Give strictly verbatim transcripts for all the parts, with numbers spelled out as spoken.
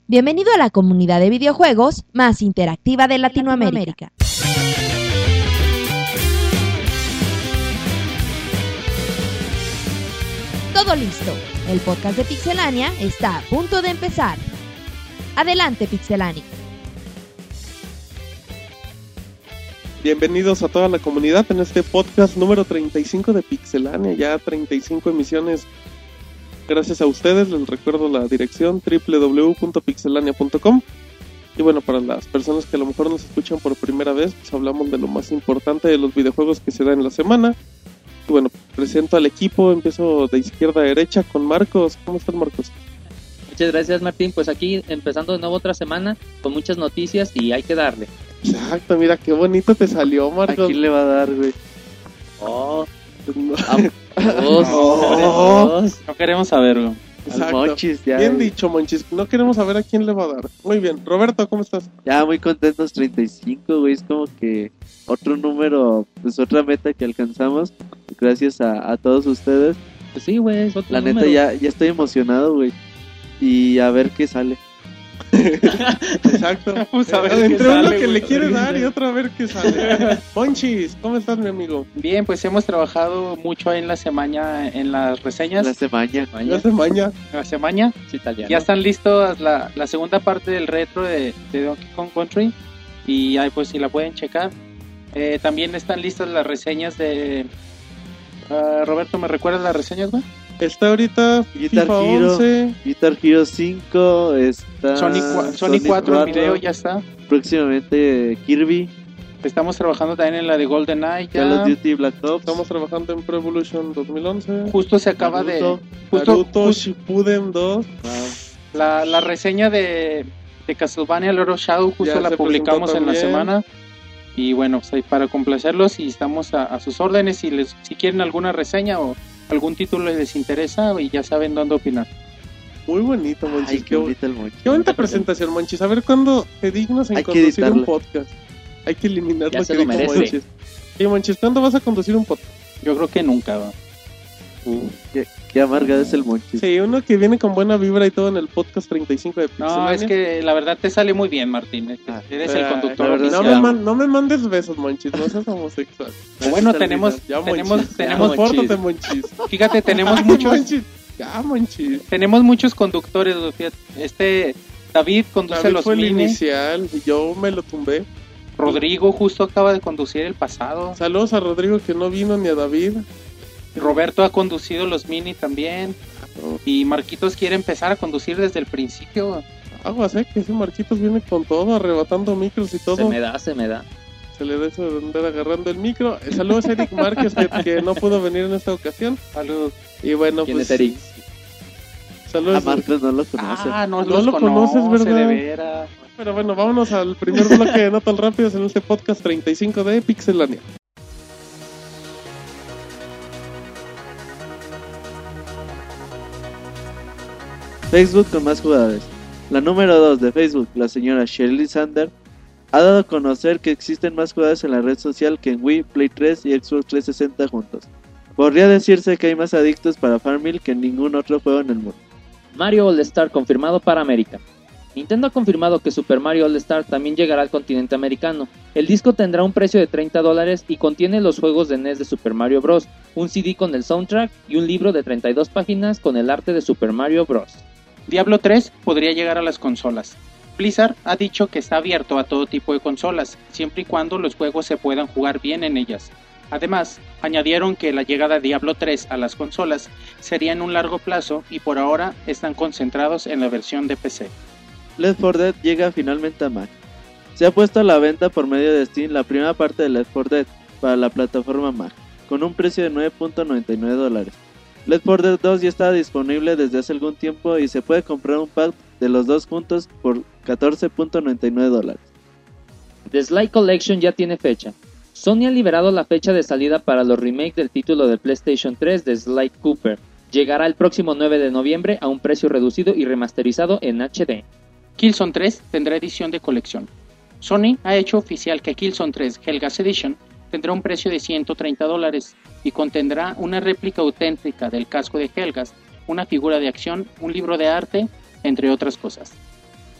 Bienvenido a la comunidad de videojuegos más interactiva de Latinoamérica. Todo listo. El podcast de Pixelania está a punto de empezar. Adelante, Pixelania. Bienvenidos a toda la comunidad en este podcast número treinta y cinco de Pixelania, ya treinta y cinco emisiones gracias a ustedes. Les recuerdo la dirección doble u doble u doble u punto pixelania punto com. Y bueno, para las personas que a lo mejor nos escuchan por primera vez, pues hablamos de lo más importante de los videojuegos que se dan en la semana. Y bueno, presento al equipo, empiezo de izquierda a derecha con Marcos. ¿Cómo estás, Marcos? Muchas gracias, Martín. Pues aquí empezando de nuevo otra semana con muchas noticias y hay que darle. Exacto, mira qué bonito te salió, Marcos. ¿A quién le va a dar, güey? Oh, No. dos, No. dos. No queremos saber, güey. Exacto. Al Monchis, ya. Bien dicho, Monchis. No queremos saber a quién le va a dar. Muy bien. Roberto, ¿cómo estás? Ya muy contentos, treinta y cinco, güey. Es como que otro número, pues otra meta que alcanzamos. Gracias a, a todos ustedes. Pues sí, güey, es otro La neta, número. ya, ya estoy emocionado, güey. Y a ver qué sale. Exacto. Vamos a ver Eh, qué Entre sale, uno que güey. le quiere dar y otro a ver qué sale. Monchis, ¿cómo estás, mi amigo? Bien, pues hemos trabajado mucho en la semana en las reseñas. La semana. Maña, Ya se maña. La semana. es italiano. Ya están listos la, la segunda parte del retro de, de Donkey Kong Country. Y ahí pues si la pueden checar. Eh, también están listas las reseñas de... ah, Roberto, ¿me recuerdas las reseñas, güey? Está ahorita Guitar FIFA Hero. once. Guitar Hero cinco. Está Sonic, cua- Sonic cuatro, el video ya está. Próximamente Kirby. Estamos trabajando también en la de GoldenEye Call of ya. Duty Black Ops. Estamos trabajando en Pro Evolution dos mil once. Justo se acaba Naruto. de... Justo, Naruto justo Shippuden dos. la, la reseña de, de Castlevania Lord of Shadow justo Ya la se publicamos presentó en la también. semana. Y bueno, pues ahí para complacerlos y estamos a, a sus órdenes. Si les si quieren alguna reseña o algún título les interesa y ya saben dónde opinar. Muy bonito, Monchis. Ay, qué, qué bo- bonita el Monchis. qué bonita presentación, Monchis. A ver cuándo te dignas en Hay que conducir un editarla. podcast. Hay que eliminar Ya lo se que lo dijo merece. Monchis. Sí, Monchis, ¿cuándo vas a conducir un podcast? Yo creo que nunca. ¿va? Qué, qué amargado es el Monchis. Sí, uno que viene con buena vibra y todo en el podcast treinta y cinco de Pixelania. No, es que la verdad te sale muy bien, Martín. Ah, Eres el Ay, conductor la verdad No sí, me, oficial. man- no me mandes besos, Monchis, no seas homosexual. Bueno, Está tenemos, Ya, tenemos, Monchis. tenemos, Ya, pórtate, Monchis. fíjate, tenemos Ay, muchos, Monchis. Ya, Monchis. tenemos muchos conductores. Fíjate. Este David conduce David los fue el mini. inicial y yo me lo tumbé. Rodrigo justo acaba de conducir el pasado. Saludos a Rodrigo que no vino ni a David. Roberto ha conducido los mini también. Y Marquitos quiere empezar a conducir desde el principio. Aguas, eh, que ese Marquitos viene con todo, arrebatando micros y todo. Se me da, se me da. Se le da eso de andar agarrando el micro. Eh, Saludos a Eric Márquez que, que no pudo venir en esta ocasión. Saludos. Y bueno, ¿Quién pues es Eric? A saludos. Marcos no lo conoce. Ah, no, No los lo conoces, conoce, ¿verdad? de veras. Pero bueno, vámonos al primer bloque de Notas Rápidas en este podcast treinta y cinco de Pixelania. Facebook con más jugadores. La número dos de Facebook, la señora Shirley Sander, ha dado a conocer que existen más jugadores en la red social que en Wii, Play tres y Xbox trescientos sesenta juntos. Podría decirse que hay más adictos para Farmville que en ningún otro juego en el mundo. Mario All-Star confirmado para América. Nintendo ha confirmado que Super Mario All-Star también llegará al continente americano. El disco tendrá un precio de treinta dólares y contiene los juegos de N E S de Super Mario Bros., un C D con el soundtrack y un libro de treinta y dos páginas con el arte de Super Mario Bros. Diablo tres podría llegar a las consolas. Blizzard ha dicho que está abierto a todo tipo de consolas, siempre y cuando los juegos se puedan jugar bien en ellas. Además, añadieron que la llegada de Diablo tres a las consolas sería en un largo plazo y por ahora están concentrados en la versión de P C. Left four Dead llega finalmente a Mac. Se ha puesto a la venta por medio de Steam la primera parte de Left four Dead para la plataforma Mac, con un precio de nueve punto noventa y nueve dólares. Left four Dead dos ya está disponible desde hace algún tiempo y se puede comprar un pack de los dos juntos por catorce punto noventa y nueve dólares. The Sly Collection ya tiene fecha. Sony ha liberado la fecha de salida para los remakes del título de PlayStation tres de Sly Cooper. Llegará el próximo nueve de noviembre a un precio reducido y remasterizado en H D. Killzone tres tendrá edición de colección. Sony ha hecho oficial que Killzone tres Helga's Edition tendrá un precio de ciento treinta dólares y contendrá una réplica auténtica del casco de Helgas, una figura de acción, un libro de arte, entre otras cosas.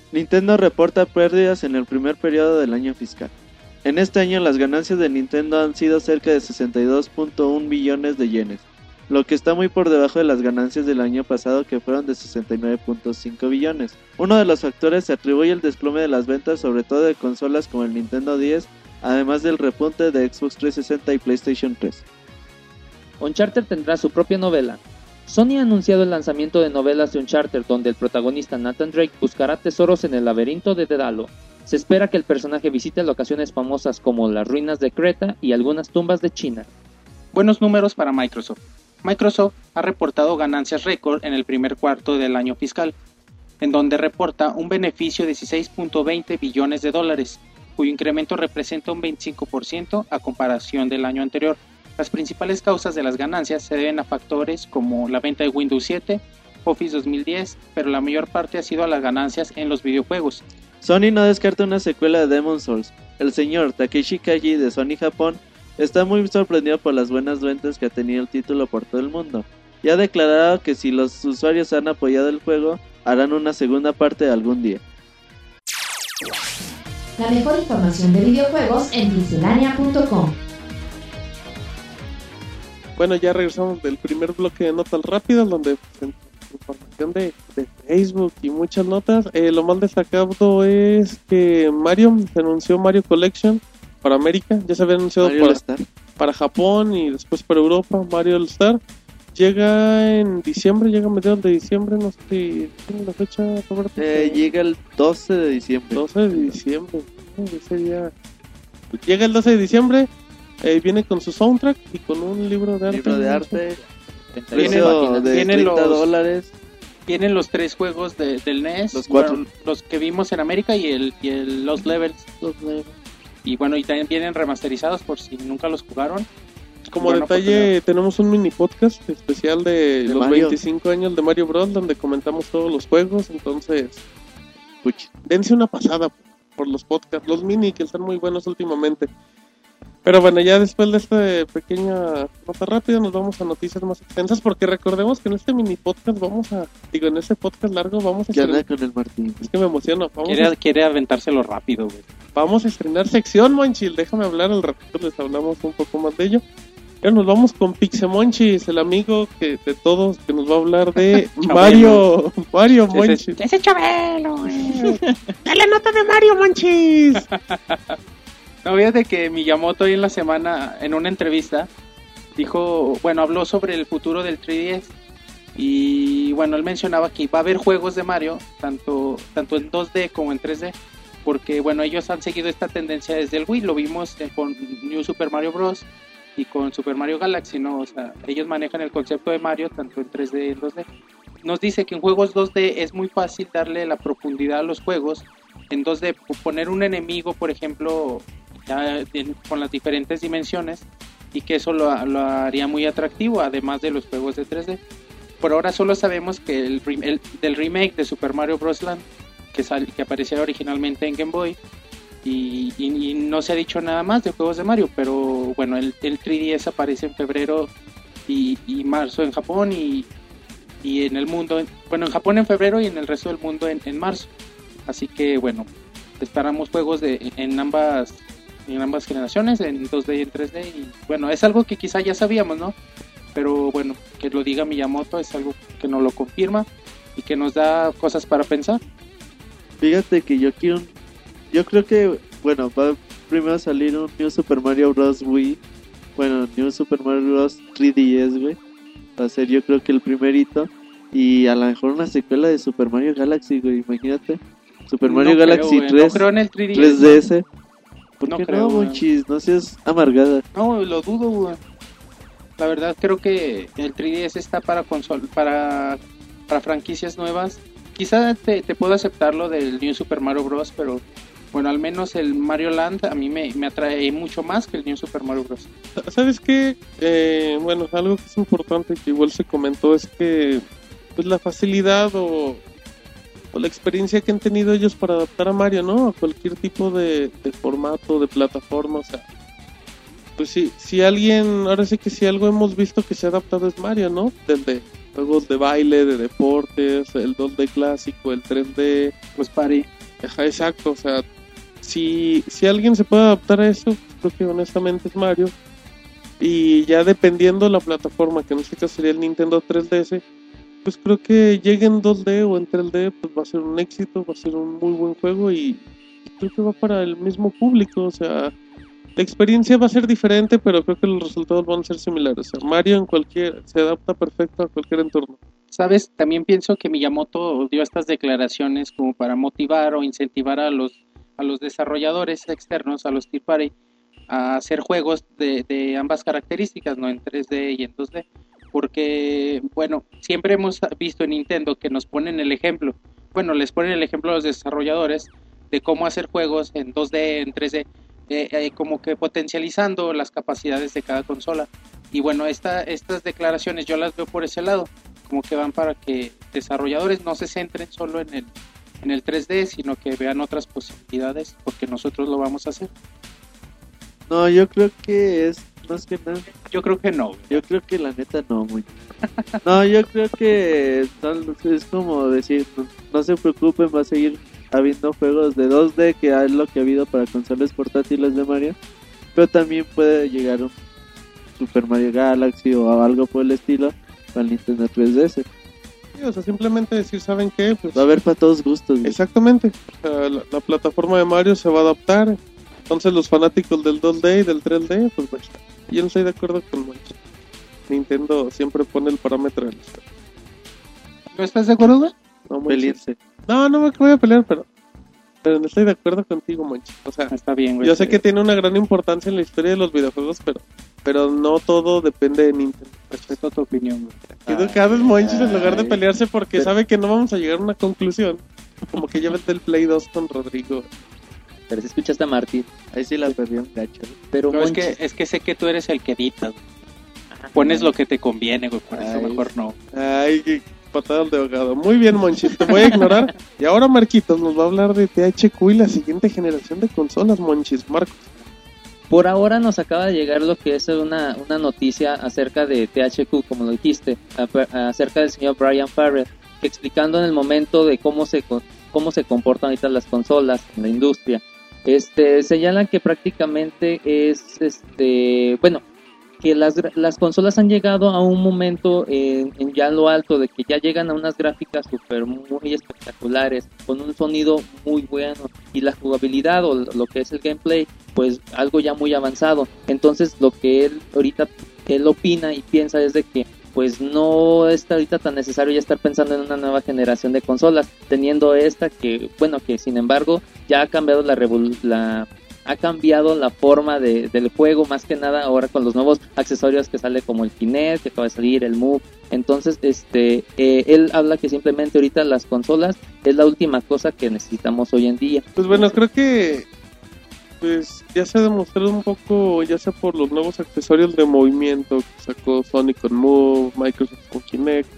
Nintendo reporta pérdidas en el primer periodo del año fiscal. En este año las ganancias de Nintendo han sido cerca de sesenta y dos punto uno billones de yenes, lo que está muy por debajo de las ganancias del año pasado que fueron de sesenta y nueve punto cinco billones. Uno de los factores se atribuye al desplome de las ventas, sobre todo de consolas como el Nintendo diez, además del repunte de Xbox trescientos sesenta y PlayStation tres. Uncharted tendrá su propia novela. Sony ha anunciado el lanzamiento de novelas de Uncharted, donde el protagonista Nathan Drake buscará tesoros en el laberinto de Dedalo. Se espera que el personaje visite locaciones famosas como las ruinas de Creta y algunas tumbas de China. Buenos números para Microsoft. Microsoft ha reportado ganancias récord en el primer cuarto del año fiscal, en donde reporta un beneficio de dieciséis punto veinte billones de dólares, cuyo incremento representa un veinticinco por ciento a comparación del año anterior. Las principales causas de las ganancias se deben a factores como la venta de Windows siete, Office dos mil diez, pero la mayor parte ha sido a las ganancias en los videojuegos. Sony no descarta una secuela de Demon's Souls. El señor Takeshi Kaji de Sony Japón está muy sorprendido por las buenas ventas que ha tenido el título por todo el mundo, y ha declarado que si los usuarios han apoyado el juego, harán una segunda parte algún día. La mejor información de videojuegos en pixelania punto com. Bueno, ya regresamos del primer bloque de notas rápidas, donde pues, información de, de Facebook y muchas notas. Eh, lo más destacado es que Mario, se anunció Mario Collection para América, ya se había anunciado para, para Japón y después para Europa, Mario All Star. Llega en diciembre, llega a mediados de diciembre, no sé si tiene la fecha, Roberto. Eh, llega el doce de diciembre. doce de diciembre, ese día. Llega el doce de diciembre. Eh, viene con su soundtrack y con un libro de arte. Libro de arte. Vienen, de vienen treinta los dólares. Vienen los tres juegos de, del N E S. Los cuatro. Bueno, los que vimos en América y el, y el Lost Levels. Los levels. Y bueno, y también vienen remasterizados por si nunca los jugaron. Como Bueno, detalle, tenemos un mini podcast especial de, De los Mario. veinticinco años de Mario Bros. Donde comentamos todos los juegos. Entonces, Puch. dense una pasada por los podcasts, los mini que están muy buenos últimamente. Pero bueno, ya después de esta pequeña nota rápida nos vamos a noticias más extensas, porque recordemos que en este mini podcast vamos a, digo, en este podcast largo vamos a ¿Qué anda estrenar, con el Martín? es que me emociono, vamos, Quiere, a, quiere aventárselo rápido, güey. vamos a estrenar sección, Monchil, déjame hablar, al ratito les hablamos un poco más de ello. Ahora nos vamos con Pixemonchis, el amigo que de todos que nos va a hablar de Mario, Mario Monchis. Ese, ese Chabelo, güey. ¡Dale nota de Mario Monchis! No, fíjate que Miyamoto hoy en la semana, en una entrevista, dijo, bueno, habló sobre el futuro del tres D S. Y bueno, él mencionaba que va a haber juegos de Mario, tanto, tanto en dos D como en tres D. Porque bueno, ellos han seguido esta tendencia desde el Wii, lo vimos con New Super Mario Bros. Y con Super Mario Galaxy, ¿no? O sea, ellos manejan el concepto de Mario tanto en tres D y en dos D. Nos dice que en juegos dos D es muy fácil darle la profundidad a los juegos. En dos D, poner un enemigo, por ejemplo, ya en, con las diferentes dimensiones, y que eso lo, lo haría muy atractivo, además de los juegos de tres D. Por ahora solo sabemos que el, el del remake de Super Mario Bros. Land, que, sal, que aparecía originalmente en Game Boy, y, y, y no se ha dicho nada más de juegos de Mario, pero bueno, el, el tres D S aparece en febrero y, y marzo en Japón, y, y en el mundo, bueno, en Japón en febrero y en el resto del mundo en, en marzo. Así que bueno, esperamos juegos de en ambas en ambas generaciones, en dos D y en tres D, y bueno, es algo que quizá ya sabíamos, ¿no? Pero bueno, que lo diga Miyamoto es algo que nos lo confirma y que nos da cosas para pensar. Fíjate que yo quiero un... Yo creo que, bueno, va primero a salir un New Super Mario Bros. Wii. Bueno, New Super Mario Bros. tres D S, güey. Va a ser yo creo que el primerito. Y a lo mejor una secuela de Super Mario Galaxy, güey, imagínate. Super Mario No Galaxy creo, tres, no creo en el tres D S, tres D S. ¿Por No qué creo, no, güey. Monchis? No seas amargada. No, lo dudo, güey. La verdad creo que el tres D S está para consol para para franquicias nuevas. Quizá te, te puedo aceptar lo del New Super Mario Bros, pero bueno, al menos el Mario Land a mí me, me atrae mucho más que el New Super Mario Bros. ¿Sabes qué? Eh, bueno, algo que es importante que igual se comentó es que pues la facilidad o, o la experiencia que han tenido ellos para adaptar a Mario, ¿no? A cualquier tipo de, de formato, de plataforma, o sea, pues sí, si alguien, ahora sí que si algo hemos visto que se ha adaptado es Mario, ¿no? Desde juegos de baile, de deportes, el dos D clásico, el tres D, Pues pare. Ajá, exacto, o sea, si, si alguien se puede adaptar a eso, creo que honestamente es Mario. Y ya dependiendo de la plataforma, que en este caso sería el Nintendo tres D S, pues creo que llegue en dos D o en tres D, pues va a ser un éxito, va a ser un muy buen juego y, y creo que va para el mismo público, o sea, la experiencia va a ser diferente, pero creo que los resultados van a ser similares. O sea, Mario en cualquier, se adapta perfecto a cualquier entorno. Sabes, también pienso que Miyamoto dio estas declaraciones como para motivar o incentivar a los a los desarrolladores externos, a los third party, a hacer juegos de, de ambas características, no en tres D y en dos D, porque bueno, siempre hemos visto en Nintendo que nos ponen el ejemplo, bueno, les ponen el ejemplo a los desarrolladores de cómo hacer juegos en dos D, en tres D, eh, eh, como que potencializando las capacidades de cada consola. Y bueno, esta, estas declaraciones yo las veo por ese lado, como que van para que desarrolladores no se centren solo en el, en el tres D, sino que vean otras posibilidades, porque nosotros lo vamos a hacer. No, yo creo que es más que nada. Yo creo que no. Yo creo que la neta no, muy. No, yo creo que es como decir, no, no se preocupen, va a seguir habiendo juegos de dos D, que es lo que ha habido para consolas portátiles de Mario, pero también puede llegar un Super Mario Galaxy o algo por el estilo para el Nintendo tres D S. Sí, o sea, simplemente decir, ¿saben qué? Pues, va a haber para todos gustos. ¿Sí? Exactamente, o sea, la, la plataforma de Mario se va a adaptar. Entonces los fanáticos del dos D y del tres D, pues bueno, yo no estoy de acuerdo con Monchi. Nintendo siempre pone el parámetro de los... ¿No estás de acuerdo, güey? No, Pelearse. No, no me voy a pelear, pero pero no estoy de acuerdo contigo, Monchi. O sea, está bien, güey. Yo sé que tiene una gran importancia en la historia de los videojuegos, pero pero no todo depende de Nintendo. Respeto tu opinión, güey. Qué educado es Monchi en lugar de pelearse porque pero... sabe que no vamos a llegar a una conclusión. Como que ya vete el Play dos con Rodrigo. Pero si escuchaste a Martín. Ahí sí la perdió un gacho. Pero no, es que es que sé que tú eres el que editas. Pones lo que te conviene, güey, por eso mejor no. Ay, qué patadas de ahogado. Muy bien, Monchi, te voy a ignorar. Y ahora Marquitos nos va a hablar de T H Q y la siguiente generación de consolas, Monchis. Marcos. Por ahora nos acaba de llegar lo que es una, una noticia acerca de T H Q, como lo dijiste, acerca del señor Brian Farrell, que explicando en el momento de cómo se cómo se comportan ahorita las consolas en la industria. Este, señalan que prácticamente es, este, bueno, que las, las consolas han llegado a un momento en, en ya lo alto, de que ya llegan a unas gráficas super muy espectaculares, con un sonido muy bueno, y la jugabilidad o lo que es el gameplay, pues algo ya muy avanzado. Entonces lo que él ahorita, él opina y piensa es de que pues no está ahorita tan necesario ya estar pensando en una nueva generación de consolas, teniendo esta que, bueno, que sin embargo ya ha cambiado la revol- la ha cambiado la forma de, del juego, más que nada ahora con los nuevos accesorios que sale como el Kinect, que acaba de salir, el Move. Entonces, este, eh, él habla que simplemente ahorita las consolas es la última cosa que necesitamos hoy en día. Pues bueno, creo que pues ya se ha demostrado un poco, ya sea por los nuevos accesorios de movimiento que sacó Sony con Move, Microsoft con Kinect,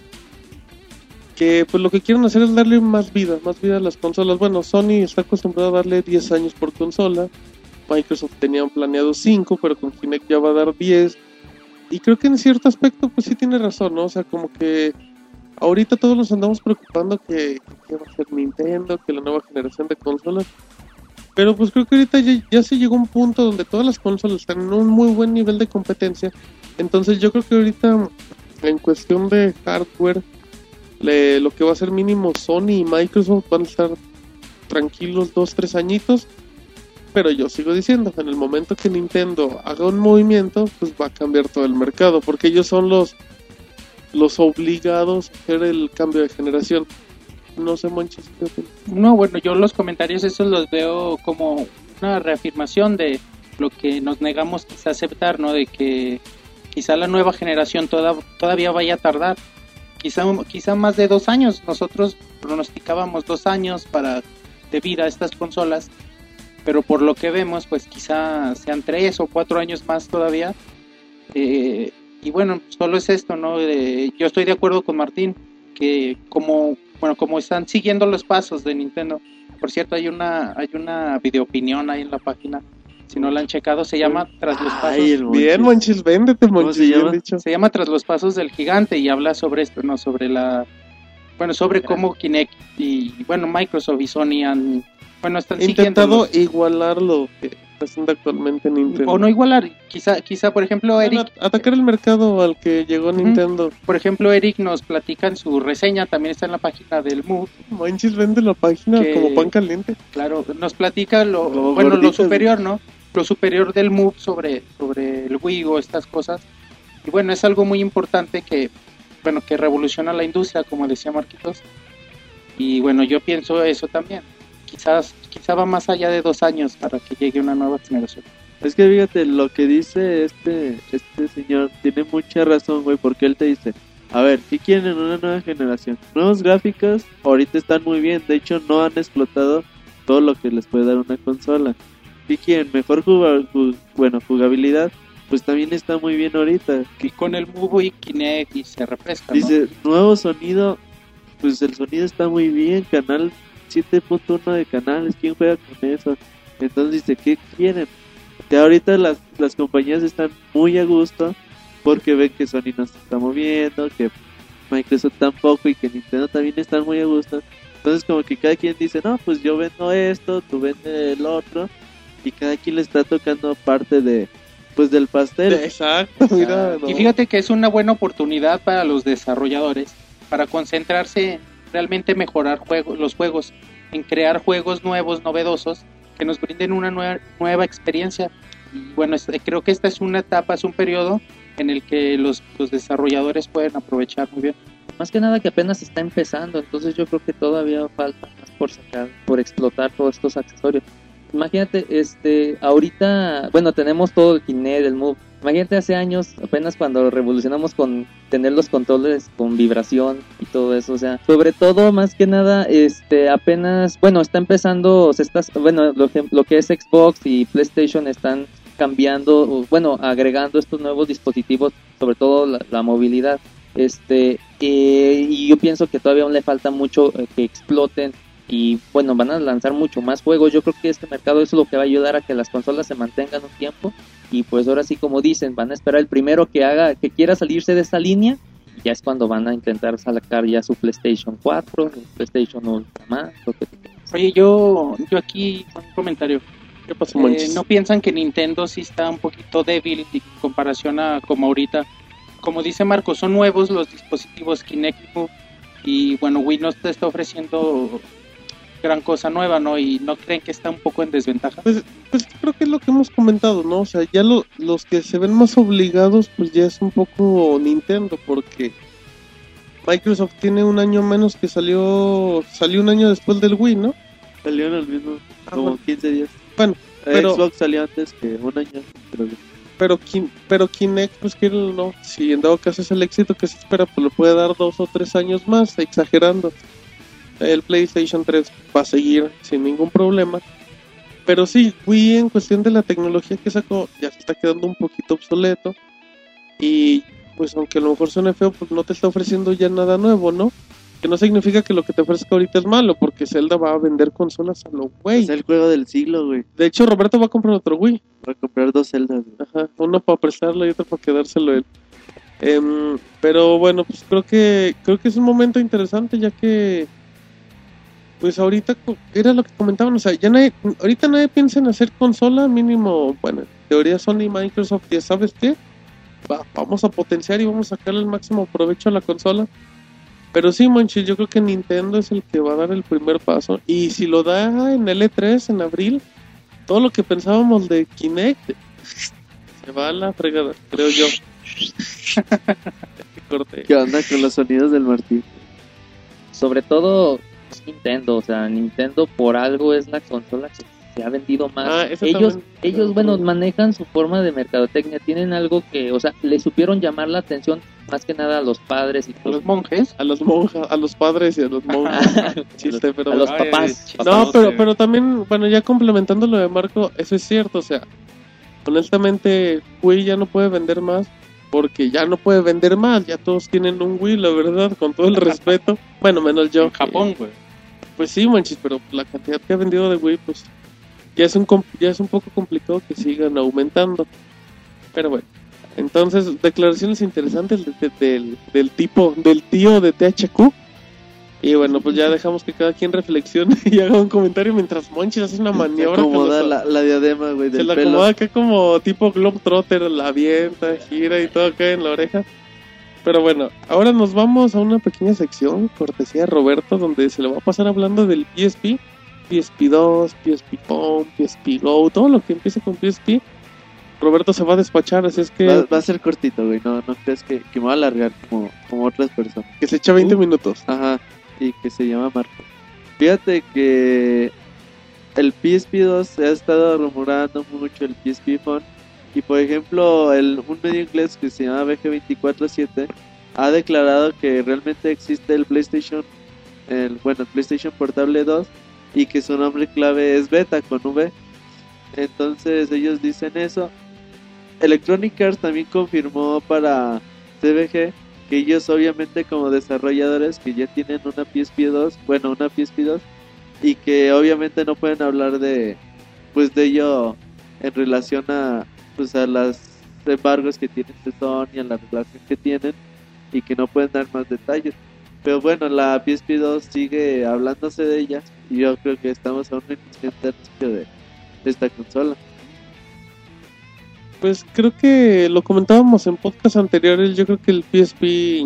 que pues lo que quieren hacer es darle más vida, más vida a las consolas. Bueno, Sony está acostumbrado a darle diez años por consola, Microsoft tenía planeado cinco, pero con Kinect ya va a dar diez, y creo que en cierto aspecto pues sí tiene razón, ¿no? O sea, como que ahorita todos nos andamos preocupando que, que va a ser Nintendo, que la nueva generación de consolas, pero pues creo que ahorita ya, ya se llegó a un punto donde todas las consolas están en un muy buen nivel de competencia. Entonces yo creo que ahorita en cuestión de hardware, le, lo que va a ser mínimo Sony y Microsoft van a estar tranquilos dos, tres añitos. Pero yo sigo diciendo, en el momento que Nintendo haga un movimiento, pues va a cambiar todo el mercado, porque ellos son los los obligados a hacer el cambio de generación. No sé, Monchis, ¿qué opinas? No, bueno, yo los comentarios estos los veo como una reafirmación de lo que nos negamos quizá a aceptar, ¿no? De que quizá la nueva generación toda, todavía vaya a tardar, quizá, quizá más de dos años. Nosotros pronosticábamos dos años para de vida a estas consolas, pero por lo que vemos, pues quizá sean tres o cuatro años más todavía. Eh, y bueno, solo es esto, ¿no? De, yo estoy de acuerdo con Martín, que como bueno como están siguiendo los pasos de Nintendo. Por cierto, hay una hay una videoopinión ahí en la página, si no la han checado, se llama Tras los Pasos. Ay, bien, Monchis, véndete, Monchis. Se llama? Dicho. Se llama Tras los Pasos del Gigante y habla sobre esto, no, sobre la bueno, sobre cómo Kinect y bueno, Microsoft y Sony han Bueno, están He intentado siguiendo igualar lo que presenta actualmente Nintendo. o no igualar, quizá, quizá por ejemplo Van Eric, a atacar el mercado al que llegó Ujú. Nintendo. por ejemplo Eric nos platica en su reseña, también está en la página del Move, Manches, vende la página Que- como pan caliente. claro, nos platica lo, Como bueno, lo gorditas. superior, ¿no? Lo superior del Move sobre, sobre el Wii o estas cosas. Y bueno, es algo muy importante que, bueno, que revoluciona la industria, como decía Marquitos. Y bueno, yo pienso eso también. Quizás, quizá va más allá de dos años para que llegue una nueva generación. Es que fíjate, lo que dice este este señor tiene mucha razón, güey, porque él te dice, a ver, ¿qué quieren una nueva generación? Nuevos gráficos, ahorita están muy bien, de hecho no han explotado todo lo que les puede dar una consola. ¿Qué quieren? Mejor juga- ju- bueno, jugabilidad, pues también está muy bien ahorita. Y con el Move y Kinect y se refresca, ¿no? Dice, nuevo sonido, pues el sonido está muy bien, canal siete punto uno de canales, ¿quién juega con eso? Entonces dice, ¿qué quieren? Que ahorita las, las compañías están muy a gusto porque ven que Sony no se está moviendo, que Microsoft tampoco y que Nintendo también están muy a gusto. Entonces como que cada quien dice, no, pues yo vendo esto, tú vendes el otro, y cada quien le está tocando parte de, pues del pastel. Exacto, mira. Y no. fíjate que es una buena oportunidad para los desarrolladores para concentrarse en realmente mejorar juego, los juegos, en crear juegos nuevos, novedosos, que nos brinden una nueva, nueva experiencia. Y bueno, es- creo que esta es una etapa, es un periodo en el que los, los desarrolladores pueden aprovechar muy bien. Más que nada que apenas está empezando, entonces yo creo que todavía falta más por sacar, por explotar todos estos accesorios. Imagínate, este, ahorita, bueno, tenemos todo el Kinect, el Move. Imagínate hace años, apenas cuando revolucionamos con tener los controles con vibración y todo eso, o sea, sobre todo, más que nada, este, apenas, bueno, está empezando, se está, bueno, lo que, lo que es Xbox y PlayStation están cambiando, o, bueno, agregando estos nuevos dispositivos, sobre todo la, la movilidad. Este, eh, y yo pienso que todavía aún le falta mucho eh, que exploten. Y bueno, van a lanzar mucho más juegos. Yo creo que este mercado es lo que va a ayudar a que las consolas se mantengan un tiempo. Y pues ahora sí, como dicen, van a esperar el primero que haga, que quiera salirse de esta línea. Y ya es cuando van a intentar sacar ya su PlayStation cuatro, su PlayStation Ultra más, lo que tú quieras. Oye, yo, yo aquí un comentario. ¿Qué pasó, Eh, Manches? ¿No piensan que Nintendo sí está un poquito débil en comparación a como ahorita? Como dice Marco, son nuevos los dispositivos Kinect Move, y bueno, Wii no te está ofreciendo gran cosa nueva, ¿no? Y no creen que está un poco en desventaja. Pues, pues creo que es lo que hemos comentado, ¿no? O sea, ya lo, los que se ven más obligados, pues ya es un poco Nintendo, porque Microsoft tiene un año menos que salió, salió un año después del Wii, ¿no? Salió en el mismo, Ah, como bueno. quince días. Bueno, Eh, pero- Xbox salió antes que un año, creo que. Pero, Kin- pero Kinect, pues que no, si en dado caso es el éxito que se espera, pues le puede dar dos o tres años más, exagerando. El PlayStation tres va a seguir sin ningún problema. Pero sí, Wii en cuestión de la tecnología que sacó ya se está quedando un poquito obsoleto. Y pues aunque a lo mejor suene feo, pues no te está ofreciendo ya nada nuevo, ¿no? Que no significa que lo que te ofrezca ahorita es malo, porque Zelda va a vender consolas a lo güey. Es el juego del siglo, güey. De hecho, Roberto va a comprar otro Wii. Va a comprar dos celdas, güey. Ajá, uno para prestarlo y otro para quedárselo él. Em, pero bueno, pues creo que creo que es un momento interesante, ya que pues ahorita co- era lo que comentaban, o sea, ya nadie, ahorita nadie piensa en hacer consola, mínimo, bueno, en teoría Sony y Microsoft, ya sabes qué, Va- vamos a potenciar y vamos a sacarle el máximo provecho a la consola. Pero sí, Monchis, yo creo que Nintendo es el que va a dar el primer paso, y si lo da en el E tres en abril, todo lo que pensábamos de Kinect se va a la fregada, creo yo. Qué corte. ¿Qué onda con los sonidos del Martín? Sobre todo es Nintendo, o sea, Nintendo por algo es la consola que se ha vendido más. Ah, eso ellos, también. ellos, bueno, manejan su forma de mercadotecnia, tienen algo que, o sea, le supieron llamar la atención más que nada a los padres y A los los monjes. A los monjas, a los padres y a los monjas. Chiste, pero a los bueno. papás. No, pero, pero también, bueno, ya complementando lo de Marco, eso es cierto, o sea, honestamente, Wii ya no puede vender más, porque ya no puede vender más, ya todos tienen un Wii, la verdad, con todo el respeto, bueno, menos yo. En Japón, güey. Pues sí, manchis, pero la cantidad que ha vendido de Wii, pues, ya es un, com- ya es un poco complicado que sigan aumentando, pero bueno. Entonces, declaraciones interesantes de- de- del, del tipo, del tío de T H Q. Y bueno, pues ya dejamos que cada quien reflexione y haga un comentario mientras Monchis hace una maniobra. Se acomoda con los- la, la diadema, güey, Se del la pelo. acomoda acá como tipo Globetrotter, la avienta, gira y todo acá en la oreja. Pero bueno, ahora nos vamos a una pequeña sección, cortesía de Roberto, donde se le va a pasar hablando del P S P, P S P dos, P S P Home, P S P Go, todo lo que empiece con P S P. Roberto se va a despachar, así es que, Va, va a ser cortito, güey. No, no crees que, que me va a alargar como, como otras personas. que se echa veinte Uh. minutos. Ajá, y que se llama Marco. Fíjate que el P S P dos se ha estado rumorando mucho, el P S P Phone. Y por ejemplo, el, un medio inglés que se llama B G veinticuatro siete ha declarado que realmente existe el PlayStation, el, bueno, el PlayStation Portable dos, y que su nombre clave es Beta con V. Entonces ellos dicen eso. Electronic Arts también confirmó para C B G que ellos obviamente como desarrolladores que ya tienen una P S P dos, bueno, una P S P dos, y que obviamente no pueden hablar de pues de ello en relación a pues a los embargos que tienen de Sony, a la relación que tienen, y que no pueden dar más detalles. Pero bueno, la P S P dos sigue hablándose de ella y yo creo que estamos a un inicio de esta consola. Pues creo que lo comentábamos en podcast anteriores, yo creo que el P S P,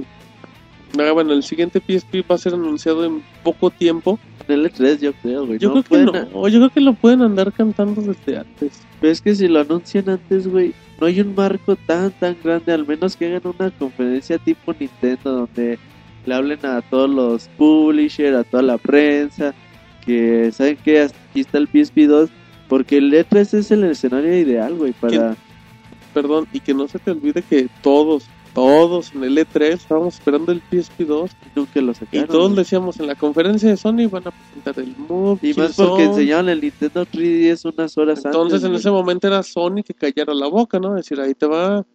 ah, bueno, el siguiente P S P va a ser anunciado en poco tiempo. En el E tres yo creo, güey. Yo no creo que pueden- no, yo creo que lo pueden andar cantando desde antes. Pero es que si lo anuncian antes, güey, no hay un marco tan, tan grande. Al menos que hagan una conferencia tipo Nintendo donde le hablen a todos los publishers, a toda la prensa, que saben que aquí está el P S P dos, porque el E tres es el escenario ideal, güey, para... Perdón, y que no se te olvide que todos, todos en el E tres estábamos esperando el P S P dos Nunca lo y sacaron. todos güey. decíamos en la conferencia de Sony van a presentar el Move, Y más Killzone. porque enseñaban el Nintendo tres D S unas horas antes. Entonces en güey. ese momento era Sony que callara la boca, ¿no? Decir, ahí te va.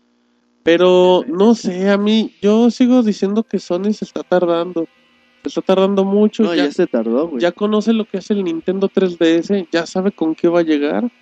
Pero no sé, a mí, yo sigo diciendo que Sony se está tardando. Se está tardando mucho. No, ya, ya, se tardó, güey. ya conoce lo que hace el Nintendo tres D S, ya sabe con qué va a llegar.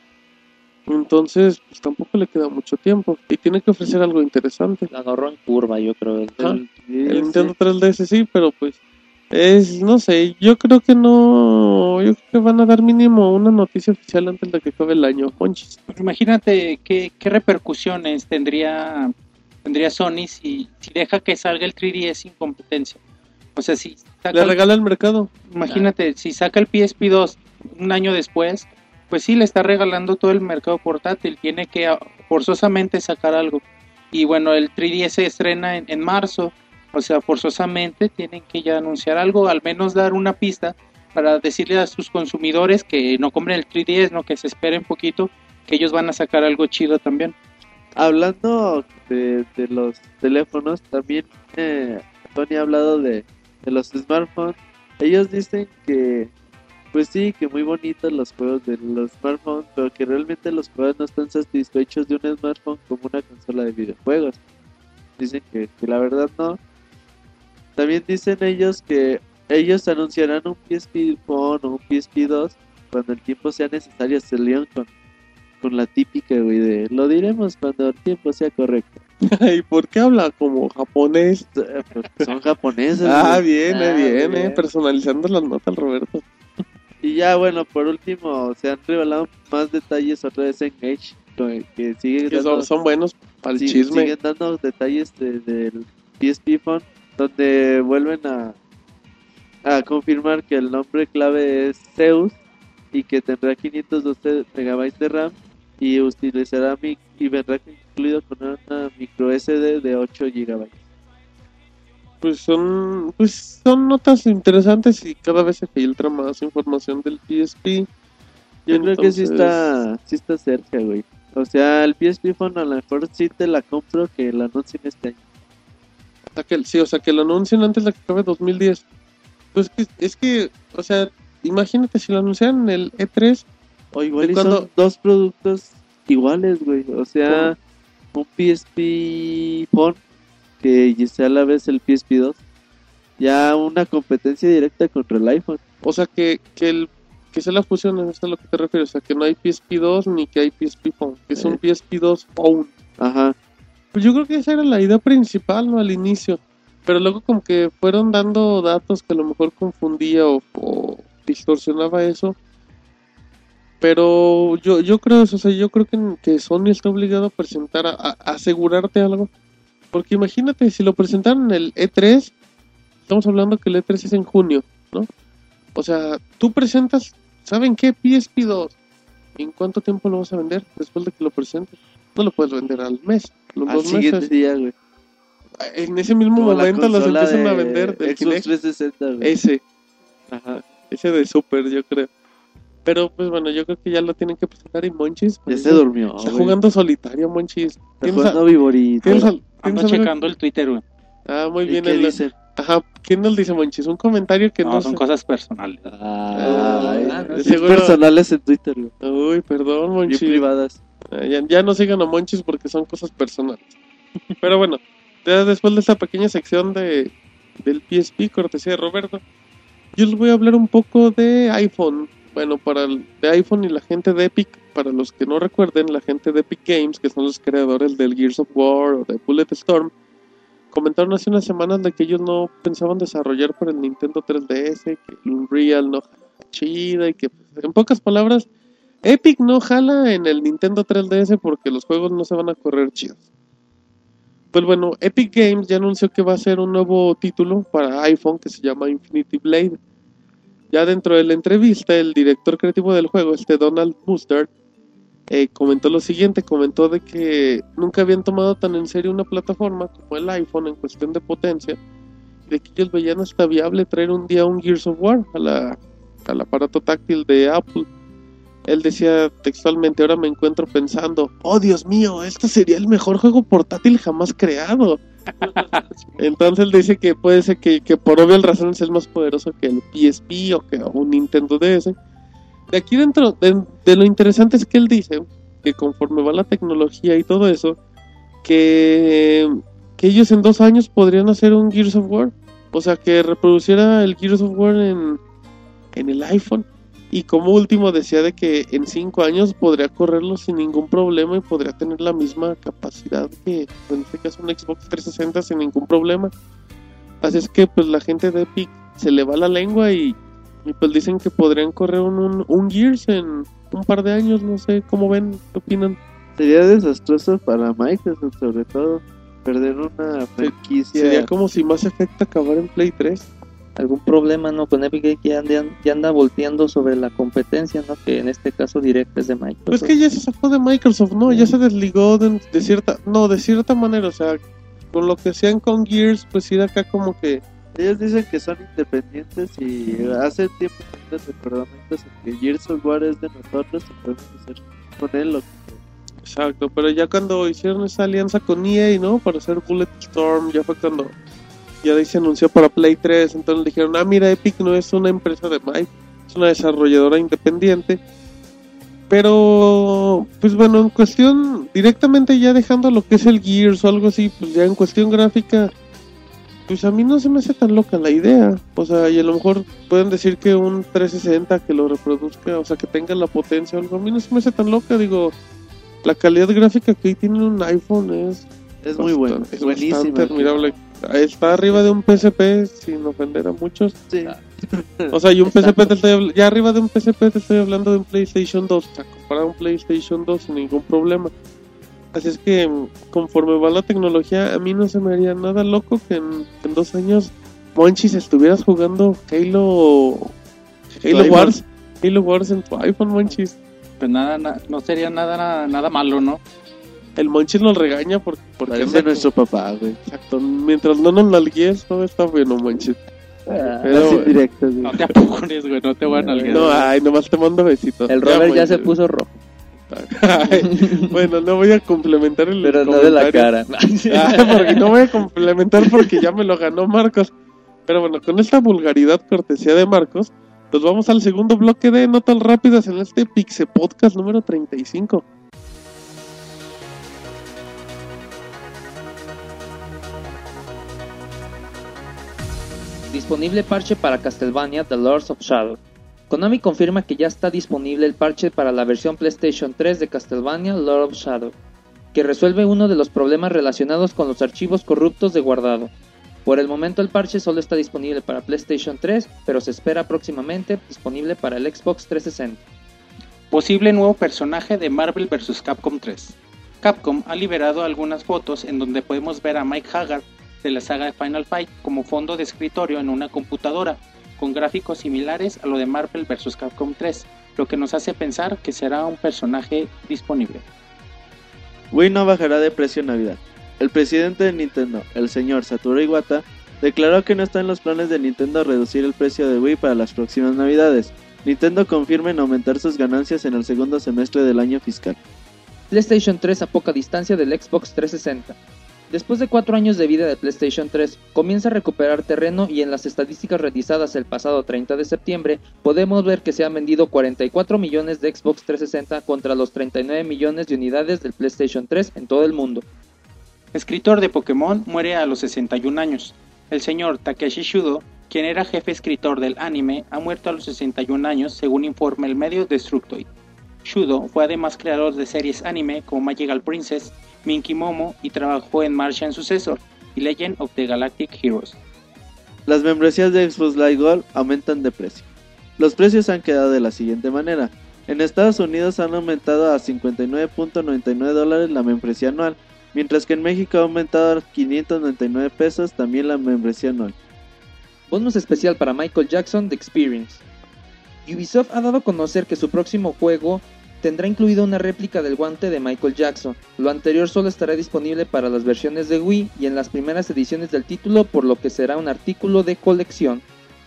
Entonces, pues tampoco le queda mucho tiempo. Y tiene que ofrecer algo interesante. La agarró en curva, yo creo. Ajá. El, El Nintendo tres D S sí, pero pues es, no sé, yo creo que no, yo creo que van a dar mínimo una noticia oficial antes de que acabe el año, Ponchis. Pues imagínate qué, qué repercusiones tendría tendría Sony si, si deja que salga el tres D S sin competencia. O sea, si saca Le el- regala el mercado. imagínate, si saca el P S P dos un año después, pues sí, le está regalando todo el mercado portátil. Tiene que ah, forzosamente sacar algo. Y bueno, el tres D S se estrena en, en marzo. O sea, forzosamente tienen que ya anunciar algo, al menos dar una pista para decirle a sus consumidores que no compren el tres D S, no, que se esperen poquito, que ellos van a sacar algo chido también. Hablando de, de los teléfonos, también eh, Tony ha hablado de, de los smartphones. Ellos dicen que, pues sí, que muy bonitos los juegos de los smartphones, pero que realmente los juegos no están satisfechos de un smartphone como una consola de videojuegos. Dicen que, que la verdad no. También dicen ellos que ellos anunciarán un P S P Phone o un P S P dos cuando el tiempo sea necesario. Se lían con, con la típica, güey, de lo diremos cuando el tiempo sea correcto. ¿Y por qué habla como japonés? Eh, porque son japoneses. Ah, güey. bien, Ah, bien, bien. eh, personalizando las notas, Roberto. Y ya, bueno, por último, se han revelado más detalles otra vez en Edge, que que sigue Que dando, son, son buenos para el sí, chisme. siguen dando detalles de- del P S P Phone, donde vuelven a, a confirmar que el nombre clave es Zeus y que tendrá quinientos doce megabytes de RAM y utilizará mi, y vendrá incluido con una micro S D de ocho gigabytes. Pues son, pues son notas interesantes y cada vez se filtra más información del P S P. Yo creo que sí Entonces, está, sí está cerca, güey. O sea, el P S P Phone a lo mejor sí te la compro que la anuncien este año. O sea, que, sí, o sea, que lo anuncien antes de que acabe dos mil diez. Pues que, es que, o sea, imagínate si lo anunciaran en el E tres. O igual ¿De y cuándo? son dos productos iguales, güey. O sea, un P S P Phone que sea a la vez el P S P dos. Ya una competencia directa contra el iPhone. O sea, que, que, el, que sea la fusión, ¿es a lo que te refieres? O sea, que no hay P S P dos ni que hay P S P Phone. Que es un Eh. P S P dos Phone. Ajá. Pues yo creo que esa era la idea principal, ¿no? Al inicio. pero luego como que fueron dando datos que a lo mejor confundía o, o distorsionaba eso. Pero yo yo creo eso, o sea, yo creo que, que Sony está obligado a presentar, a, a asegurarte algo. Porque imagínate, si lo presentaron en el E tres, estamos hablando que el E tres es en junio, ¿no? O sea, tú presentas, ¿saben qué? P S P dos. ¿En cuánto tiempo lo vas a vender después de que lo presentes? No lo puedes vender al mes, los Al dos siguiente meses. día, güey. En ese mismo Como la momento los consola empiezan de a vender del Xbox Kinect. trescientos sesenta, güey. Ese, ajá, ese de Super, yo creo. Pero pues bueno, yo creo que ya lo tienen que presentar y Monchis. Ya pues, se durmió, Está güey. jugando solitario, Monchis. Está ¿Tienes jugando a- Viborito. tienes al- Ando tienes algo? checando el Twitter, güey. Ah, muy ¿Y bien. qué el- dice? Ajá, ¿quién nos dice, Monchis? Un comentario que No, no, son sé. cosas personales. Ay, Ah, no, es seguro- personales en Twitter, güey. Uy, perdón, Bien Monchis. privadas. Ah, Ya, ya no sigan a Monchis porque son cosas personales. Pero bueno, ya después de esta pequeña sección de del P S P, cortesía de Roberto, yo les voy a hablar un poco de iPhone. Bueno, para el de iPhone y la gente de Epic, para los que no recuerden, la gente de Epic Games, que son los creadores del Gears of War o de Bullet Storm, comentaron hace unas semanas de que ellos no pensaban desarrollar para el Nintendo tres D S, que el Unreal no jala chida y que, pues, en pocas palabras, Epic no jala en el Nintendo tres D S porque los juegos no se van a correr chidos. Pues bueno, Epic Games ya anunció que va a hacer un nuevo título para iPhone que se llama Infinity Blade. Ya dentro de la entrevista, el director creativo del juego, este Donald Mustard, eh, comentó lo siguiente, comentó de que nunca habían tomado tan en serio una plataforma como el iPhone en cuestión de potencia, de que ellos veían hasta viable traer un día un Gears of War a la, al aparato táctil de Apple. Él decía textualmente, ahora me encuentro pensando, oh Dios mío, este sería el mejor juego portátil jamás creado. Entonces él dice que puede ser que, que por obvias razones es más poderoso que el P S P o que un Nintendo D S. De aquí dentro, de, de lo interesante es que él dice que conforme va la tecnología y todo eso, que, que ellos en dos años podrían hacer un Gears of War. O sea, que reproduciera el Gears of War en, en el iPhone. Y como último decía de que en cinco años podría correrlo sin ningún problema y podría tener la misma capacidad que en este caso un Xbox trescientos sesenta sin ningún problema. Así es que pues la gente de Epic se le va la lengua y, y pues dicen que podrían correr un, un, un Gears en un par de años, no sé, ¿cómo ven? ¿Qué opinan? Sería desastroso para Microsoft, sobre todo, perder una franquicia. Sería como si Mass Effect acabara en Play tres. Algún problema, ¿no? Con Epic Games que ya anda, ya anda volteando sobre la competencia, ¿no? Que en este caso directa es de Microsoft. Pues que ya se sacó de Microsoft, ¿no? Ya se desligó de, de cierta... No, de cierta manera, o sea, con lo que hacían con Gears, pues ir acá como que... Ellos dicen que son independientes y hace tiempo también les recordamientos en que Gears of War es de nosotros y podemos hacer con él lo que... Exacto, pero ya cuando hicieron esa alianza con E A, ¿no? Para hacer Bullet Storm, ya fue cuando... Ya ahí se anunció para Play tres, entonces dijeron, ah, mira, Epic no es una empresa de Mike, es una desarrolladora independiente. Pero, pues bueno, en cuestión, directamente ya dejando lo que es el Gears o algo así, pues ya en cuestión gráfica, pues a mí no se me hace tan loca la idea. O sea, y a lo mejor pueden decir que un trescientos sesenta que lo reproduzca, o sea, que tenga la potencia o algo, a mí no se me hace tan loca, digo, la calidad gráfica que hoy tiene un iPhone es... Es muy bueno, es buenísimo. bastante admirable. Está arriba de un P S P sin ofender a muchos. Sí. O sea, y un Exacto. P S P te estoy habl- ya arriba de un P S P te estoy hablando de un PlayStation dos, o sea, comparar un PlayStation dos sin ningún problema. Así es que mm, conforme va la tecnología, a mí no se me haría nada loco que en, en dos años Monchis estuvieras jugando Halo Halo iPhone. Wars, Halo Wars en tu iPhone, Monchis. Pues nada, na- no sería nada, nada, nada malo, ¿no? El Monchis nos regaña porque, porque Parece anda nuestro papá, güey. con- exacto, mientras no nos nalgues todo está bueno, Monchis. Ah, Pero- Las indirectas, güey. No te apures, güey, no te voy a nalguear. No, ay, nomás te mando besitos. el Robert ya Monchis. se puso rojo, Ay, bueno, no voy a complementar el pero no de la comentario. cara. Ah, porque no voy a complementar porque ya me lo ganó Marcos. Pero bueno, con esta vulgaridad cortesía de Marcos, pues vamos al segundo bloque de notas rápidas en este Pixe Podcast número treinta y cinco. Disponible parche para Castlevania The Lords of Shadow. Konami confirma que ya está disponible el parche para la versión PlayStation tres de Castlevania Lord of Shadow, que resuelve uno de los problemas relacionados con los archivos corruptos de guardado. Por el momento el parche solo está disponible para PlayStation tres, pero se espera próximamente disponible para el Xbox trescientos sesenta. Posible nuevo personaje de Marvel versus. Capcom tres. Capcom ha liberado algunas fotos en donde podemos ver a Mike Haggard de la saga de Final Fight como fondo de escritorio en una computadora, con gráficos similares a lo de Marvel versus. Capcom tres, lo que nos hace pensar que será un personaje disponible. Wii no bajará de precio en Navidad. El presidente de Nintendo, el señor Satoru Iwata, declaró que no está en los planes de Nintendo reducir el precio de Wii para las próximas Navidades. Nintendo confirma en aumentar sus ganancias en el segundo semestre del año fiscal. PlayStation tres a poca distancia del Xbox trescientos sesenta. Después de cuatro años de vida de PlayStation tres, comienza a recuperar terreno y en las estadísticas realizadas el pasado treinta de septiembre, podemos ver que se han vendido cuarenta y cuatro millones de Xbox trescientos sesenta contra los treinta y nueve millones de unidades del PlayStation tres en todo el mundo. Escritor de Pokémon muere a los sesenta y un años. El señor Takeshi Shudo, quien era jefe escritor del anime, ha muerto a los sesenta y un años, según informa el medio Destructoid. Shudo fue además creador de series anime como Magical Princess, Minky Momo y trabajó en Martian Successor y Legend of the Galactic Heroes. Las membresías de Xbox Live Gold aumentan de precio. Los precios han quedado de la siguiente manera. En Estados Unidos han aumentado a cincuenta y nueve punto noventa y nueve dólares la membresía anual, mientras que en México ha aumentado a quinientos noventa y nueve pesos también la membresía anual. Bonus especial para Michael Jackson The Experience. Ubisoft ha dado a conocer que su próximo juego tendrá incluido una réplica del guante de Michael Jackson. Lo anterior solo estará disponible para las versiones de Wii y en las primeras ediciones del título, por lo que será un artículo de colección.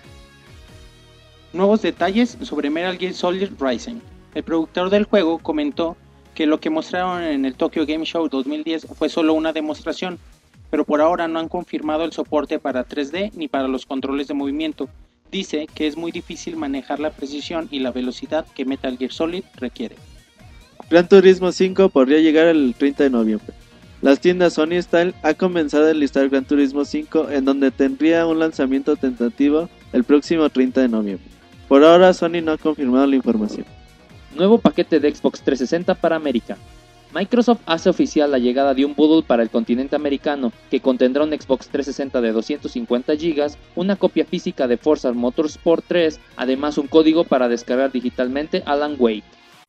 Nuevos detalles sobre Metal Gear Solid Rising. El productor del juego comentó que lo que mostraron en el Tokyo Game Show dos mil diez fue solo una demostración, pero por ahora no han confirmado el soporte para tres D ni para los controles de movimiento. Dice que es muy difícil manejar la precisión y la velocidad que Metal Gear Solid requiere. Gran Turismo cinco podría llegar el treinta de noviembre. Las tiendas Sony Style ha comenzado a enlistar Gran Turismo cinco, en donde tendría un lanzamiento tentativo el próximo treinta de noviembre. Por ahora Sony no ha confirmado la información. Nuevo paquete de Xbox trescientos sesenta para América. Microsoft hace oficial la llegada de un bundle para el continente americano que contendrá un Xbox trescientos sesenta de doscientos cincuenta gigas, una copia física de Forza Motorsport tres, además un código para descargar digitalmente Alan Wake.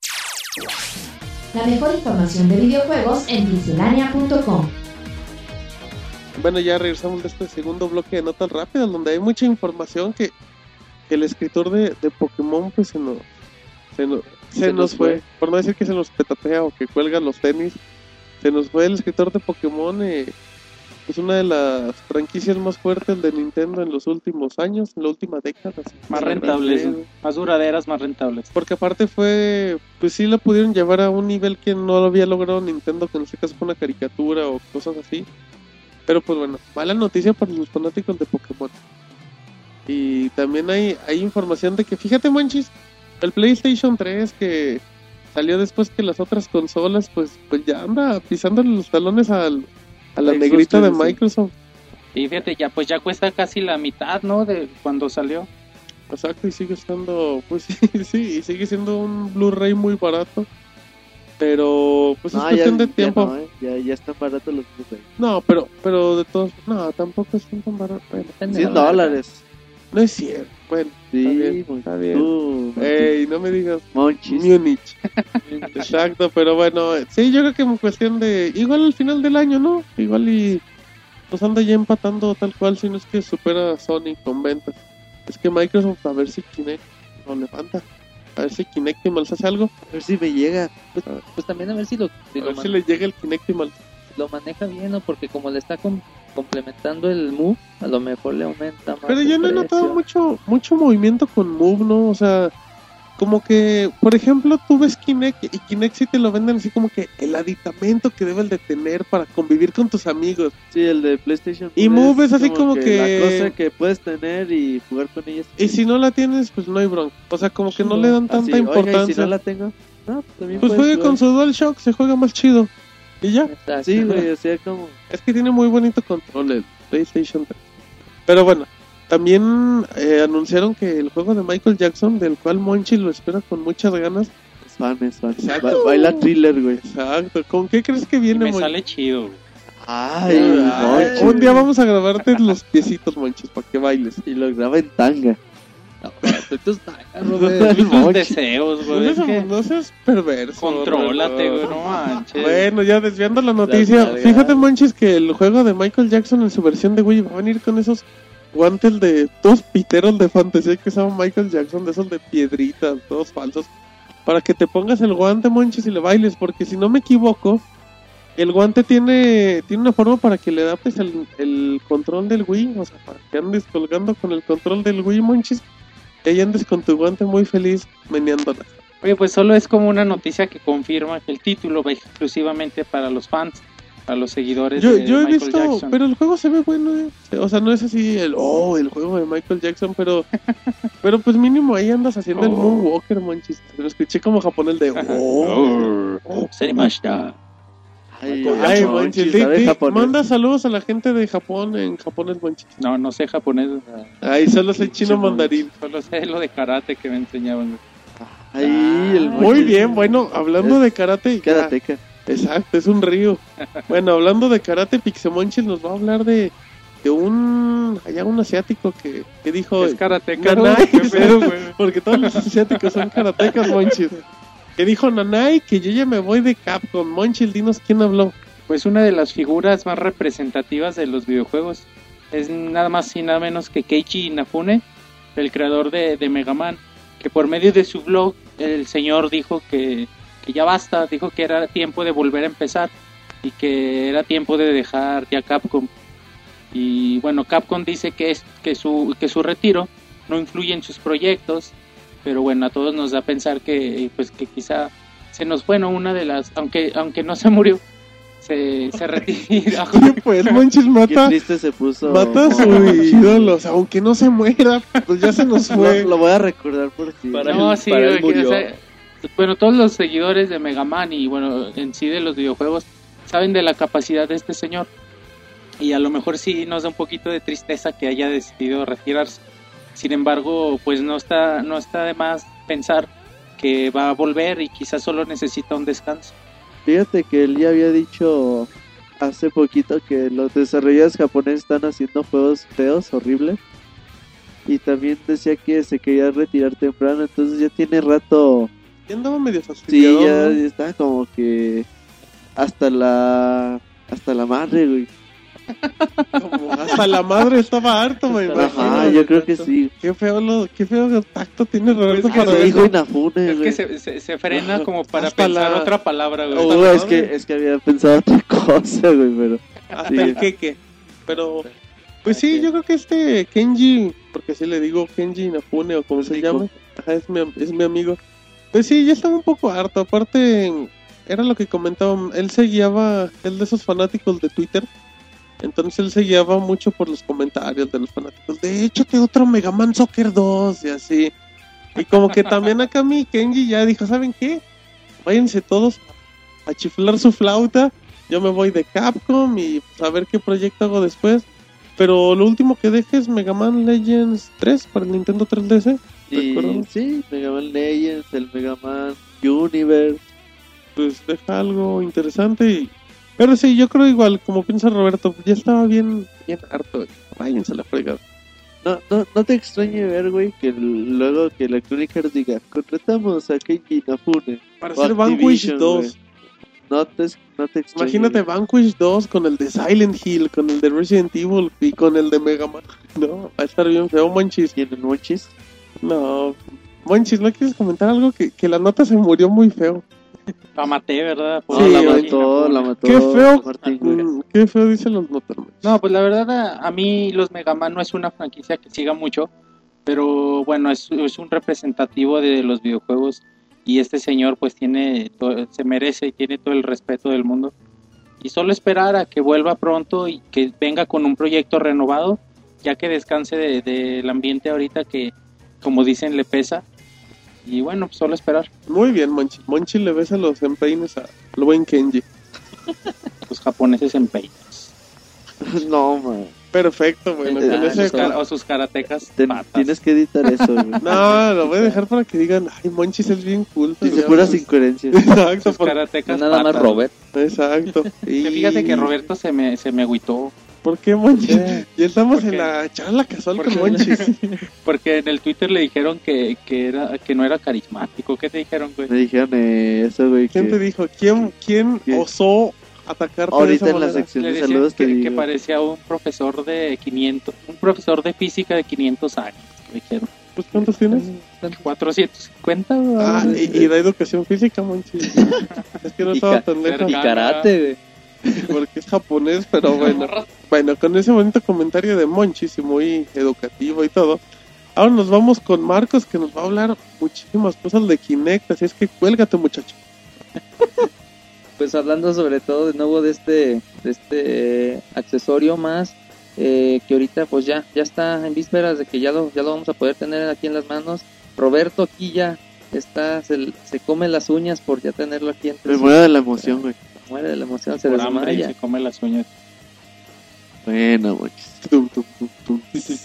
La mejor información de videojuegos en pixelania punto com. Bueno, ya regresamos de este segundo bloque de notas rápidas, donde hay mucha información que, que el escritor de, de Pokémon pues se nos, se nos, se Se nos nos fue. fue. Por no decir que se nos petatea o que cuelga los tenis, se nos fue el escritor de Pokémon. Eh, es una de las franquicias más fuertes de Nintendo en los últimos años, en la última década. así. Más Sí, rentables, sí. más duraderas, más rentables. Porque aparte fue, pues sí la pudieron llevar a un nivel que no lo había logrado Nintendo, que en este caso fue una caricatura o cosas así. Pero pues bueno, mala noticia para los fanáticos de Pokémon. Y también hay, hay información de que, fíjate manchis, el PlayStation tres que salió después que las otras consolas, pues pues ya anda pisando los talones al, a la Xbox negrita de trescientos sesenta. Microsoft. Y fíjate, ya pues ya cuesta casi la mitad, ¿no? De cuando salió. Exacto, y sigue estando, pues sí, sí, y sigue siendo un Blu-ray muy barato. Pero pues es No, cuestión ya, de tiempo. Ya, no, ¿eh? ya, ya están baratos los Blu-ray. No, pero, pero de todos, no, tampoco es tan barato. Bueno, Depende de cien la marca. dólares. no es cierto. Bueno, Sí, está bien, pues, está bien. tú, Ey, no me digas Monchis. Múnich. Exacto, pero bueno, sí, yo creo que en cuestión de, igual al final del año, ¿no? Igual y nos anda ya empatando tal cual, si no es que supera a Sony con ventas. Es que Microsoft, a ver si Kinect lo levanta. A ver si Kinectimals hace algo. A ver si me llega. Pues, pues también a ver si lo, si A lo, ver man- si le llega el Kinectimals. lo maneja bien, ¿no? Porque como le está com- complementando el Move, a lo mejor le aumenta más. Pero el yo no he precio. notado mucho mucho movimiento con Move, ¿no? O sea, como que, por ejemplo, tú ves Kinect y Kinect sí te lo venden así como que el aditamento que debes de tener para convivir con tus amigos. Sí, el de PlayStation. Y Move es así como que- La cosa que puedes tener y jugar con ellas. Y si no la tienes, pues no hay bronca. O sea, como que no Sí, le dan así, tanta oiga, importancia. y si no la tengo, no, pues también Pues puedes juegue jugar. con su DualShock, se juega más chido. Y ya. Exacto. Sí, güey, o sea, como... Es que tiene muy bonito control el PlayStation tres. Pero bueno, también eh, anunciaron que el juego de Michael Jackson, del cual Monchi lo espera con muchas ganas. Es fan, es fan. Exacto. Ba- baila thriller, güey. Exacto. ¿Con qué crees que Y viene, me Monchi? sale chido, güey. Ay, Ay, Monchis. un día vamos a grabarte los piecitos, Monchis, para que bailes. Y lo graba en tanga. Tú estás, Robert. Tus Monchis. deseos, güey. No es seas, que no seas perverso. contrólate, Robert. güey, no manches. Bueno, ya desviando la noticia, nalgas. fíjate, Monchis, que el juego de Michael Jackson en su versión de Wii va a venir con esos guantes de todos piteros de fantasía que usaban Michael Jackson, de esos de piedritas, todos falsos, para que te pongas el guante, Monchis, y le bailes, porque si no me equivoco, el guante tiene tiene una forma para que le adaptes el, el control del Wii, o sea, para que andes colgando con el control del Wii, Monchis, y ahí andes con tu guante muy feliz meneándola. Oye, pues solo es como una noticia que confirma que el título va exclusivamente para los fans, para los seguidores Yo, de yo he Michael visto, Jackson. pero el juego se ve bueno, eh. O sea, no es así el, oh, el juego de Michael Jackson, pero pero pues mínimo ahí andas haciendo el Oh. Moonwalker, Monchis. Lo escuché como japonés de, oh. Oh, Serimashita. Ay, Ay, Monchis, Monchis, di- ¿sabe di- japonés? manda saludos a la gente de Japón en japonés, Monchis. No, no sé japonés, Ay, solo sé chino mandarín. solo sé lo de karate que me enseñaban. güey. Ay, el Muy Monchis. bien, bueno, hablando de karate, ya- Karateka. exacto, es un río. Bueno, hablando de karate, Pixemonchis nos va a hablar de, de un, allá un asiático que, que dijo, Es karateca, ¿no? Nanay, ¿Qué pedo, güey? porque todos los asiáticos son karatecas, Monchis. Que dijo Nanay que yo ya me voy de Capcom. Monchis, dinos quién habló. Pues una de las figuras más representativas de los videojuegos es nada más y nada menos que Keiichi Inafune, el creador de, de Mega Man, que por medio de su blog el señor dijo que, que ya basta, dijo que era tiempo de volver a empezar y que era tiempo de dejar ya Capcom. Y bueno, Capcom dice que es que su que su retiro no influye en sus proyectos, pero bueno, a todos nos da a pensar que pues que quizá se nos bueno una de las, aunque aunque no se murió, se, se retira. Sí, pues Monchis Qué mata, triste se puso. mata a su ídolo. O sea, aunque no se muera, pues ya se nos fue. Lo, lo voy a recordar por ti. Para No, él- sí, para él güey, murió. o sea, bueno, todos los seguidores de Mega Man y bueno, en sí de los videojuegos saben de la capacidad de este señor. Y a lo mejor sí nos da un poquito de tristeza que haya decidido retirarse. Sin embargo, pues no está no está de más pensar que va a volver y quizás solo necesita un descanso. Fíjate que él ya había dicho hace poquito que los desarrolladores japoneses están haciendo juegos feos, horribles. Y también decía que se quería retirar temprano, entonces ya tiene rato. Ya andaba medio Sí, fastidiado. ya ¿no? está como que hasta la hasta la madre, güey. Como hasta la madre estaba harto, me imagino. Ajá, yo creo que sí. Qué feo, lo, qué feo tacto tiene Roberto Pues que para Se eso. dijo Inafune, Es güey. que se, se, se frena como para Hasta pensar la- otra palabra, güey. Oh, es que es que había pensado otra cosa, güey, pero Hasta sí. el queque. Pero, pues sí, yo creo que este Kenji, porque así le digo Kenji Inafune o como se Amigo. llama, ajá, es mi, es mi amigo. Pues sí, ya estaba un poco harto. Aparte, era lo que comentaba, él se guiaba, él de esos fanáticos de Twitter. Entonces él se guiaba mucho por los comentarios de los fanáticos. De hecho, te otro Mega Man Soccer dos y así. Y como que también acá mi Kenji ya dijo, ¿saben qué? Váyanse todos a chiflar su flauta. Yo me voy de Capcom y pues, a ver qué proyecto hago después. Pero lo último que deje es Mega Man Legends tres para el Nintendo tres D S. y ¿Recuerdan? sí, Mega Man Legends, el Mega Man Universe. Pues deja algo interesante y... Pero sí, yo creo igual, como piensa Roberto, ya estaba bien, bien harto. Váyanse a la fregada. No, no, no te extrañe ver, güey, que el- luego que Electronic Arts diga, contratamos a Keiji Inafune. Para o hacer Vanquish Activision, dos. güey. No te, no te extrañe. Imagínate Vanquish dos con el de Silent Hill, con el de Resident Evil y con el de Mega Man. No, va a estar bien feo, Monchis. ¿Tienen Monchis? No, Monchis, ¿no quieres comentar algo? Que, que la nota se murió muy feo. La maté, ¿verdad? No, Sí, la güey. mató, la mató. Qué feo, Martín, güey. mm, qué feo dicen los notas, Monchis. No, pues la verdad a, a mí los Mega Man no es una franquicia que siga mucho, pero bueno, es, es un representativo de los videojuegos y este señor pues tiene, to- se merece y tiene todo el respeto del mundo. Y solo esperar a que vuelva pronto y que venga con un proyecto renovado, ya que descanse del de, del ambiente ahorita que, como dicen, le pesa. Y bueno, pues solo esperar. Muy bien, Monchi. Monchi le besa los empeines a lo buen Kenji. Los japoneses en peinas. No, man. Perfecto, bueno, Eh, con Ah, ese... sus cara- o sus karatecas Ten- patas. tienes que editar eso, güey. No, lo voy a dejar para que digan, ay, Monchis es bien culto. Dice Ya puras ves. incoherencias. Exacto, Sus por- karatecas No nada más patas. Robert. exacto. Y... Fíjate que Roberto se me, se me agüitó. ¿Por qué, Monchis? ¿Qué? Ya estamos ¿Por en qué? la charla casual ¿Por con qué? Monchis. Porque en el Twitter le dijeron que, que, era, que no era carismático. ¿Qué te dijeron, güey? Me dijeron eh, eso, güey. ¿Quién te Que dijo? ¿Quién, quién ¿Qué? osó atacarte de ahorita esa en la manera? sección Le de decían saludos te que, que digo. parecía un profesor de quinientos, un profesor de física de quinientos años. Me dijeron. Pues, ¿cuántos tienes? cuatrocientos cincuenta. Ah, y, y da educación física, Monchis. Es que no Y estaba ca- tan lejos Y karate, güey. porque es japonés, pero bueno. Bueno, con ese bonito comentario de Monchis y muy educativo y todo, ahora nos vamos con Marcos, que nos va a hablar muchísimas cosas de Kinect, así es que cuélgate, muchacho. Pues hablando sobre todo de nuevo de este, de este eh, accesorio más, eh, que ahorita pues ya, ya está en vísperas de que ya lo, ya lo vamos a poder tener aquí en las manos. Roberto aquí ya está, se, se come las uñas por ya tenerlo aquí entre Me sus- muero de la emoción, güey. muere de la emoción, se Por hambre y desmaya. se come las uñas. Bueno, güey. Tum, tum, tum, tum.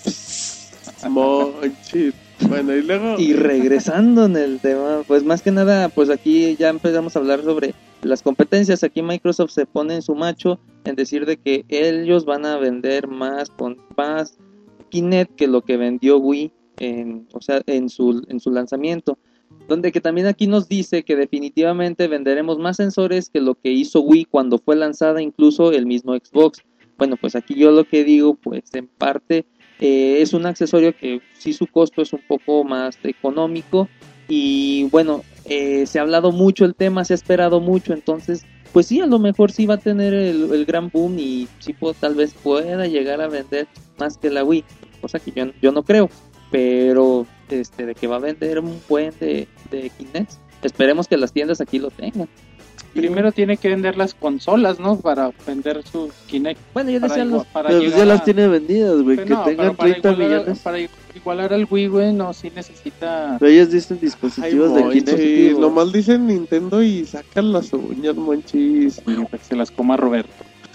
Monchis. Bueno, y luego... Y regresando en el tema, pues más que nada, pues aquí ya empezamos a hablar sobre las competencias. Aquí Microsoft se pone en su macho en decir de que ellos van a vender más con más Kinect que lo que vendió Wii en, o sea, en su en su lanzamiento. Donde que también aquí nos dice que definitivamente venderemos más sensores que lo que hizo Wii cuando fue lanzada, incluso el mismo Xbox. Bueno, pues aquí yo lo que digo, pues en parte eh, es un accesorio que sí su costo es un poco más económico y bueno, eh, se ha hablado mucho el tema, se ha esperado mucho, entonces pues sí, a lo mejor sí va a tener el, el gran boom y sí puedo, tal vez pueda llegar a vender más que la Wii, cosa que yo, yo no creo, pero este de que va a vender un buen de, de Kinect, esperemos que las tiendas aquí lo tengan. Primero tiene que vender las consolas, ¿no? Para vender su Kinect. Bueno, yo Para, decía igua- los... para Pero pues llegar ya las a- tiene vendidas, güey. Pero Que no, pero tengan para treinta igualar, millones. para igualar al Wii, güey, no, sí necesita... Pero ellos dicen Ay, dispositivos de Monchis, Kinect. nomás dicen Nintendo y sacan las uñas, Monchis. para que se las coma Roberto.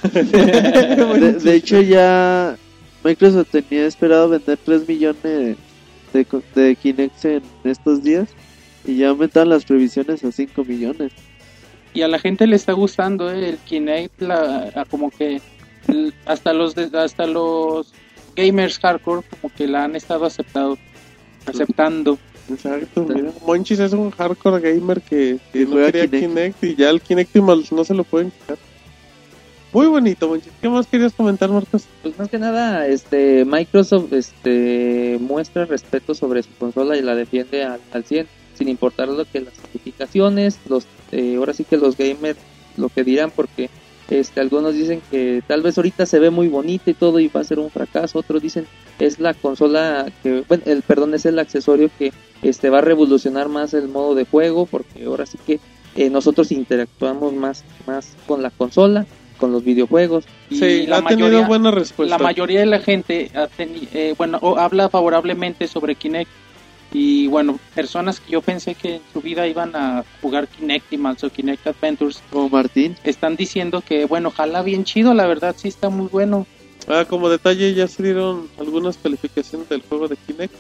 De, de hecho, ya Microsoft tenía esperado vender tres millones de, co- de Kinect en estos días. Y ya aumentaron las previsiones a cinco millones. Y a la gente le está gustando, ¿eh? El Kinect, la, a como que el- hasta los de- hasta los gamers hardcore como que la han estado aceptado, aceptando. Exacto, mira, Monchis es un hardcore gamer que, que Que no juega quería Kinect. Kinect. Y ya el Kinect no se lo pueden quitar. Muy bonito, Monchis. ¿Qué más querías comentar, Marcos? Pues más que nada, este Microsoft este muestra respeto sobre su consola y la defiende al, al cien, sin importar lo que las certificaciones, los eh, ahora sí que los gamers lo que dirán, porque este algunos dicen que tal vez ahorita se ve muy bonita y todo y va a ser un fracaso, otros dicen es la consola que, bueno, el perdón, es el accesorio que este va a revolucionar más el modo de juego, porque ahora sí que eh, nosotros interactuamos más más con la consola, con los videojuegos. Y Sí, la ha tenido mayoría, buena respuesta. la mayoría de la gente ha teni- eh, bueno, o habla favorablemente sobre Kinect. Y bueno, personas que yo pensé que en su vida iban a jugar Kinectimals o Kinect Adventures Como Martín. están diciendo que, bueno, ojalá bien chido, la verdad sí está muy bueno. Ah, como detalle, ya se dieron algunas calificaciones del juego de Kinect.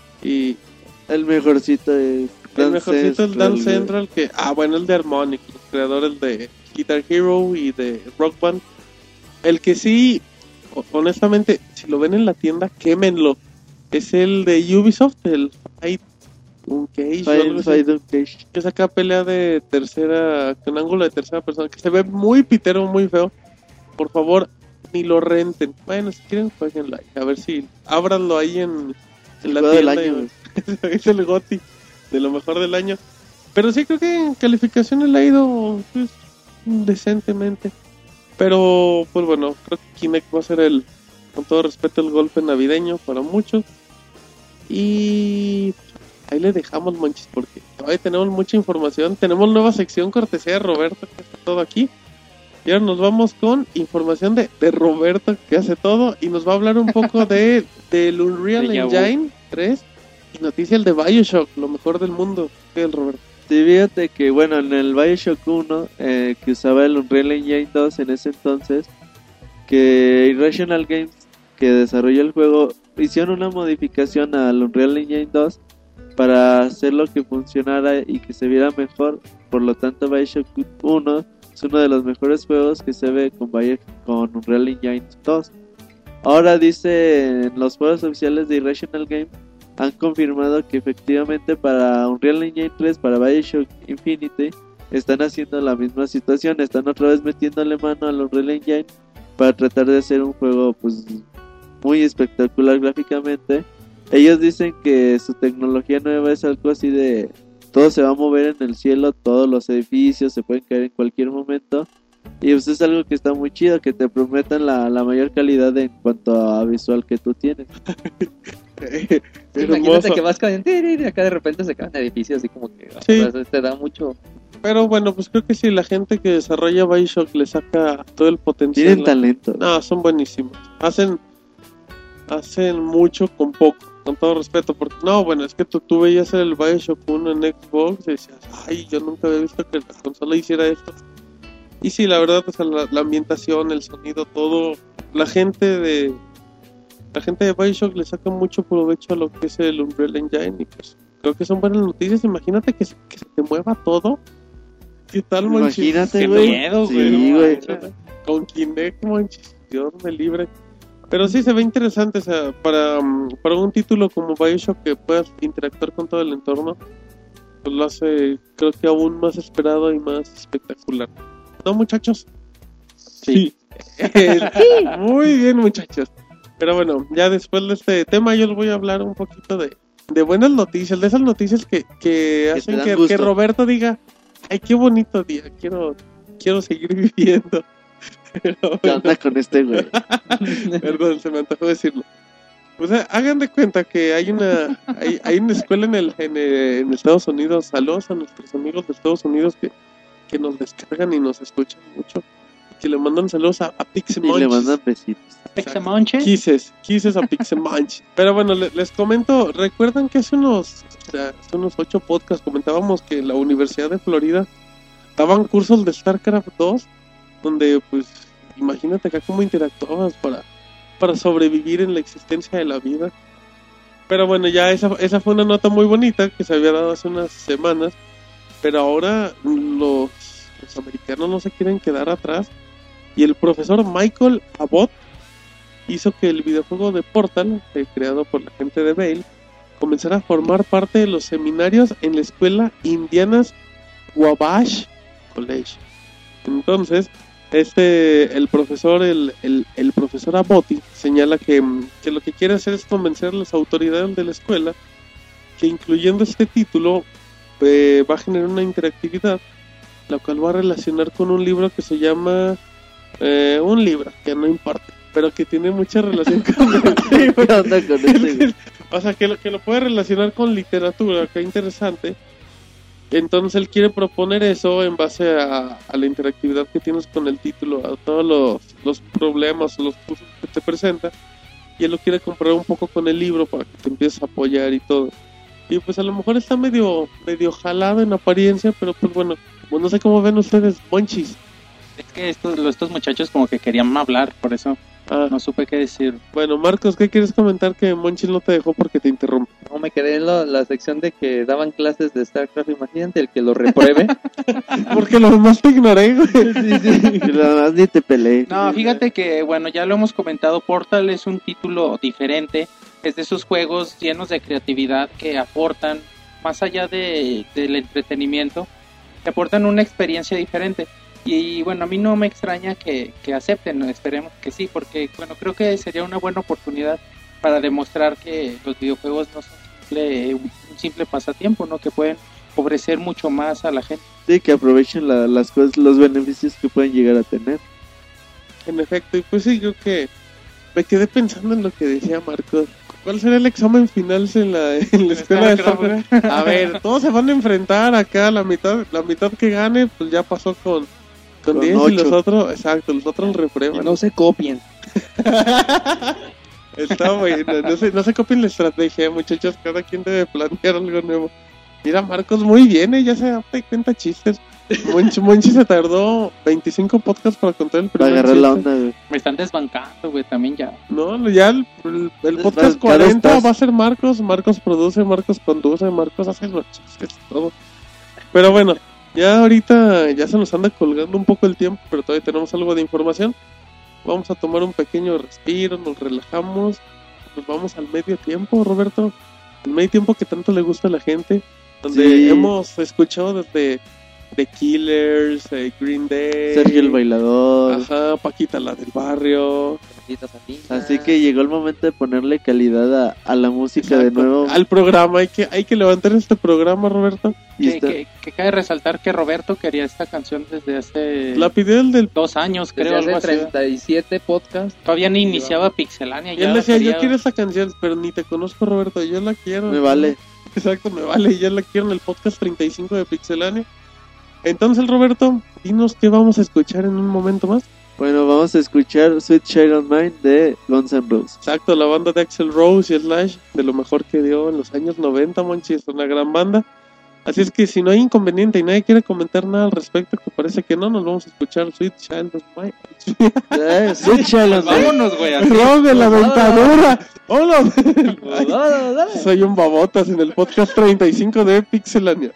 Y El mejorcito es el Dance mejorcito es Dance güey. Central, que... Ah, bueno, el de Harmonix, los creadores de Guitar Hero y de Rock Band. El que sí, ho- honestamente, si lo ven en la tienda, quémenlo. Es el de Ubisoft, el Fight Uncage, o algo Fight, así, Fight Uncage. que saca pelea de tercera, con ángulo de tercera persona, que se ve muy pitero, muy feo. Por favor, ni lo renten. Bueno, si quieren, jueguenlo ahí. A ver si ábranlo ahí en, en la Juego del tienda. año, y- es el GOTY de lo mejor del año. Pero sí creo que en calificaciones le ha ido pues, decentemente. Pero, pues bueno, creo que Kinect va a ser el, con todo respeto, el golpe navideño para muchos. Y ahí le dejamos, Monchis, porque todavía tenemos mucha información. Tenemos nueva sección cortesía de Roberto, que está todo aquí. Y ahora nos vamos con información de, de Roberto, que hace todo. Y nos va a hablar un poco de del Unreal De Yahoo. Engine tres. Y noticias de Bioshock, lo mejor del mundo. ¿Qué el Roberto? Sí, fíjate que bueno, en el Bioshock uno, eh, que usaba el Unreal Engine dos en ese entonces, que Irrational Games que desarrolló el juego hicieron una modificación al Unreal Engine dos para hacer lo que funcionara y que se viera mejor. Por lo tanto, BioShock uno es uno de los mejores juegos que se ve con, Bio- con Unreal Engine dos. Ahora dice en los foros oficiales de Irrational Game han confirmado que efectivamente para Unreal Engine tres, para BioShock Infinite, están haciendo la misma situación, están otra vez metiéndole mano al Unreal Engine para tratar de hacer un juego pues muy espectacular gráficamente. Ellos dicen que su tecnología nueva es algo así de todo se va a mover en el cielo, todos los edificios se pueden caer en cualquier momento. Y pues es algo que está muy chido, que te prometan la, la mayor calidad en cuanto a visual que tú tienes. Imagínate que vas cayendo y acá de repente se caen edificios así como que Sí. o sea, te da mucho. Pero bueno, pues creo que si la gente que desarrolla BioShock le saca todo el potencial. Tienen talento. No, son buenísimos. Hacen hacen mucho con poco, con todo respeto. Porque no, bueno, es que tú, tú veías el BioShock uno en Xbox y decías, ay, yo nunca había visto que la consola hiciera esto. Y sí, la verdad, o sea, la, la ambientación, el sonido, todo, la gente de la gente de BioShock le saca mucho provecho a lo que es el Unreal Engine y pues creo que son buenas noticias. Imagínate que, se- que se te mueva todo. ¿Qué tal, manches? Imagínate, Qué güey. miedo, Sí, güey, no güey. manches. Con Kinect, manches, Dios me libre. Pero sí se ve interesante, o sea, para, um, para un título como BioShock que puedas interactuar con todo el entorno, pues lo hace, creo que aún más esperado y más espectacular. ¿No, muchachos? Sí. Muy bien, muchachos. Pero bueno, ya después de este tema yo les voy a hablar un poquito de, de buenas noticias, de esas noticias que, que te hacen dan que, gusto. que Roberto diga, ay, qué bonito día, quiero, quiero seguir viviendo. Pero ¿Qué bueno, onda con este güey? perdón, se me antojó decirlo. O sea, hagan de cuenta que hay una hay, hay una escuela en el, en el en Estados Unidos. Saludos a nuestros amigos de Estados Unidos que, que nos descargan y nos escuchan mucho, que le mandan saludos a, a Y le Pixemonchis. mandan besitos. Pixemonche. Kisses, kisses a Pixemonchis. Pero bueno, le- les comento, recuerdan que hace unos o sea, hace unos ocho podcasts comentábamos que en la Universidad de Florida daban cursos de StarCraft dos, donde pues imagínate acá cómo interactuabas para para sobrevivir en la existencia de la vida. Pero bueno, ya esa, esa fue una nota muy bonita que se había dado hace unas semanas, pero ahora los, los americanos no se quieren quedar atrás y el profesor Michael Abbott hizo que el videojuego de Portal, eh, creado por la gente de Vail, comenzara a formar parte de los seminarios en la escuela Indiana's Wabash College. Entonces, este el profesor el, el, el profesor Abotti señala que, que lo que quiere hacer es convencer a las autoridades de la escuela que incluyendo este título eh, va a generar una interactividad, la cual va a relacionar con un libro que se llama eh, un libro que no importa, pero que tiene mucha relación con el libro. ¿Qué onda con este güey? O sea, que lo, que lo puede relacionar con literatura, que interesante. Entonces él quiere proponer eso en base a, a la interactividad que tienes con el título, a todos los, los problemas o los cursos que te presenta. Y él lo quiere comparar un poco con el libro para que te empieces a apoyar y todo. Y pues a lo mejor está medio medio jalado en apariencia, pero pues bueno, pues no sé cómo ven ustedes, monchis. Es que estos, estos muchachos como que querían hablar, por eso Ah, no supe qué decir. bueno, Marcos, ¿qué quieres comentar que Monchis no te dejó porque te interrumpe? No, me quedé en lo- la sección de que daban clases de StarCraft. Imagínate el que lo repruebe. Porque lo demás te ignoré, güey. Y nada más ni te peleé. No, fíjate que, bueno, ya lo hemos comentado, Portal es un título diferente, es de esos juegos llenos de creatividad que aportan, más allá de, del entretenimiento, que aportan una experiencia diferente. Y bueno, a mí no me extraña que, que acepten, esperemos que sí, porque bueno, creo que sería una buena oportunidad para demostrar que los videojuegos no son simple, un simple pasatiempo, ¿no? Que pueden ofrecer mucho más a la gente. Sí, que aprovechen la- las cosas, los beneficios que pueden llegar a tener. En efecto, y pues sí, creo que me quedé pensando en lo que decía Marcos. ¿Cuál será el examen final en la, en la escuela de StarCraft. StarCraft? A ver, todos se van a enfrentar acá, la mitad la mitad que gane, pues ya pasó con con Con diez y los ocho. otros, exacto, los otros reprueban. No se copien. Está bueno, no se, no se copien la estrategia, muchachos, cada quien debe planear algo nuevo. Mira, Marcos, muy bien, ¿eh? Ya se da cuenta chistes. Monchi, Monchi se tardó veinticinco podcasts para contar el Para primer agarrar la chiste. onda, güey. Me están desbancando, güey, también ya. No, ya el, el, el Es podcast más, cuarenta estás- va a ser Marcos. Marcos produce, Marcos conduce, Marcos hace los chistes y todo. Pero bueno, ya ahorita ya se nos anda colgando un poco el tiempo, pero todavía tenemos algo de información. Vamos a tomar un pequeño respiro, nos relajamos, nos vamos al medio tiempo, Roberto. El medio tiempo que tanto le gusta a la gente, donde Sí. hemos escuchado desde The Killers, eh, Green Day, Sergio el bailador. ajá, Paquita la del barrio. Así que llegó el momento de ponerle calidad a, a la música de Exacto. nuevo. Al programa, hay que, hay que levantar este programa, Roberto. Y Que, está- que, que cabe resaltar que Roberto quería esta canción desde hace La pidió el del... dos años, Desde creo, algo hace así. treinta y siete podcasts. Todavía ni iniciaba Pixelania. Y ya él la decía, quería- yo quiero esa canción, pero ni te conozco, Roberto, yo la quiero. Me vale. Exacto, me vale, yo la quiero en el podcast treinta y cinco de Pixelania. Entonces, Roberto, dinos qué vamos a escuchar en un momento más. Bueno, vamos a escuchar Sweet Child of Mine de Guns N' Roses. Exacto, la banda de Axl Rose y Slash, de lo mejor que dio en los años noventa, Monchi, es una gran banda. Así es que si no hay inconveniente y nadie quiere comentar nada al respecto, que parece que no, nos vamos a escuchar Sweet Child of Mine. Eh, Sweet Child of Mine. Vámonos, güey. así. ¡Perdón de la dentadura! ¡Hola! Ay, Dale, dale. soy un babotas en el podcast treinta y cinco de Pixelania.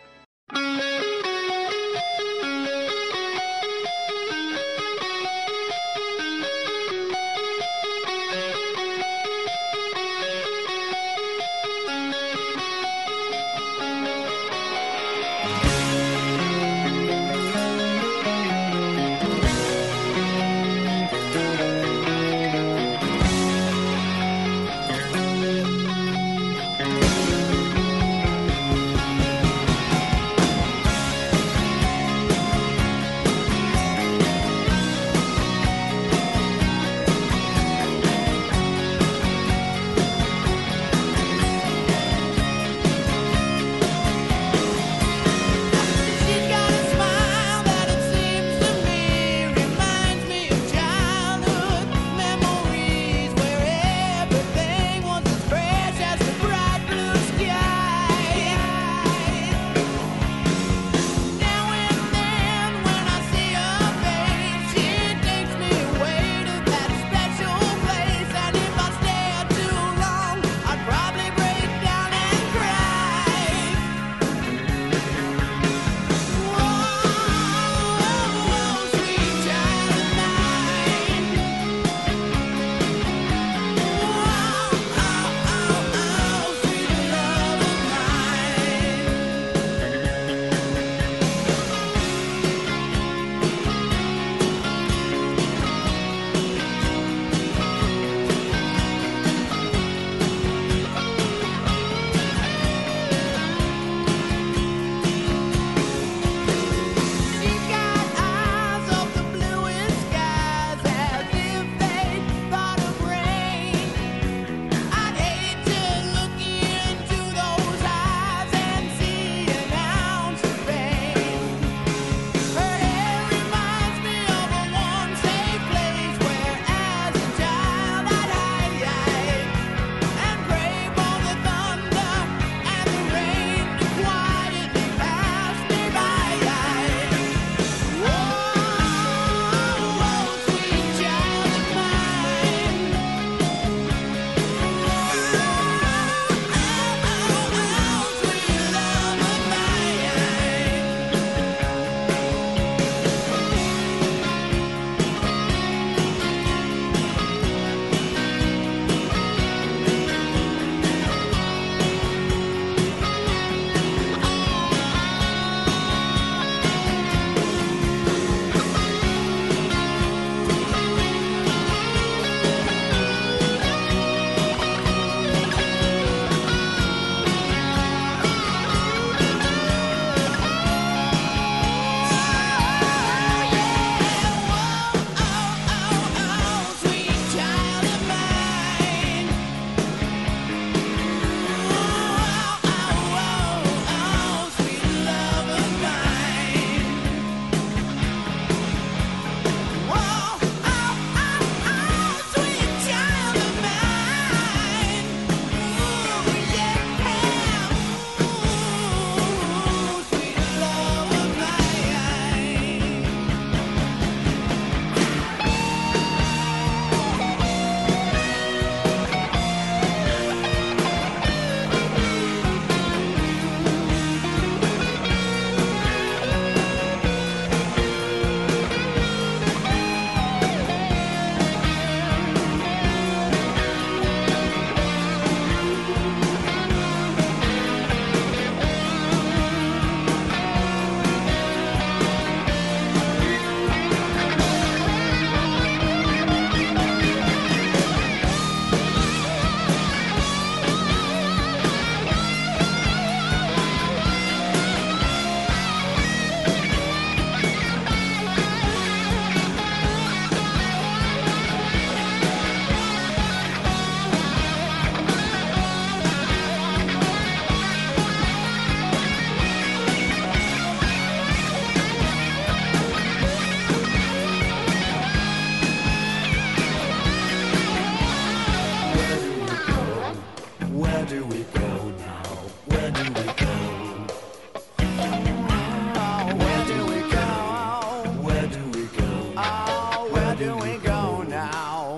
do we go now?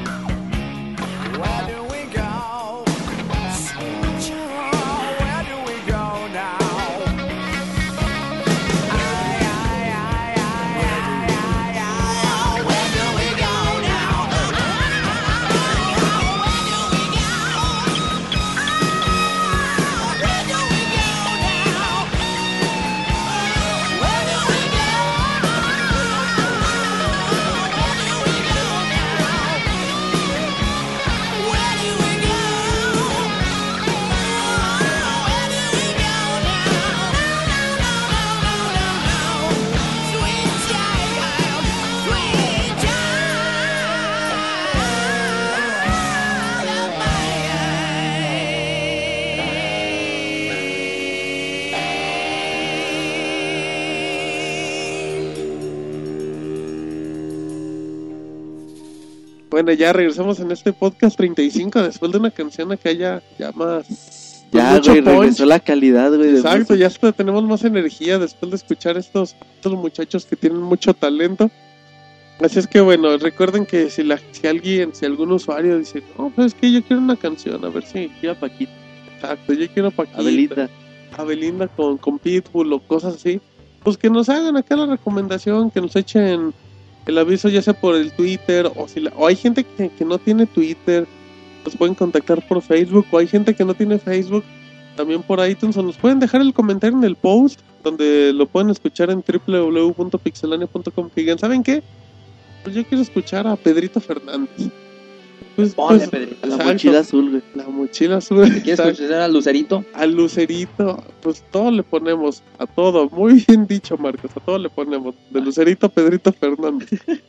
Where do we go? Sweet child, where do we go now? Ay, ay, ay, ay, ay, ay, ay, where do we go now? Where do we go? Where do we go now? Where do we go? Bueno, ya regresamos en este podcast treinta y cinco después de una canción acá ya, ya más... con Ya, mucho güey, punch. regresó la calidad, güey. de Exacto, música. ya hasta tenemos más energía después de escuchar estos, estos muchachos que tienen mucho talento. Así es que bueno, recuerden que si, la, si alguien, si algún usuario dice, no, pues es que yo quiero una canción, a ver si... Quiero a Paquita, Exacto, yo quiero Paquita, a Belinda. a Belinda con, con Pitbull o cosas así, pues que nos hagan acá la recomendación, que nos echen el aviso ya sea por el Twitter o si la, o hay gente que, que no tiene Twitter, nos pueden contactar por Facebook, o hay gente que no tiene Facebook, también por iTunes, o nos pueden dejar el comentario en el post donde lo pueden escuchar en doble u doble u doble u punto pixelania punto com, que digan, ¿saben qué? Pues yo quiero escuchar a Pedrito Fernández. Pues, Ponle, pues, Pedrito. La exacto, mochila azul, güey. la mochila azul. ¿Quieres exacto. escuchar al Lucerito? Al Lucerito, pues todo le ponemos, a todo, muy bien dicho Marcos, a todo le ponemos, de Lucerito a Pedrito Fernández.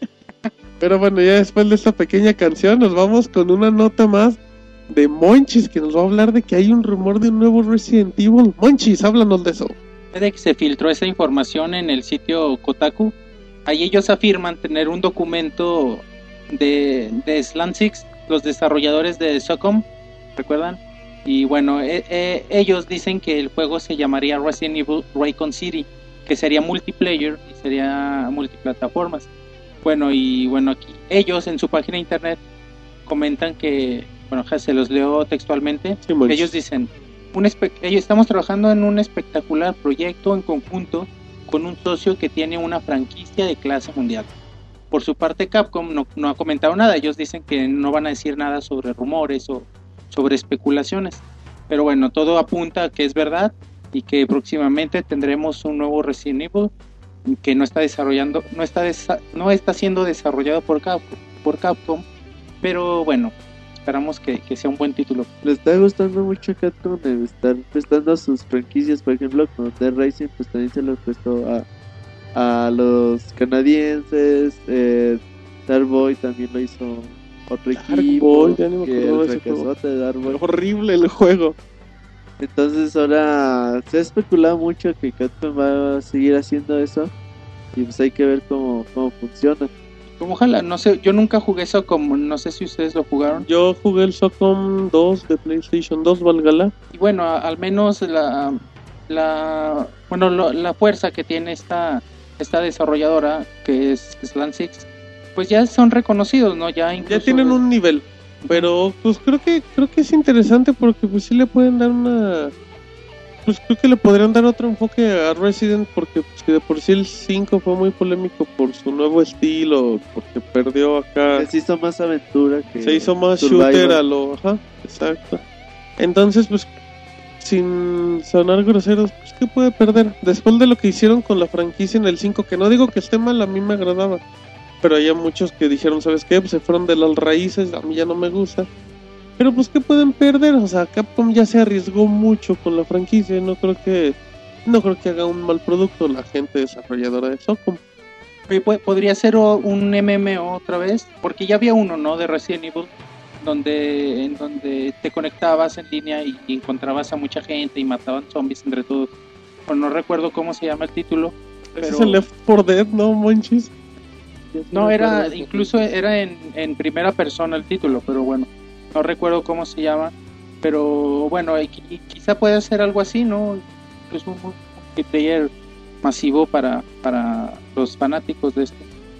Pero bueno, ya después de esta pequeña canción nos vamos con una nota más de Monchis, que nos va a hablar de que hay un rumor de un nuevo Resident Evil. Monchis, háblanos de eso. De que se filtró esa información en el sitio Kotaku. Ahí ellos afirman tener un documento de, de Slant Six, los desarrolladores de SOCOM, ¿recuerdan? Y bueno, eh, eh, ellos dicen que el juego se llamaría Resident Evil Raycon City, que sería multiplayer y sería multiplataformas. Bueno, y bueno, aquí ellos en su página de internet comentan que, bueno, ya se los leo textualmente, Sí, Monchis. ellos dicen, un espe- ellos estamos trabajando en un espectacular proyecto en conjunto con un socio que tiene una franquicia de clase mundial. Por su parte, Capcom no, no ha comentado nada. Ellos dicen que no van a decir nada sobre rumores o sobre especulaciones. Pero bueno, todo apunta a que es verdad y que próximamente tendremos un nuevo Resident Evil que no está desarrollando, no está desa- no está siendo desarrollado por Capcom, por Capcom. Pero bueno, esperamos que, que sea un buen título. Le está gustando mucho a Capcom de estar prestando sus franquicias, por ejemplo, con Dead Rising, pues también se lo prestó a, a los canadienses. eh, Starboy también lo hizo otro Dark equipo, Boy, ya ni me que acordaba el de ese juego. fracasote de Darboy. Horrible el juego. Entonces ahora se ha especulado mucho que Capcom va a seguir haciendo eso, y pues hay que ver cómo, cómo funciona. Como ojalá, no sé, yo nunca jugué eso, como no sé si ustedes lo jugaron. Yo jugué el SOCOM dos de PlayStation dos, válgala. Y bueno, a- al menos la la bueno lo- la fuerza que tiene esta esta desarrolladora, que es Slant Six, pues ya son reconocidos, ¿no? Ya incluso Ya tienen un nivel, pero pues creo que creo que es interesante porque pues sí le pueden dar una, pues creo que le podrían dar otro enfoque a Resident, porque pues que de por sí el cinco fue muy polémico por su nuevo estilo, porque perdió acá, Que se hizo más aventura que se hizo más Survival. shooter a lo, ajá, exacto. Entonces pues sin sonar groseros, pues ¿qué puede perder? Después de lo que hicieron con la franquicia en el cinco, que no digo que esté mal, a mí me agradaba, pero hay muchos que dijeron, ¿sabes qué? Pues se fueron de las raíces, a mí ya no me gusta. Pero pues ¿qué pueden perder? O sea, Capcom ya se arriesgó mucho con la franquicia, no creo que no creo que haga un mal producto la gente desarrolladora de SOCOM. Oye, pu- podría ser o- un M M O otra vez, porque ya había uno, ¿no? De Resident Evil, donde en donde te conectabas en línea y, y encontrabas a mucha gente y mataban zombies entre todos. Bueno, no recuerdo cómo se llama el título. Ese Pero- es el Left four Dead, ¿no, Monchis? No, era incluso era en, en primera persona el título, pero bueno, no recuerdo cómo se llama. Pero bueno, y, y quizá pueda ser algo así, ¿no? Es un multiplayer masivo para, para los fanáticos de esto.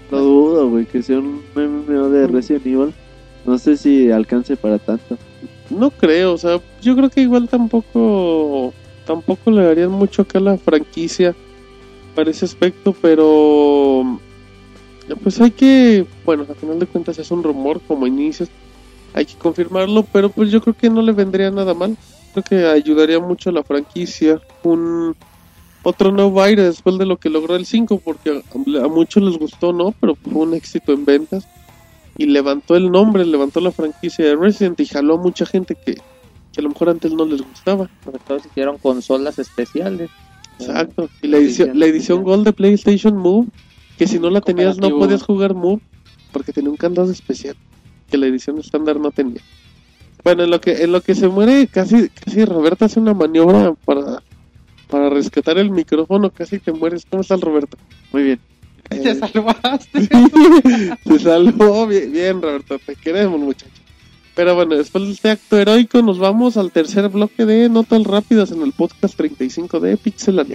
Lo dudo, güey, que sea un M M O de Resident Evil. No sé si alcance para tanto. No creo, o sea, yo creo que igual tampoco tampoco le darían mucho acá a la franquicia para ese aspecto, pero pues hay que, bueno, al final de cuentas es un rumor como inicios, hay que confirmarlo, pero pues yo creo que no le vendría nada mal, creo que ayudaría mucho a la franquicia, un otro nuevo aire después de lo que logró el cinco, porque a, a muchos les gustó, ¿no? Pero fue un éxito en ventas y levantó el nombre, levantó la franquicia de Resident y jaló a mucha gente que, que a lo mejor antes no les gustaba. Sobre todo se hicieron consolas especiales. Exacto. Y la edición, la edición Gold de PlayStation Move, que si no la tenías no Cooperativo. podías jugar Move porque tenía un candado especial que la edición estándar no tenía. Bueno, en lo que en lo que se muere casi casi Roberto hace una maniobra para para rescatar el micrófono, casi te mueres. ¿Cómo estás, Roberto? Muy bien. Te salvaste. Se salvó bien, bien, Roberto, te queremos, muchacho. Pero bueno, después de este acto heroico nos vamos al tercer bloque de notas rápidas en el podcast treinta y cinco de Pixelania.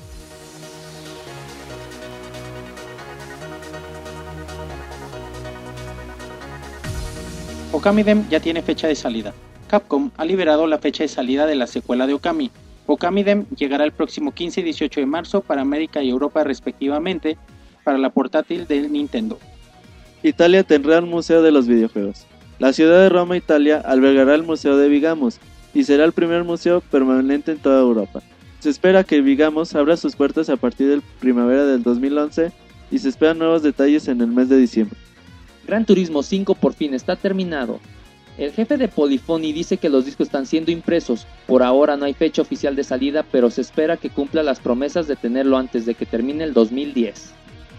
Okamidem ya tiene fecha de salida. Capcom ha liberado la fecha de salida de la secuela de Okami. Okamidem llegará el próximo quince y dieciocho de marzo para América y Europa respectivamente para la portátil del Nintendo. Italia tendrá un museo de los videojuegos. La ciudad de Roma, Italia, albergará el Museo de Vigamos y será el primer museo permanente en toda Europa. Se espera que Vigamos abra sus puertas a partir de primavera del dos mil once y se esperan nuevos detalles en el mes de diciembre. Gran Turismo cinco por fin está terminado. El jefe de Polyphony dice que los discos están siendo impresos. Por ahora no hay fecha oficial de salida, pero se espera que cumpla las promesas de tenerlo antes de que termine el dos mil diez.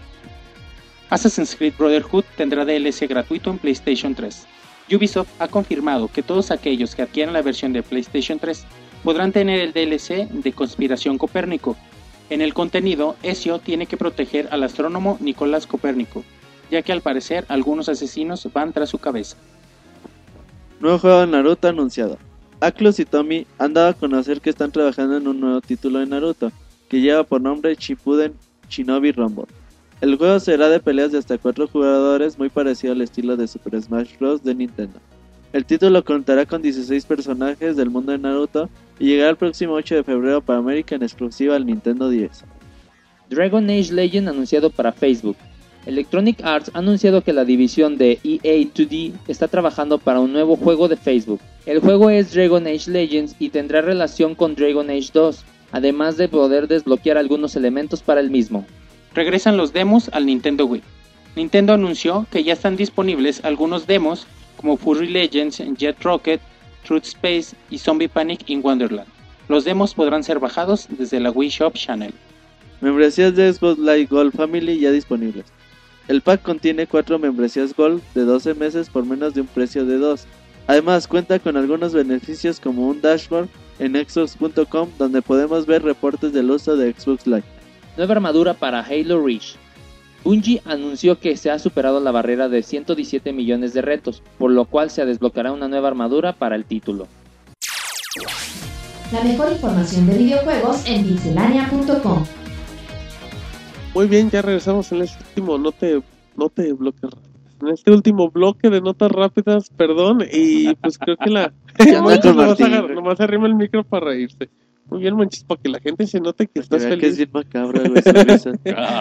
Assassin's Creed Brotherhood tendrá D L C gratuito en PlayStation tres. Ubisoft ha confirmado que todos aquellos que adquieran la versión de PlayStation tres podrán tener el D L C de Conspiración Copérnico. En el contenido, Ezio tiene que proteger al astrónomo Nicolás Copérnico, ya que al parecer algunos asesinos van tras su cabeza. Nuevo juego de Naruto anunciado. Atlus y Tommy han dado a conocer que están trabajando en un nuevo título de Naruto, que lleva por nombre Shippuden Shinobi Rumble. El juego será de peleas de hasta cuatro jugadores, muy parecido al estilo de Super Smash Bros. De Nintendo. El título contará con dieciséis personajes del mundo de Naruto y llegará el próximo ocho de febrero para América en exclusiva al Nintendo diez. Dragon Age Legend anunciado para Facebook. Electronic Arts ha anunciado que la división de E A dos D está trabajando para un nuevo juego de Facebook. El juego es Dragon Age Legends y tendrá relación con Dragon Age dos, además de poder desbloquear algunos elementos para el mismo. Regresan los demos al Nintendo Wii. Nintendo anunció que ya están disponibles algunos demos como Furry Legends, Jet Rocket, Truth Space y Zombie Panic in Wonderland. Los demos podrán ser bajados desde la Wii Shop Channel. Membresías de Xbox Live Gold Family ya disponibles. El pack contiene cuatro membresías Gold de doce meses por menos de un precio de dos. Además cuenta con algunos beneficios como un dashboard en xbox punto com donde podemos ver reportes del uso de Xbox Live. Nueva armadura para Halo Reach. Bungie anunció que se ha superado la barrera de ciento diecisiete millones de retos, por lo cual se desbloqueará una nueva armadura para el título. La mejor información de videojuegos en pixelania punto com. Muy bien, ya regresamos en este último, no te, no te bloques rápidas. En este último bloque de notas rápidas, perdón, y pues creo que la... Ya Monchis con nomás, Martín, agarra- güey. nomás arrima el micro para reírse. Muy bien, Monchis, para que la gente se note que estás Mira que es feliz. bien macabra, güey, esa risa.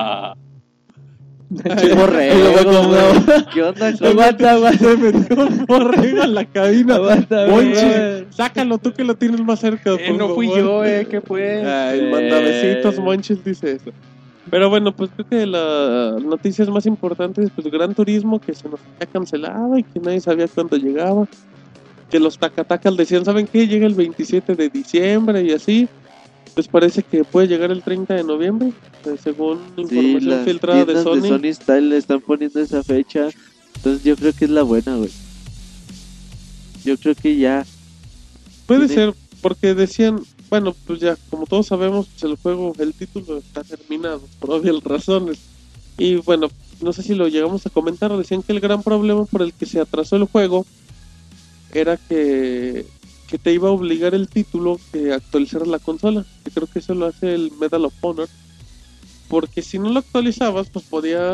Ay, borrego, ay, como- ay, ¿Qué onda, Aguanta, aguanta. Se metió un borrego en la cabina. Aguanta, Monchis, güey. sácalo tú que lo tienes más cerca. Eh, por no fui favor. yo, eh, ¿qué fue? Ay, Eh. manda besitos, Monchis dice eso. Pero bueno, pues creo que las noticias más importantes, pues Gran Turismo, que se nos había cancelado y que nadie sabía cuándo llegaba. Que los tacatacas decían, ¿saben qué? Llega el veintisiete de diciembre y así. Pues parece que puede llegar el treinta de noviembre, eh, según Sí, información las filtrada de tiendas Sony. de Sony Style le están poniendo esa fecha. Entonces yo creo que es la buena, güey. Yo creo que ya. Puede tiene- ser, porque decían, bueno, pues ya, como todos sabemos, pues el juego, el título está terminado, por obvias razones. Y bueno, no sé si lo llegamos a comentar, decían que el gran problema por el que se atrasó el juego era que, que te iba a obligar el título que actualizar la consola, que creo que eso lo hace el Medal of Honor, porque si no lo actualizabas, pues podías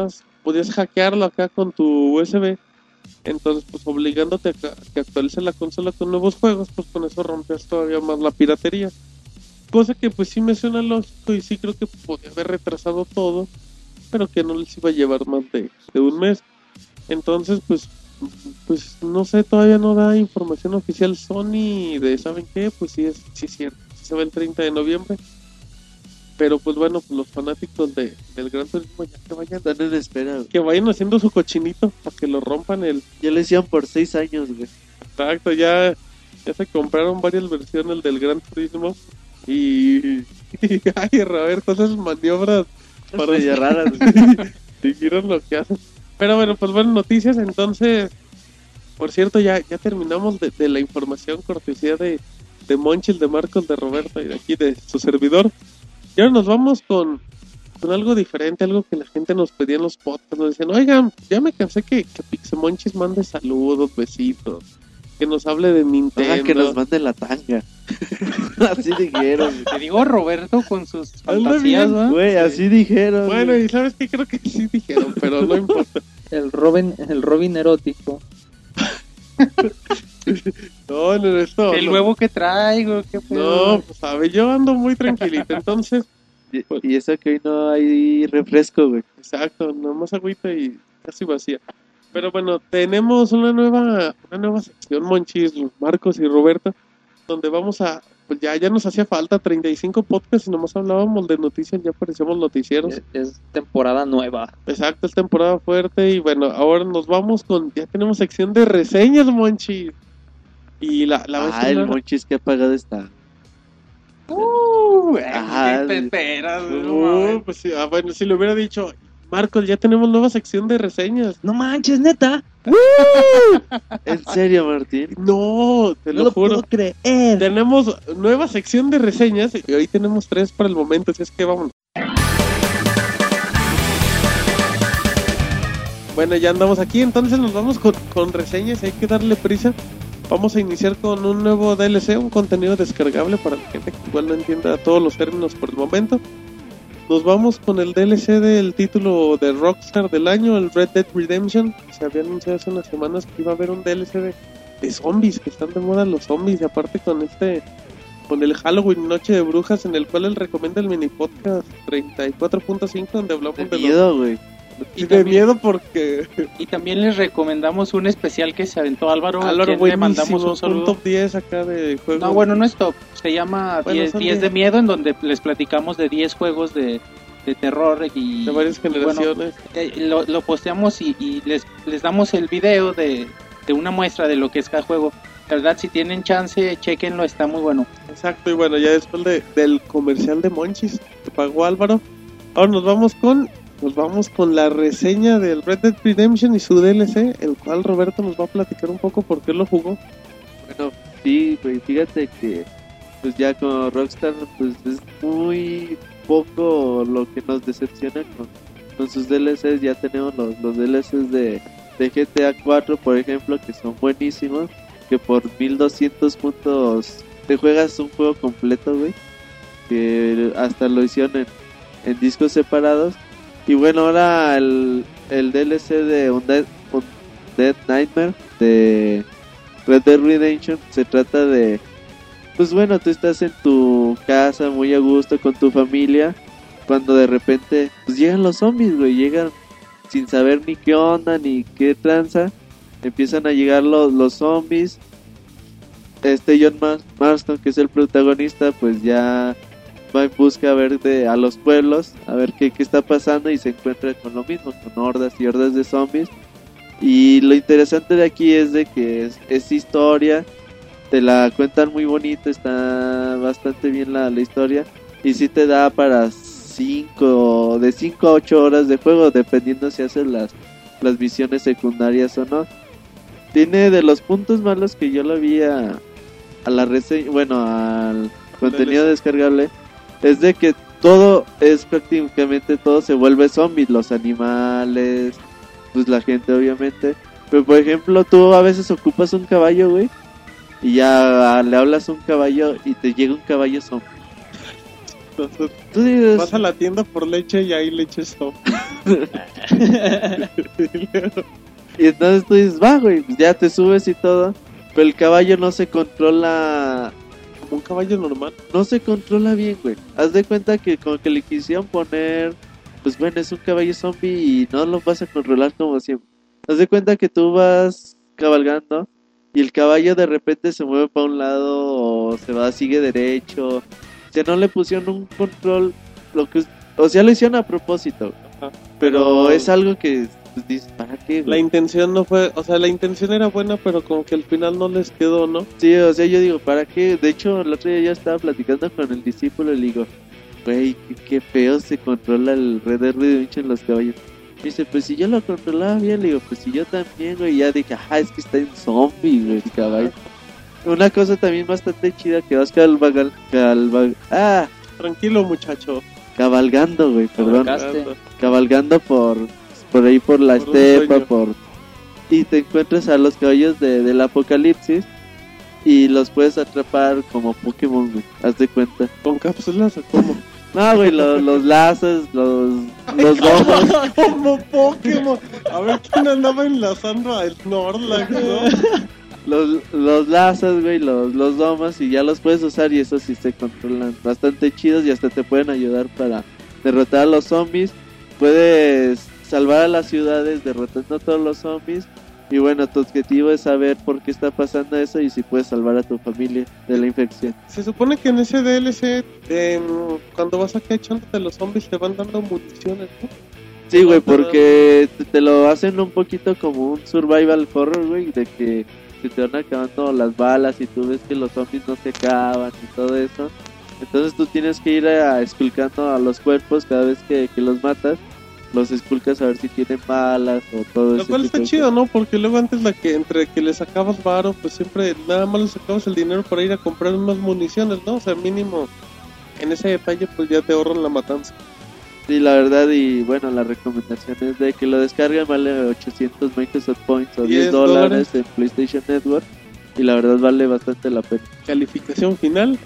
podías hackearlo acá con tu U S B. Entonces, pues obligándote a que que actualice la consola con nuevos juegos, pues con eso rompías todavía más la piratería. Cosa que pues sí me suena lógico y sí creo que podía haber retrasado todo, pero que no les iba a llevar más de, de un mes. Entonces, pues, pues no sé, todavía no da información oficial Sony de, ¿saben qué? Pues sí es, sí es cierto, sí se va el treinta de noviembre. Pero pues bueno, pues los fanáticos de, del Gran Turismo ya que vayan, Están en espera, güey. que vayan haciendo su cochinito para que lo rompan el... Ya lo hicieron por seis años, güey. Exacto, ya, ya se compraron varias versiones del Gran Turismo y... y ay, a ver, todas esas maniobras Para medio raras, güey. dijeron lo que hacen. Pero bueno, pues buenas noticias. Entonces, por cierto, ya, ya terminamos de, de la información cortesía de, de Monchil, de Marcos, de Roberto y de aquí de su servidor. Y ahora nos vamos con, con algo diferente, algo que la gente nos pedía en los podcasts. Nos decían, oigan, ya me cansé que, que Pixemonchis mande saludos, besitos, que nos hable de Nintendo. Ah, que nos manden la tanga. Así dijeron, güey. Te digo Roberto con sus Anda fantasías, bien, ¿va? Güey, así dijeron. Bueno, güey. y sabes que creo que sí dijeron, pero no importa. El Robin, el Robin erótico. No, no, esto. El no. huevo que traigo, qué pedo. No, pues sabe, yo ando muy tranquilito, entonces, Y, y eso que hoy no hay refresco, güey. exacto, nomás agüita y casi vacía. Pero bueno, tenemos una nueva, una nueva sección, Monchis, Marcos y Roberto, donde vamos a, pues ya, ya nos hacía falta treinta y cinco podcasts y nomás hablábamos de noticias, ya parecíamos noticieros. Es, es temporada nueva. Exacto, es temporada fuerte y bueno, ahora nos vamos con, ya tenemos sección de reseñas, Monchis. Y la, la vez Ah, el que monchis que apagado está. Uh, Ajá, ¿qué te sí. esperas? No Uh, mames. pues sí, ah, bueno, si le hubiera dicho, Marcos, ya tenemos nueva sección de reseñas. No manches, neta. ¿En serio, Martín? No, te No lo, lo juro. puedo creer. Tenemos nueva sección de reseñas y hoy tenemos tres para el momento, así es que vámonos. Bueno, ya andamos aquí, entonces nos vamos con, con reseñas, hay que darle prisa. Vamos a iniciar con un nuevo D L C, un contenido descargable para la gente que igual no entienda todos los términos por el momento. Nos vamos con el D L C del título de Rockstar del año, el Red Dead Redemption. Se había anunciado hace unas semanas que iba a haber un D L C de, de zombies, que están de moda los zombies, y aparte con este, con el Halloween Noche de Brujas, en el cual él recomienda el mini podcast treinta y cuatro punto cinco, donde hablamos De de, miedo, güey. los... Y Y de también- miedo porque... Y también les recomendamos un especial que se aventó Álvaro, a Álvaro, quien le mandamos buenísimo, un saludo. top diez acá de juegos. No, bueno, no es top, se llama Bueno, diez, son diez de diez. miedo, en donde les platicamos de diez juegos de, de terror y De varias bueno, generaciones. eh, lo, lo posteamos y, y les, les damos el video de, de una muestra de lo que es cada juego. La verdad, si tienen chance, chequenlo, está muy bueno. Exacto, y bueno, ya después de, del comercial de Monchis que pagó Álvaro, ahora nos vamos con nos vamos con la reseña del Red Dead Redemption y su D L C, el cual Roberto nos va a platicar un poco por qué lo jugó. Bueno, sí, güey, fíjate que pues ya con Rockstar pues es muy poco lo que nos decepciona con, con sus D L Cs. Ya tenemos los, los D L Cs de, de G T A cuatro, por ejemplo, que son buenísimos, que por mil doscientos puntos te juegas un juego completo, güey, que hasta lo hicieron en, en discos separados. Y bueno, ahora el, el D L C de Undead, Undead Nightmare de Red Dead Redemption se trata de, pues bueno, tú estás en tu casa muy a gusto con tu familia, cuando de repente pues llegan los zombies, güey, llegan sin saber ni qué onda ni qué tranza, empiezan a llegar los, los zombies. Este John Mar- Marston, que es el protagonista, pues ya va en busca a ver de, a los pueblos, a ver qué, qué está pasando, y se encuentra con lo mismo, con hordas y hordas de zombies. Y lo interesante de aquí es de que es, es historia, te la cuentan muy bonito, está bastante bien la, la historia, y sí te da para cinco de cinco a ocho horas de juego, dependiendo si haces las, las misiones secundarias o no. Tiene de los puntos malos que yo lo vi a, a la reseña, bueno, al contenido descargable, es de que todo es prácticamente todo se vuelve zombies, los animales, pues la gente obviamente. Pero por ejemplo, tú a veces ocupas un caballo, güey, y ya le hablas a un caballo y te llega un caballo zombie. Entonces, Tú dices, vas a la tienda por leche y hay leche zombie. Y entonces tú dices, va, güey, pues ya te subes y todo. Pero el caballo no se controla. Como un caballo normal. No se controla bien, güey. Haz de cuenta que como que le quisieron poner. Pues bueno, es un caballo zombie y no lo vas a controlar como siempre. Haz de cuenta que tú vas cabalgando y el caballo de repente se mueve para un lado o se va, sigue derecho. O sea, no le pusieron un control. Lo que, o sea, lo hicieron a propósito. Ajá. Pero es algo que pues, dices, ¿para qué, güey? La intención no fue, o sea, la intención era buena, pero como que al final no les quedó, ¿no? Sí, o sea, yo digo, ¿para qué? De hecho, el otro día yo estaba platicando con el discípulo y le digo, güey, qué, qué feo se controla el Red Dead Redemption en los caballos. Y dice, pues si yo lo controlaba bien, le digo, pues si yo también, güey. Y ya dije, ah, es que está en zombie, güey, el caballo. Una cosa también bastante chida que vas cabalgando, cabalg... ah, Tranquilo, muchacho. cabalgando, güey, perdón. Cabalgaste. Cabalgando por, por ahí, por la Por un estepa, sueño. por... Y te encuentras a los caballos de, del apocalipsis y los puedes atrapar como Pokémon, güey, haz de cuenta. Con cápsulas o como. No, güey, los, los lazos, los, los domos. Como Pokémon. A ver quién andaba enlazando a Snorlax, ¿no? Los, los lazos, güey, los, los domos y ya los puedes usar y eso sí se controlan bastante chidos y hasta te pueden ayudar para derrotar a los zombies. Puedes salvar a las ciudades derrotando a todos los zombies y bueno, tu objetivo es saber por qué está pasando eso y si puedes salvar a tu familia de la infección. Se supone que en ese D L C, eh, cuando vas acá echándote los zombies, te van dando municiones, ¿no? Sí, güey, porque te, te lo hacen un poquito como un survival horror, güey, de que se te van acabando las balas y tú ves que los zombies no se acaban y todo eso. Entonces tú tienes que ir a, esculcando a los cuerpos cada vez que, que los matas. Los esculcas a ver si tienen balas o todo eso. Lo cual está chido, ¿no? Porque luego antes la que entre que le sacabas varo, pues siempre nada más le sacabas el dinero para ir a comprar más municiones, ¿no? O sea, mínimo en ese detalle pues ya te ahorran la matanza. Sí, la verdad, y bueno, la recomendación es de que lo descarguen, vale ochocientos Microsoft Points o diez diez dólares dólares en PlayStation Network. Y la verdad vale bastante la pena. Calificación final.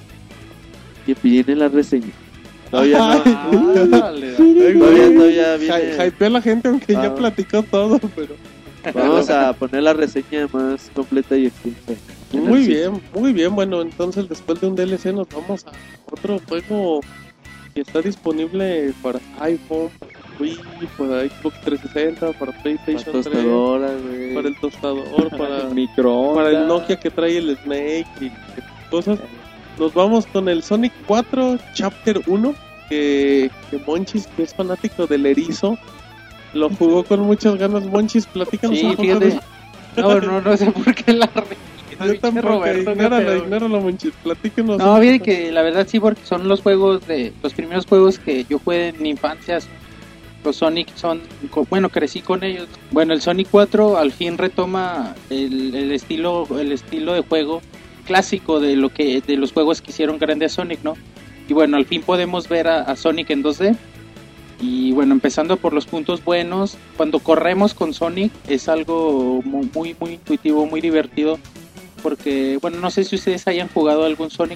Que viene la reseña. Todavía no. Ah, dale, dale. Ay, Todavía, güey. todavía viene. Hy- Hypea a la gente aunque ya Ah. platicó todo, pero Vamos a poner la reseña más completa y extensa. muy bien, muy bien. Bueno, entonces después de un D L C nos vamos a otro juego que está disponible para iPhone, para Wii, para Xbox trescientos sesenta, para Las PlayStation tres, tostadoras, güey. para el tostador, para, Microondas. para el Nokia que trae el Snake y cosas. Nos vamos con el Sonic cuatro Chapter uno, que, que Monchis, que es fanático del erizo, lo jugó con muchas ganas. Monchis, platícanos Sí, un poco fíjate. de... No, no, no sé por qué la re- Yo Pinche tampoco, Roberto, qué ignóralo, pedo. ignóralo, Monchis, platícanos. No, un bien poco. que la verdad sí, porque son los juegos de los primeros juegos que yo jugué en mi infancia. Los Sonic son, co- bueno, crecí con ellos. Bueno, el Sonic cuatro al fin retoma el, el estilo, el estilo de juego clásico de lo que, de los juegos que hicieron grande a Sonic, ¿no? Y bueno, al fin podemos ver a, a Sonic en dos D. Y bueno, empezando por los puntos buenos, cuando corremos con Sonic es algo mu- muy, muy intuitivo, muy divertido. Porque, bueno, no sé si ustedes hayan jugado algún Sonic,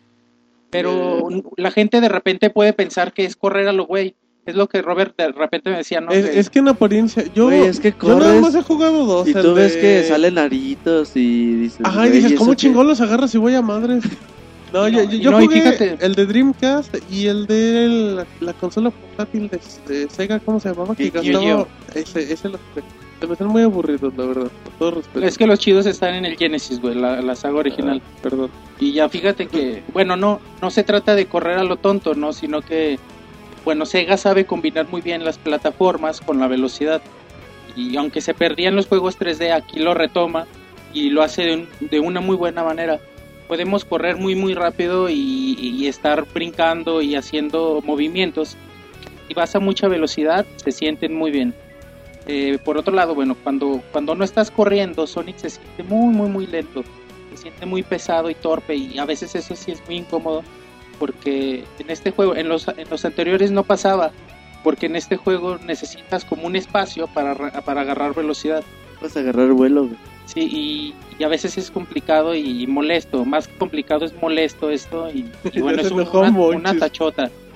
pero la gente de repente puede pensar que es correr a lo güey. Es lo que Robert de repente me decía, ¿no? Es, Que- es que en apariencia, yo, Güey, es que yo nada corres más he jugado dos. y el tú ves de- que salen aritos y dices... Ajá, y güey, dices, ¿eso ¿cómo qué? chingón los agarras y voy a madres? No, yo, No, yo, yo no, y jugué fíjate. el de Dreamcast y el de la, la consola portátil de, de Sega, ¿cómo se llamaba? Que Yu- gastaba... Yu-Gi-Oh. Ese, ese lo jugué. Se me hacen muy aburridos, la verdad, con todo respeto. es que los chidos están en el Genesis, güey, la, la saga original. Ah, perdón. Y ya fíjate que, bueno, no, no se trata de correr a lo tonto, ¿no? Sino que, bueno, Sega sabe combinar muy bien las plataformas con la velocidad. Y aunque se perdían los juegos tres D, aquí lo retoma y lo hace de, un- de una muy buena manera. Podemos correr muy, muy rápido y, y estar brincando y haciendo movimientos. Y vas a mucha velocidad, se sienten muy bien. Eh, por otro lado, bueno, cuando, cuando no estás corriendo, Sonic se siente muy, muy, muy lento. Se siente muy pesado y torpe y a veces eso sí es muy incómodo porque en este juego, en los, en los anteriores no pasaba, porque en este juego necesitas como un espacio para, ra- para agarrar velocidad. Vas a agarrar vuelo, güey. Sí, y, y a veces es complicado y molesto, más que complicado es molesto esto y, y bueno, Ya es se un- enojó una, Monchis. una tachota.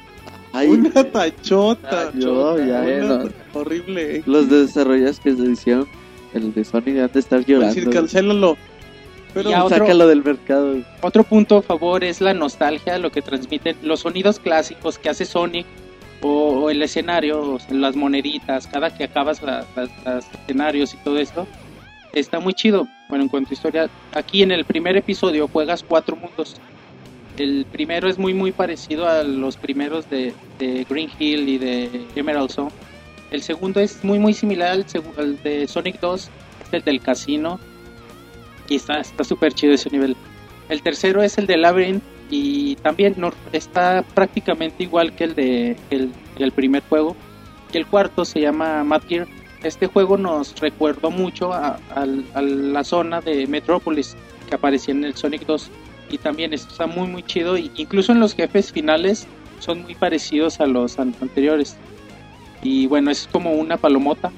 Ay, Una tachota. yo, ya, Una- eh, no. Horrible. eh. los desarrolladores que se hicieron el de Sonic han de estar Es llorando. decir, güey. cancélalo. Pero Y a otro- Sácalo del mercado. güey. Otro punto a favor es la nostalgia, lo que transmiten los sonidos clásicos que hace Sonic o, o el escenario, o sea, las moneditas, cada que acabas la- las- los escenarios y todo esto, está muy chido. Bueno, en cuanto a historia, aquí en el primer episodio juegas cuatro mundos. El primero es muy muy parecido a los primeros de, de Green Hill y de Emerald Zone. El segundo es muy muy similar al, segu- al de Sonic dos, es el del casino. Y está está súper chido ese nivel. El tercero es el de Labyrinth y también no, está prácticamente igual que el de el, el primer juego. Y el cuarto se llama Mad Gear. Este juego nos recuerdó mucho a, a- a la zona de Metropolis que aparecía en el Sonic dos. Y también está muy muy chido. Y incluso en los jefes finales son muy parecidos a los an- anteriores. Y bueno, es como una palomota.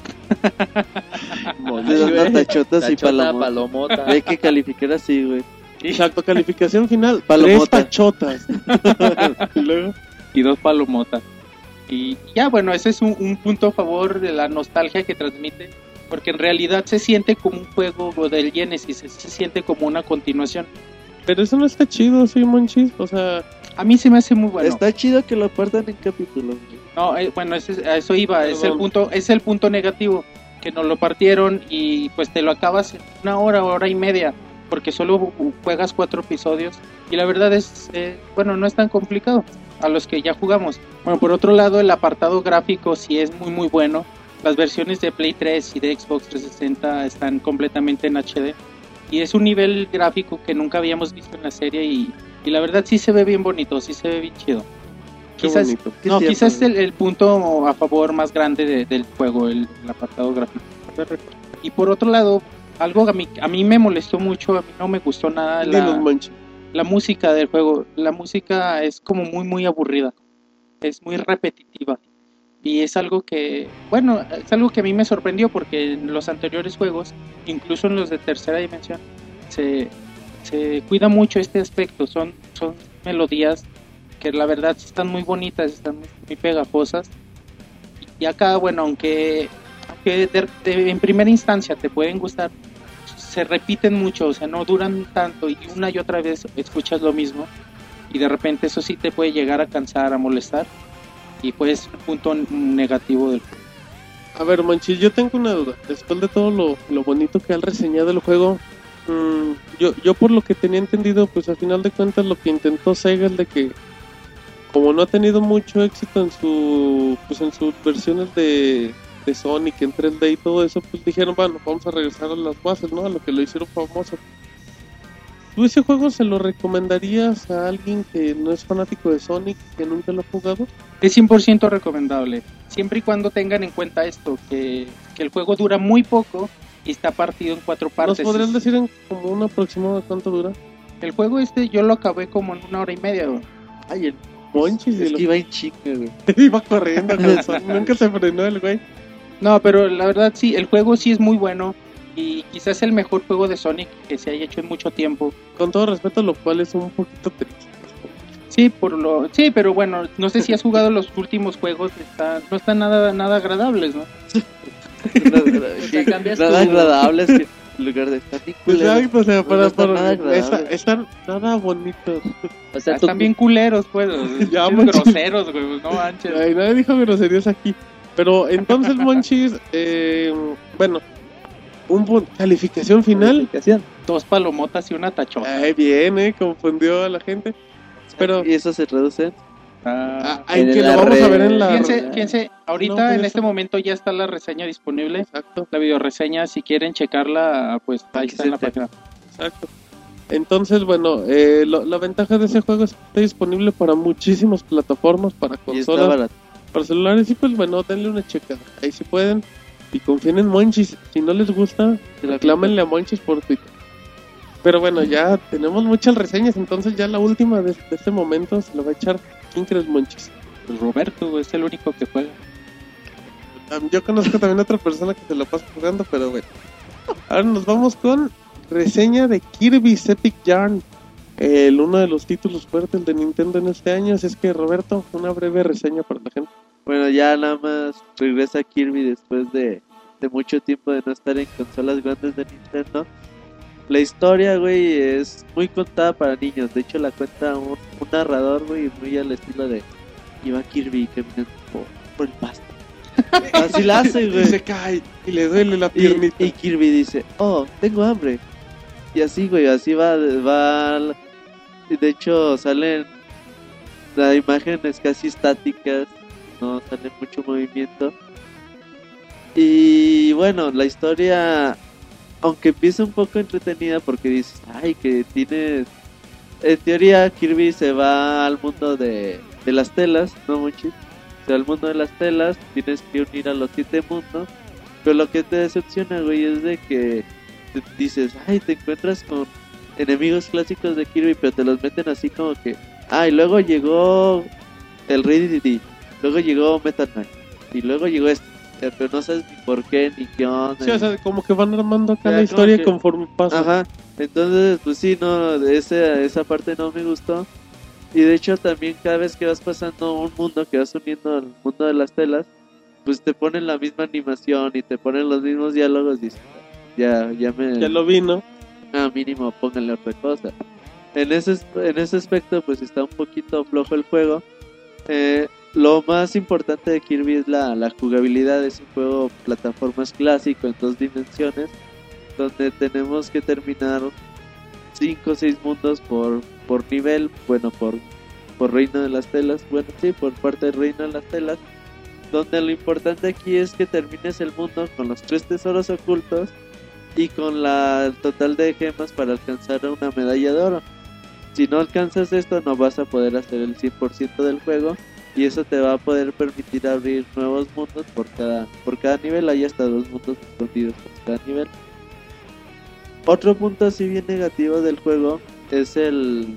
De las tachotas y Tachota, palomota. palomota. Hay que calificar así, güey. Exacto, calificación final. Palomota. Tres tachotas. Y luego, Y dos palomotas. Y ya, bueno, ese es un, un punto a favor de la nostalgia que transmite, porque en realidad se siente como un juego del Genesis, se, se siente como una continuación. pero eso no está chido, sí, Monchis. O sea, A mí se me hace muy bueno. Está chido que lo partan en capítulos, güey. No, eh, bueno, ese- a eso iba, es el Perdón. punto, es el punto negativo, que nos lo partieron y pues te lo acabas en una hora, hora y media, porque solo ju- juegas cuatro episodios y la verdad es, eh, bueno, no es tan complicado a los que ya jugamos. Bueno, por otro lado, el apartado gráfico sí es muy muy bueno. Las versiones de Play tres y de Xbox trescientos sesenta están completamente en H D y es un nivel gráfico que nunca habíamos visto en la serie y, y la verdad sí se ve bien bonito, sí se ve bien chido. qué Quizás, bonito. Qué no, cierto, quizás güey. el, el punto a favor más grande de- del juego, el, el apartado gráfico. Y por otro lado, algo a mí, a mí me molestó mucho, a mí no me gustó nada Dinos, la, Monchis. la música del juego. La música es como muy, muy aburrida, es muy repetitiva. Y es algo que, bueno, es algo que a mí me sorprendió porque en los anteriores juegos, incluso en los de tercera dimensión, se, se cuida mucho este aspecto. Son, son melodías que la verdad sí están muy bonitas, están muy, muy pegajosas. Y acá, bueno, aunque, aunque de- de- en primera instancia te pueden gustar, se repiten mucho, o sea, no duran tanto y una y otra vez escuchas lo mismo y de repente eso sí te puede llegar a cansar, a molestar y pues un punto negativo del juego. A ver, Monchis, yo tengo una duda. Después de todo lo, lo bonito que han reseñado el juego, mmm, yo, yo por lo que tenía entendido, pues al final de cuentas lo que intentó Sega es de que, como no ha tenido mucho éxito en su pues en sus versiones de, de Sonic en tres D y todo eso, pues dijeron, bueno, vamos a regresar a las bases, ¿no? A lo que lo hicieron famoso. ¿Tú ese juego se lo recomendarías a alguien que no es fanático de Sonic, que nunca lo ha jugado? Es cien por ciento recomendable, siempre y cuando tengan en cuenta esto, que, que el juego dura muy poco y está partido en cuatro ¿Nos partes. podrías decir en como un aproximado de cuánto dura? El juego este yo lo acabé como en una hora y media, güey. Ay, el Monchis, es y lo- que iba en chinga, güey. iba corriendo con Sonic, nunca se frenó el güey. No, pero la verdad sí, el juego sí es muy bueno y quizás el mejor juego de Sonic que se haya hecho en mucho tiempo. Con todo respeto, lo cual es un poquito triste. Sí, por lo sí, pero bueno, no sé si has jugado los últimos juegos, está, no están nada nada agradables, ¿no? Nada, sea, cambias nada tu- agradable es que en lugar de estar bien culero. Exacto, o sea, No para, está para- nada agradable. esa- están nada bonitos. O sea, tú, Están bien culeros, pues, Ya, bien manches. groseros, güey, pues, no manches. Ay, nadie dijo groserías aquí. Pero entonces, Monchis, eh, bueno, un bu- calificación final. Calificación. Dos palomotas y una tachota. Ay, bien, eh, confundió a la gente. Pero, Y eso se reduce en- ah, Ah, en en que lo la vamos a red. ver en la. fíjense, fíjense, ahorita No, pues en eso- este momento ya está la reseña disponible, Exacto, la videoreseña, si quieren checarla, pues ahí Aquí está en la se página. exacto. Entonces, bueno, eh, lo- la ventaja de ese juego es que está disponible para muchísimas plataformas, para y está consolas, barato. para celulares, y pues bueno, denle una checada. Ahí si pueden, y confíen en Monchis. Si no les gusta, reclámenle a Monchis por Twitter. Pero bueno, ya tenemos muchas reseñas, entonces ya la última de, de este momento se la va a echar. ¿Quién crees, Monchis? Pues Roberto güey, es el único que juega. Um, Yo conozco también a otra persona que se la pasa jugando, pero bueno. Ahora nos vamos con reseña de Kirby's Epic Yarn. el uno de los títulos fuertes de Nintendo en este año. Así es que, Roberto, una breve reseña para la gente. Bueno, ya nada más regresa Kirby después de, de mucho tiempo de no estar en consolas grandes de Nintendo. La historia, güey, es muy contada para niños. De hecho, la cuenta un, un narrador, güey, muy al estilo de iba Kirby caminando por, por el pasto. Así la hace, Y güey. se cae y le duele la Y, piernita. y Kirby dice, oh, tengo hambre. Y así, güey, así va, va. al- y de hecho, salen las imágenes casi estáticas, no sale mucho movimiento. Y bueno, la historia, aunque empieza un poco entretenida porque dices, ay, que tienes... En teoría, Kirby se va al mundo de, de las telas, ¿no, Monchis? Se va al mundo de las telas, tienes que unir a los siete mundos. Pero lo que te decepciona, güey, es de que te dices, ay, te encuentras con enemigos clásicos de Kirby, pero te los meten así como que, ah, y luego llegó el Rey Didi, luego llegó Meta Knight, y luego llegó este, eh, pero no sabes ni por qué, ni qué onda. Sí, o sea, como que van armando acá Ya, la como historia que- conforme pasa. Ajá, entonces, pues sí, no, esa, esa parte no me gustó. Y de hecho también cada vez que vas pasando un mundo, que vas uniendo al mundo de las telas, pues te ponen la misma animación y te ponen los mismos diálogos y dices, ya, ya me... Ya lo vi, ¿no? Ah, mínimo pónganle otra cosa. En ese, en ese aspecto pues está un poquito flojo el juego. Eh, lo más importante de Kirby es la, la jugabilidad. Es un juego plataformas clásico en dos dimensiones, donde tenemos que terminar cinco o seis mundos por, por nivel, bueno, por, por Reino de las Telas, bueno, sí, por parte del Reino de las Telas, donde lo importante aquí es que termines el mundo con los tres tesoros ocultos y con la el total de gemas para alcanzar una medalla de oro. Si no alcanzas esto, no vas a poder hacer el cien por ciento del juego, y eso te va a poder permitir abrir nuevos mundos por cada, por cada nivel. Hay hasta dos mundos escondidos por cada nivel. Otro punto así bien negativo del juego es el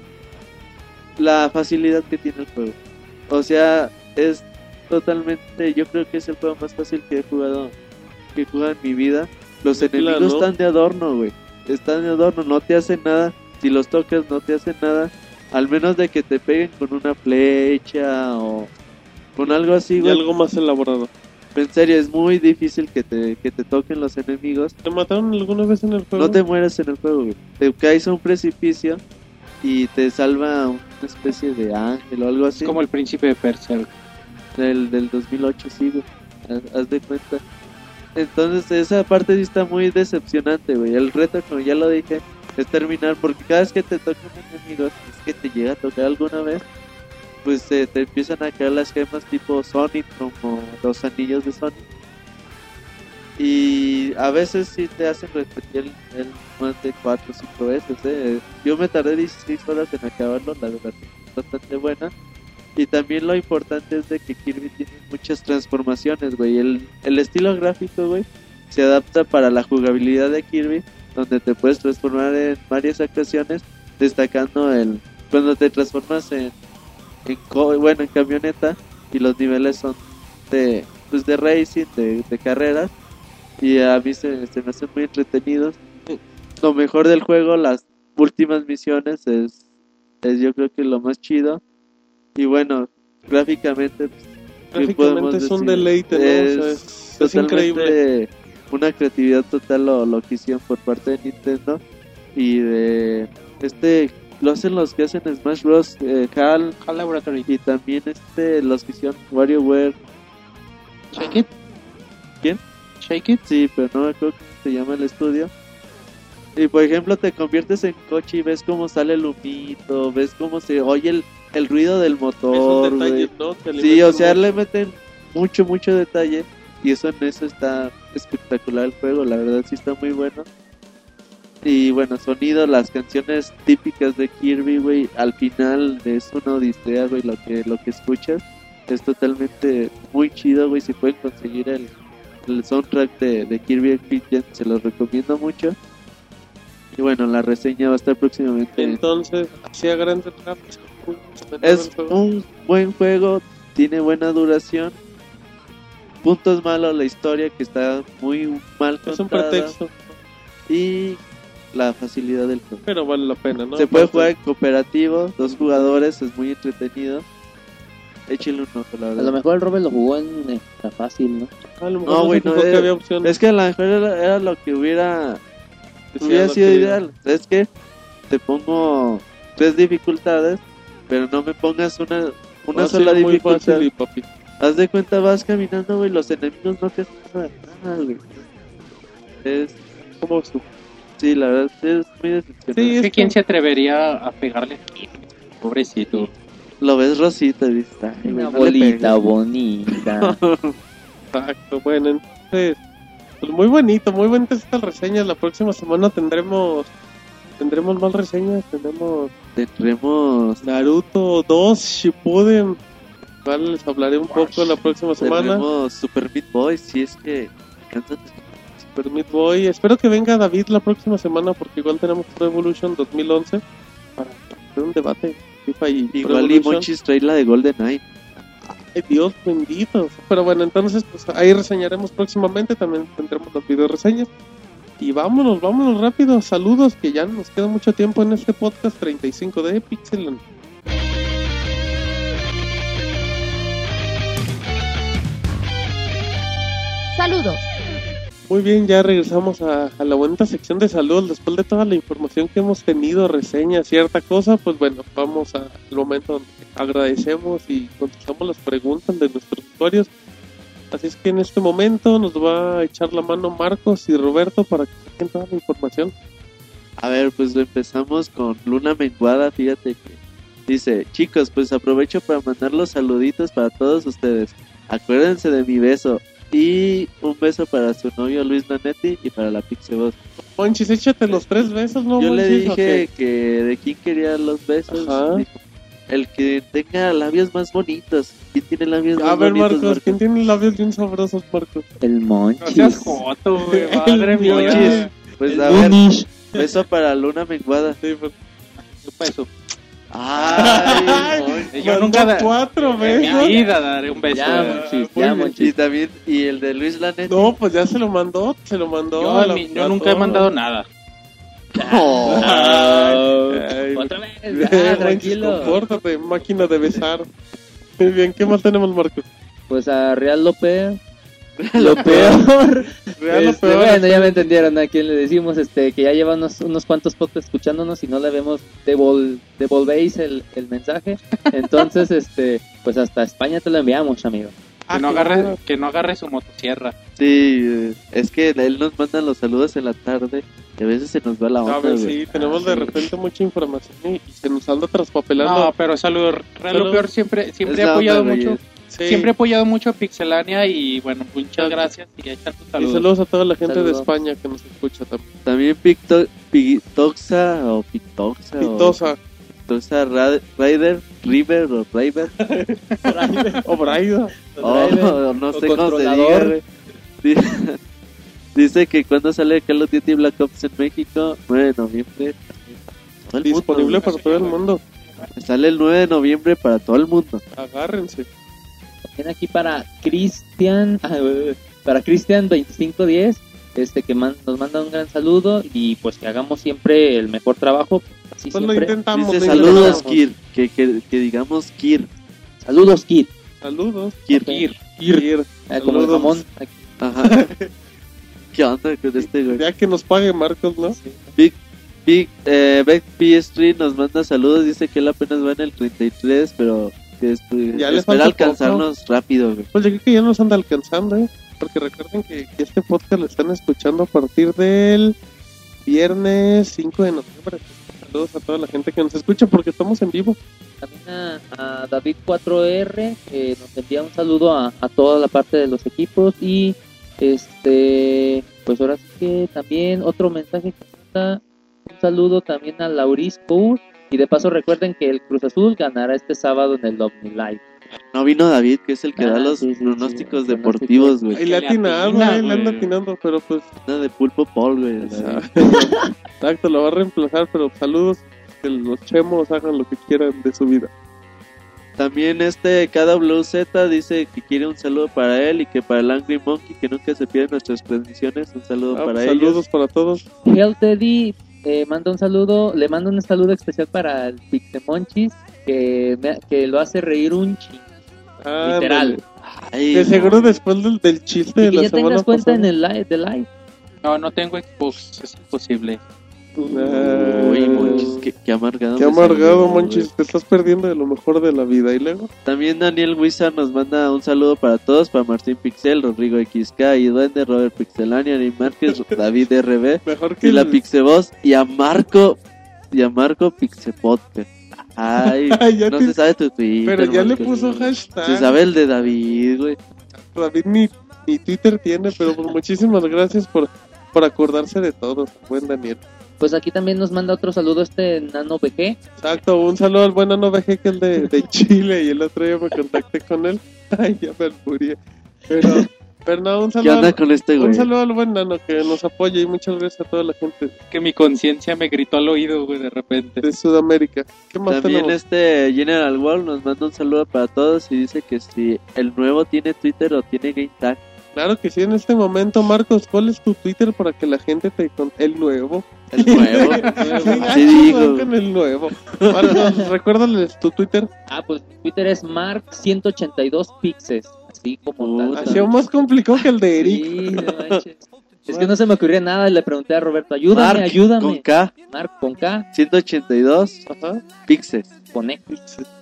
la facilidad que tiene el juego. O sea, es totalmente, yo creo que es el juego más fácil que he jugado que he jugado en mi vida. Los De enemigos plano. están de adorno, güey. Están de adorno, no te hacen nada. Si los tocas no te hacen nada, al menos de que te peguen con una flecha o con algo así, Y güey. algo más elaborado. En serio, es muy difícil que te, que te toquen los enemigos. ¿Te mataron alguna vez en el juego? No te mueres en el juego, güey. Te caes a un precipicio y te salva una especie de ángel o algo así. Es como el príncipe de Persia. Del, del dos mil ocho, sí, güey. Haz, haz de cuenta. Entonces, esa parte sí está muy decepcionante, güey. El reto, como ya lo dije, es terminar, porque cada vez que te toca un enemigo, si es que te llega a tocar alguna vez, pues eh, te empiezan a caer las gemas tipo Sonic, como los anillos de Sonic. Y a veces sí te hacen repetir el nivel más de cuatro o cinco veces, eh. Yo me tardé dieciséis horas en acabarlo, la verdad es bastante buena. Y también lo importante es de que Kirby tiene muchas transformaciones, güey. El, el estilo gráfico, güey, se adapta para la jugabilidad de Kirby, donde te puedes transformar en varias ocasiones, destacando el cuando te transformas en, en co- bueno, en camioneta, y los niveles son de, pues de racing, de, de carreras, y a mí se, se me hacen muy entretenidos. Lo mejor del juego, las últimas misiones, es, es yo creo que lo más chido. Y bueno, gráficamente, pues, ¿qué podemos Gráficamente es un decir? deleite, ¿no? Es O sea, es, es totalmente increíble. una creatividad total lo, lo que hicieron por parte de Nintendo. Y de este lo hacen los que hacen Smash Bros, eh, HAL, HAL Laboratory. y también este los que hicieron WarioWare. Shake It. ¿Quién? Shake It. Sí, pero no me acuerdo cómo se llama el estudio. Y por ejemplo, te conviertes en coche y ves cómo sale el humito, ves cómo se oye el, el ruido del motor, Esos güey. detalles, ¿no? Que Sí, o alimentan sea, mucho. le meten mucho, mucho detalle. Y eso en eso está espectacular el juego. La verdad sí está muy bueno. Y bueno, sonido, las canciones típicas de Kirby, güey. Al final es una odisea, güey, lo que, lo que escuchas. Es totalmente muy chido, güey. Si pueden conseguir el, el soundtrack de, de Kirby Epic Jam, se los recomiendo mucho. Y bueno, la reseña va a estar próximamente. Entonces, hacia grandes rasgos, muy recomendable Es el juego. un buen juego, tiene buena duración. Puntos malos, la historia que está muy mal Es un contada. pretexto. Y la facilidad del juego. Pero vale la pena, ¿no? Se puede Aparte- jugar en cooperativo, dos jugadores, es muy entretenido. Échenle un ojo, la A lo verdad. mejor el Robert lo jugó en extra fácil, ¿no? A lo mejor No, no güey, se no, fijó que eh, había opciones. Es que a lo mejor era, era lo que hubiera, Decía hubiera lo sido que- ideal. Es que te pongo tres dificultades, pero no me pongas una, una Va a sola ser muy dificultad. fácil y papi. Haz de cuenta, vas caminando, güey, los enemigos no te hacen nada, nada, güey. Es, ¿Cómo su? sí, la verdad, es muy decepcionante. Sí, Es es que quién que- se atrevería a pegarle aquí, pobrecito. Lo ves rosita, ¿viste? Ay, güey, Una no le bolita pegues. bonita. Exacto, bueno, entonces, pues muy bonito, muy buenas estas reseñas. La próxima semana tendremos tendremos más reseñas. Tenemos Tendremos, Naruto dos Shippuden, cual les hablaré un poco la próxima semana. tendremos Super Meat Boy, si es que cansan de- Super Meat Boy. Espero que venga David la próxima semana porque igual tenemos Pro Evolution dos mil once para hacer un debate. FIFA y Pro Igual y Evolution. Monchis trae la de GoldenEye. Ay, Dios bendito. Pero bueno, entonces pues ahí reseñaremos próximamente. También tendremos los video reseñas. Y vámonos, vámonos rápido. Saludos, que ya nos queda mucho tiempo en este podcast treinta y cinco de Pixelan. Saludos. Muy bien, ya regresamos a, a la bonita sección de saludos. Después de toda la información que hemos tenido, reseña, cierta cosa, pues bueno, vamos a- al momento donde agradecemos y contestamos las preguntas de nuestros usuarios. Así es que en este momento nos va a echar la mano Marcos y Roberto para que saquen toda la información. A ver, pues empezamos con Luna Menguada, fíjate que dice, chicos, pues aprovecho para mandar los saluditos para todos ustedes. Acuérdense de mi beso. Y un beso para su novio Luis Lanetti y para la Pixeboss. Monchis, échate los tres besos, ¿no, Yo le Monchis, o dije qué? que de quién quería los besos. Ajá. Dijo, el que tenga labios más bonitos. ¿Quién tiene labios A más ver, bonitos? Marcos, ¿quién tiene labios bien sabrosos, Marcos? El No Monchis. seas joto, güey, madre El mía. Monchis. Pues a ver, beso para Luna Menguada. Sí, pues. ¿Qué pasó? Ay, Monchis. Yo Mandó nunca da- cuatro En mi besos. vida daré un beso. Ya, eh. Monchis, Muy ya, bien. Y Monchis. también, y el de Luis Lanetti. No, pues ya se lo mandó, se lo mandó. Yo, a en la- mi- yo a nunca he todos. mandado nada. Oh. Ay, Otra vez, Monchis, ya, tranquilo. compórtate, máquina de besar. Muy bien, ¿qué más tenemos, Marcos? Pues a Real López. Lo peor. Real o Este, peor. bueno, ya me entendieron a quién le decimos, este, que ya lleva unos, unos cuantos podcasts escuchándonos y no le vemos devol, devolvéis el, el mensaje. Entonces, este, pues hasta España te lo enviamos, amigo. Ah, Que no claro. agarre, que no agarre su motosierra. Sí, eh, es que él nos manda los saludos en la tarde y a veces se nos va la A onda. ver, güey. sí, tenemos Ah, de sí. repente mucha información y, y se nos anda traspapelando. No, pero saludo. Real Solo- lo peor siempre, siempre Es he la apoyado onda, mucho. Reyes. Sí. Siempre he apoyado mucho a Pixelania y bueno, muchas gracias y ahí están tus Y saludos. saludos a toda la gente Saludos. de España que nos escucha también. También Picto, Pictoxa o Pictoxa Pitosa o Pictoxa Ra- Rider, River o River. o Braida. Oh, no o sé cómo se diga. controlador. güey. Dice, dice que cuando sale Call of Duty Black Ops en México, nueve de noviembre. Todo el mundo, Disponible güey. para todo el mundo. Sale el nueve de noviembre para todo el mundo. Agárrense. También aquí para Cristian, ah, para Cristian veinticinco diez, este que man- nos manda un gran saludo y pues que hagamos siempre el mejor trabajo. Así Pues lo siempre. intentamos. Dice lo saludos intentamos. Kir, que, que, que digamos Kir. Saludos, Kid. Saludos. Kir. Ok. Ir. Ir. Ah, como el Saludos. jamón. Aquí. Ajá. ¿Qué onda con este güey? Ya que nos pague Marcos, ¿no? Big, Big, eh, Beck P Street nos manda saludos, dice que él apenas va en el treinta y tres, pero que estu- Ya le espera falta alcanzarnos rápido, güey. Pues yo creo que ya nos anda alcanzando, ¿eh? Porque recuerden que, que este podcast lo están escuchando a partir del viernes cinco de noviembre. Saludos a toda la gente que nos escucha porque estamos en vivo. También a, a David cuatro R, que nos envía un saludo a, a toda la parte de los equipos. Y este, pues ahora sí que también otro mensaje que manda un saludo también a Lauris Cour. Y de paso recuerden que el Cruz Azul ganará este sábado en el Omni Live. No vino David, que es el que Ah, da los sí, sí, sí, pronósticos sí, deportivos, güey. Ahí le ha le atinado, atina, eh, le anda güey. atinando, pero pues. Nada de pulpo Paul, güey. David. Exacto, lo va a reemplazar, pero saludos. Que los chemos hagan lo que quieran de su vida. También este K W Z dice que quiere un saludo para él y que para el Angry Monkey, que nunca se pierden nuestras transmisiones, un saludo Ah, para saludos ellos. para todos. Hell Teddy eh, manda un saludo, le mando un saludo especial para el Pixemonchis, que, me- que lo hace reír un chingo, Ah, literal. ándale. Ay, De no. seguro después del, del chiste Y de que la ya semana tengas cuenta pasada. en el live, de live. No, no tengo Xbox, es imposible. Uy, Monchis, qué, qué amargado. Qué me amargado, salió, Monchis. güey. Te estás perdiendo de lo mejor de la vida. Y luego, También Daniel Huiza nos manda un saludo para todos, para Martín Pixel, Rodrigo X K, y Duende, Robert Pixelania, Ari Márquez, David R B, mejor que y la el- Pixevoz, y a Marco, y a Marco Pixepodcast. Ay, Ay, ya no te- se sabe tu Twitter. Pero ya le Marco. puso hashtag. Se sabe el de David, güey. David ni, ni Twitter tiene, pero pues muchísimas gracias por, por acordarse de todo, buen Daniel. Pues aquí también nos manda otro saludo este Nano B G. Exacto, un saludo al buen Ano V G, que es de, de Chile, y el otro día me contacté con él. Ay, ya me alburié. Pero, pero no, un ¿Qué saludo, onda al, con este güey? un saludo al buen Nano que nos apoya, y muchas gracias a toda la gente Que mi conciencia me gritó al oído, güey, de repente. de Sudamérica. ¿Qué más También tenemos? este General Wall nos manda un saludo para todos y dice que si el nuevo tiene Twitter o tiene Game Tag. Claro que sí, en este momento, Marcos, ¿cuál es tu Twitter para que la gente te con el nuevo? El nuevo. Venga, Sí, digo. con el nuevo. Marcos, recuérdales tu Twitter. Ah, pues mi Twitter es Mark ciento ochenta y dos Pixes. Así como tal. Puta. Ha sido más complicado que el de Eric. Sí, no manches. Es que no se me ocurría nada y le pregunté a Roberto, ayúdame, Mark, ayúdame. con K, Mark con K, ciento ochenta y dos Ajá. pixels. con X.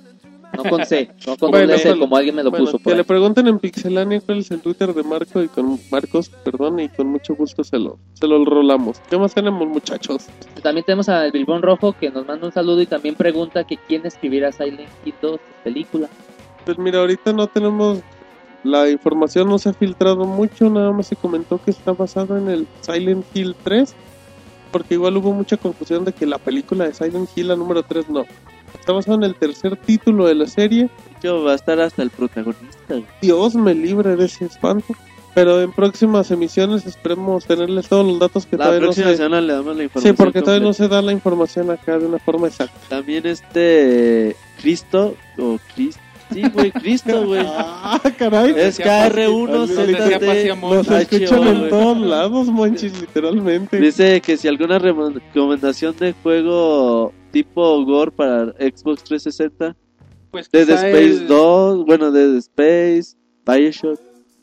No con C, no con Bueno, doble C, bueno, como alguien me lo Bueno, puso por que ahí. le pregunten en Pixelania cuál es el Twitter de Marco y con Marcos, perdón, y con mucho gusto se lo, se lo rolamos. ¿Qué más tenemos, muchachos? También tenemos al Bilbón Rojo que nos manda un saludo y también pregunta que quién escribirá Silent Hill dos, película. Pues mira, ahorita no tenemos, la información no se ha filtrado mucho, nada más se comentó que está basado en el Silent Hill tres, porque igual hubo mucha confusión de que la película de Silent Hill, la número tres, no. Está basado en el tercer título de la serie. Yo va a estar hasta el protagonista. güey. Dios me libre de ese espanto. Pero en próximas emisiones esperemos tenerles todos los datos que La todavía no próxima se... semana le damos la información. Sí, porque todavía no completa. se da la información acá de una forma exacta. También este Cristo o Cristo. Sí, güey, Cristo, güey. Ah, caray. Es K R uno Decía paz y Z T. amor. Nos escuchan H O, en güey. todos lados, monchis, literalmente. Dice que si alguna remo- recomendación de juego tipo Gore para Xbox trescientos sesenta, Pues Dead quizá Space el- dos, bueno, Dead Space, Bioshock,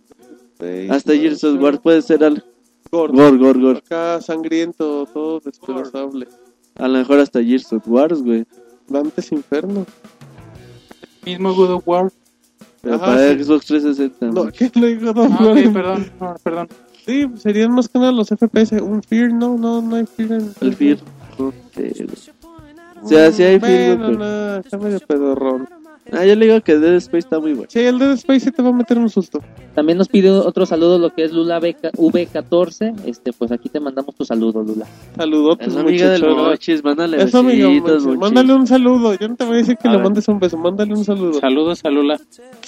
hasta Gears of War puede ser algo. Gore. Gore, Gore, Gore. Acá sangriento, todo despedazable. A lo mejor hasta Gears of War, güey. Dantes Inferno. mismo God of War. Pero Ajá, para sí. Xbox trescientos sesenta. No, güey. ¿qué le digo? No, Ah, no, ok, no. perdón, no, perdón. Sí, serían más que nada los F P S. Un Fear, no, no, no hay Fear en El Fear. No sé, güey. O sea, sí hay Fear, Bueno, güey, no, está medio pedorrón. Ah, yo le digo que Dead Space está muy bueno. Sí, el Dead Space sí te va a meter un susto. También nos pide otro saludo lo que es Lula V catorce. Este, pues aquí te mandamos tu saludo, Lula. Saludotes, Es la amiga del muchachos. Mochis, mándale Eso, amigo, besitos, Monchis. Mochis. Mándale un saludo. Yo no te voy a decir que A le ver. mandes un beso. Mándale un saludo. Saludos a Lula.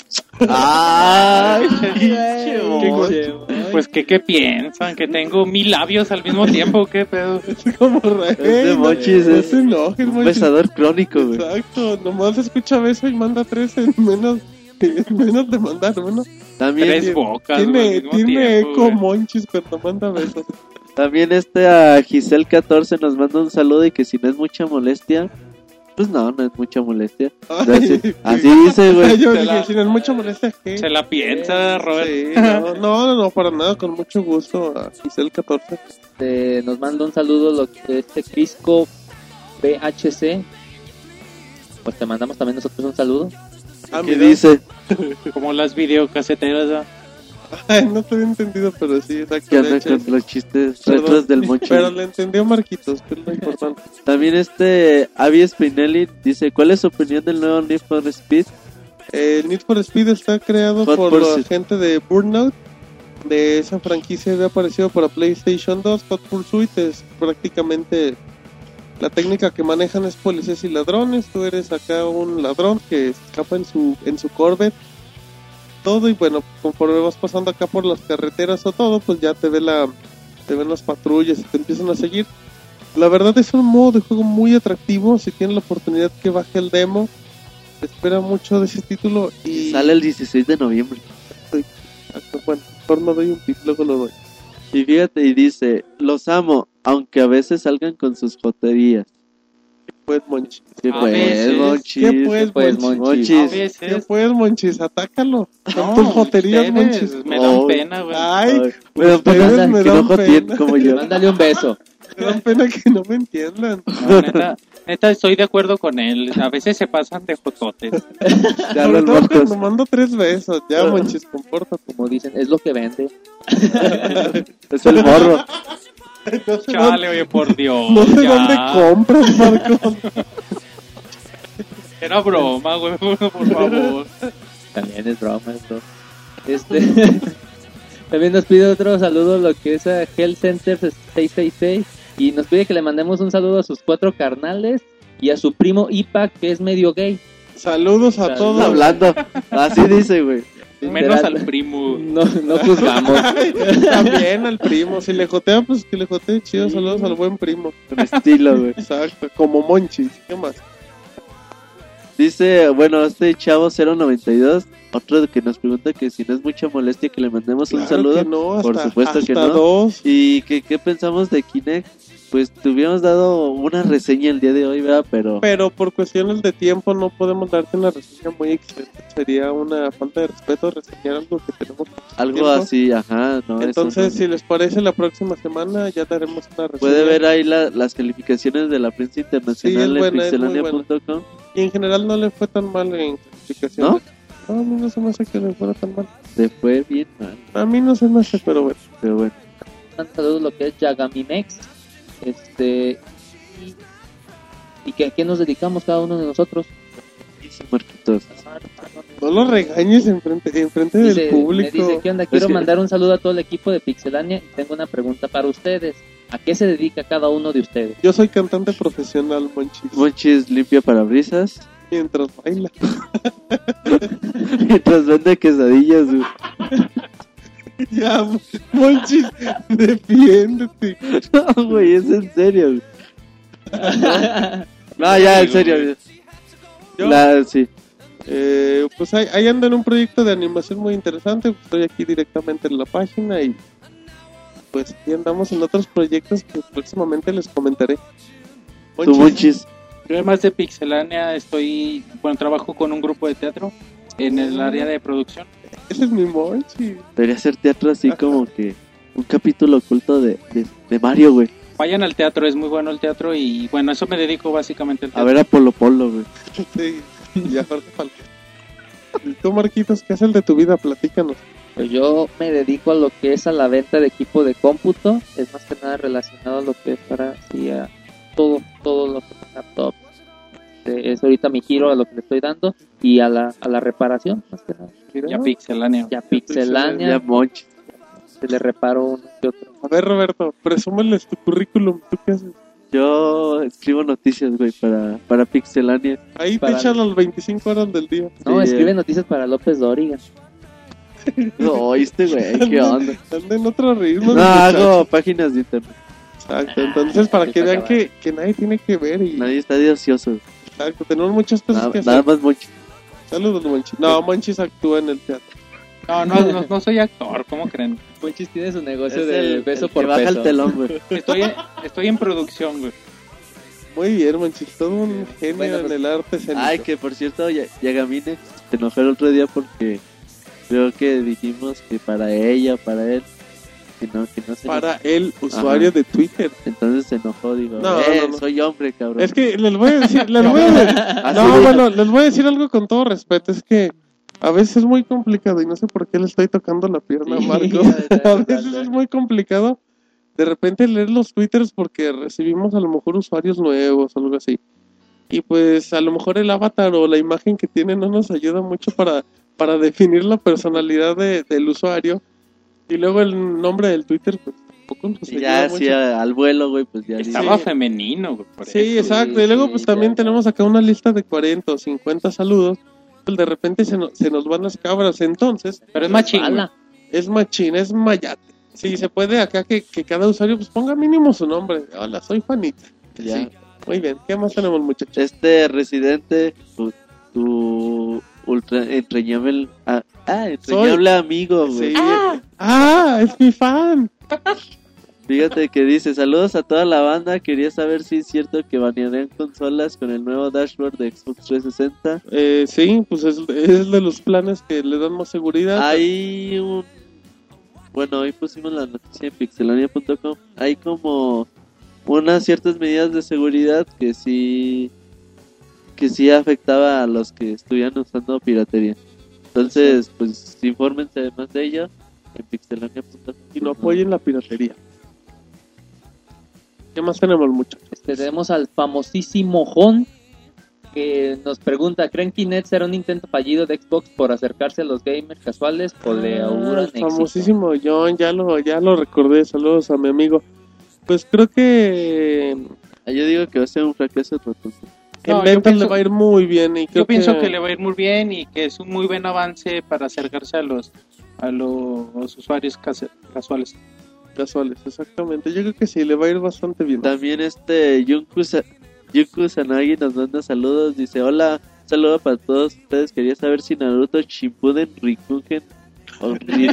Ay, Qué pinche Pues que qué piensan, que tengo mil labios al mismo tiempo, qué pedo. Es como rey. Ese Monchis no es se enojes, un Monchis. besador crónico, güey. Exacto. Nomás escucha beso y manda tres en menos, en menos de mandar uno. También, Tres bocas, güey, al Tiene, mismo tiene tiempo, eco güey. Monchis cuando manda besos. también este a Giselle catorce nos manda un saludo y que si no es mucha molestia, pues no, no es mucha molestia. Así, así dice, güey. Yo Se dije, la- si no es mucha molestia, ¿qué? Se la piensa, Robert. Sí, no, no, no, no, para nada, con mucho gusto a Giselle catorce. Este, nos manda un saludo lo que este Crisco P H C. Pues te mandamos también nosotros un saludo. Ah, ¿Qué mira. dice? Como las videocaseteras. ¿no? Ay, no te había entendido, pero sí, exacto. Que de anda hecho, con los chistes perdón, retros del Mochi. Pero le entendió Marquitos, que es lo importante. También este Avi Spinelli dice, ¿cuál es su opinión del nuevo Need for Speed? El Need for Speed está creado Hot por la Pursuit. gente de Burnout. De esa franquicia había aparecido para PlayStation dos. Hot Pursuit es prácticamente la técnica que manejan es policías y ladrones. Tú eres acá un ladrón que escapa en su en su Corvette. Todo, y bueno, conforme vas pasando acá por las carreteras o todo, pues ya te ve la te ven las patrullas y te empiezan a seguir. La verdad es un modo de juego muy atractivo. Si tienen la oportunidad que baje el demo, se espera mucho de ese título. Y Sale el dieciséis de noviembre. Exacto, bueno, mejor no doy un tip, luego lo doy. Y fíjate, y dice, los amo. aunque a veces salgan con sus joterías. Pues, Monchis. ¿Qué A pues, veces. Monchis? ¿Qué pues, pues, Monchis? Monchis? A Monchis. ¿Qué veces. pues, Monchis? Atácalo. Con No, tus joterías, ustedes Monchis. me dan Oh. pena, güey. Ay, Ay, me da ustedes pena me que dan no joteen pena. como yo. Mándale un beso. Me dan pena que no me entiendan. No, neta, neta, estoy de acuerdo con él. A veces se pasan de jototes. Ya Sobre los todo mocos. cuando mando tres besos. Ya, Monchis, compórtate. Como dicen, es lo que vende. Es el morro. No sé, Chale, oye, por Dios. dónde, no sé ya. dónde compras, Marcos. Era broma, güey, por favor. También es broma esto. Este también nos pide otro saludo lo que es a Hell Center seiscientos sesenta y seis y nos pide que le mandemos un saludo a sus cuatro carnales y a su primo Ipa que es medio gay. Saludos a Saludos. todos. Hablando. Así dice, güey. Menos Literal. al primo. No, no juzgamos. También al primo. Si le jotea, pues que le jotee chido. Saludos al buen primo. Con estilo, güey. Exacto. Como Monchis. ¿Qué más? Dice, bueno, este chavo cero noventa y dos, otro que nos pregunta que si no es mucha molestia que le mandemos un Claro saludo. que no, hasta, Por supuesto que hasta no. dos. Y que qué pensamos de Kinect. Pues te hubiéramos dado una reseña el día de hoy, ¿verdad? Pero Pero por cuestiones de tiempo no podemos darte una reseña muy extensa. Sería una falta de respeto reseñar algo que tenemos. algo tiempo. así, ajá, no. eso Entonces, no. si les parece, la próxima semana ya daremos una reseña. Puede ver ahí la- las calificaciones de la prensa internacional Sí, es en buena, es muy pixelania punto com. Y en general no le fue tan mal en clasificaciones. No, a mí no se me hace que le fuera tan mal. Se fue bien mal, A mí no se me hace, pero bueno. pero bueno. Un saludo lo que es Yagamimex. Este y, y que a qué nos dedicamos cada uno de nosotros. Dice Marquitos. No lo regañes enfrente, enfrente Dice, del público. me dice, ¿qué onda? Quiero que- mandar un saludo a todo el equipo de Pixelania y tengo una pregunta para ustedes. ¿A qué se dedica cada uno de ustedes? Yo soy cantante profesional, Monchis. Monchis limpia parabrisas Mientras baila. mientras vende quesadillas, güey. Ya, Monchis, defiéndete. No, güey, es en serio, güey. No, ya, en serio, güey. Yo, La, sí. eh, pues ahí, ahí ando en un proyecto de animación muy interesante. Estoy aquí directamente en la página y pues aquí andamos en otros proyectos que próximamente les comentaré. Tu Monchis. Yo además de Pixelania estoy, bueno, trabajo con un grupo de teatro en el área de producción. Ese es mi Monchis. Debería ser teatro así como que un capítulo oculto de, de, de Mario, güey. Vayan al teatro, es muy bueno el teatro y bueno, a eso me dedico básicamente al A teatro. ver a Polo Polo, güey. Sí, y a Jorge Falcón. ¿Y tú, Marquitos, qué es el de tu vida? Platícanos. Pues yo me dedico a lo que es a la venta de equipo de cómputo. Es más que nada relacionado a lo que es para sí, a todo, todo lo que es laptop. Este, es ahorita mi giro a lo que le estoy dando y a la, a la reparación, más que nada. Mira. Ya Pixelania. Ya Pixelania, Ya Monchis. se le reparo uno que otro. A ver, Roberto, presúmeles tu currículum. ¿Tú qué haces? Yo escribo noticias, güey, para, para Pixelania. Ahí Para- te echan las veinticinco horas del día. No, Sí, escribe eh. noticias para López Dóriga. No, oíste, güey, qué onda. Anda en otro ritmo. No, muchacho. hago páginas de internet. Exacto, entonces para que vean que, que nadie tiene que ver. Y, Nadie está de ocioso. exacto, tenemos muchas cosas Nada, que nada hacer. más Monchis. Saludos, Monchis. No, Monchis actúa en el teatro. No, no, no, no soy actor, ¿cómo creen? Monchis tiene su negocio Es de el, beso el que por baja peso. el telón, güey. Estoy, estoy en producción, güey. Muy bien, Monchis, todo un genio Bueno, pues- en el arte escénico. Ay, que por cierto, Ya- Yagamine se enojó el otro día porque creo que dijimos que para ella, para él, que no, que no se Para el usuario Ajá. de Twitter. Entonces se enojó, digo, No, eh, no, no. soy hombre, cabrón. Es que les voy a decir, les voy a decir, Así no, dijo. bueno, les voy a decir algo con todo respeto, es que a veces es muy complicado y no sé por qué le estoy tocando la pierna a Sí, Marco. ya está A veces tocando. es muy complicado de repente leer los twitters porque recibimos a lo mejor usuarios nuevos o algo así. Y pues a lo mejor el avatar o la imagen que tiene no nos ayuda mucho para, para definir la personalidad de, del usuario. Y luego el nombre del Twitter pues tampoco nos Y ayuda ya mucho. así a- al vuelo, güey, pues ya. Estaba Sí. femenino, güey. por Sí, eso. exacto. Y luego sí, pues ya, también ya. tenemos acá una lista de cuarenta o cincuenta saludos. Pues, de repente se, no- se nos van las cabras. Entonces, Pero es machín, güey. Ala. es machín, es mayate. Sí, se puede acá que, que cada usuario pues ponga mínimo su nombre. Hola, soy Juanita. Ya. Sí, muy bien. ¿Qué más tenemos, muchachos? Este residente, tu, tu ultra entrañable, ah, ah, entrañable amigo, güey. Sí. Ah, es mi fan. Fíjate que dice, saludos a toda la banda, quería saber si es cierto que banearían consolas con el nuevo dashboard de Xbox trescientos sesenta. Eh, sí, pues es, es de los planes que le dan más seguridad. Hay un... Bueno, hoy pusimos la noticia en pixelania punto com. Hay como unas ciertas medidas de seguridad que sí... que sí afectaba a los que estuvieran usando piratería. Entonces, pues, infórmense más de ello en pixelania punto com. Y no apoyen la piratería. ¿Qué más tenemos, muchachos? Este, tenemos al famosísimo Jon, que nos pregunta, ¿creen que Kinect será un intento fallido de Xbox por acercarse a los gamers casuales o le auguran Ah, éxito? famosísimo John, ya lo, ya lo recordé, saludos a mi amigo. Pues creo que Ah, yo digo que va a ser un fracaso rotundo. en No, yo ventas pienso- le va a ir muy bien. Y creo Yo pienso que le va a ir muy bien y que es un muy buen avance para acercarse a los a los usuarios case- casuales. Casuales, exactamente. Yo creo que sí, le va a ir bastante bien. También este Junku, Sa- Junku Sanagi nos manda saludos, dice, hola, saludo para todos ustedes, quería saber si Naruto Shippuden Rikugen o Ri-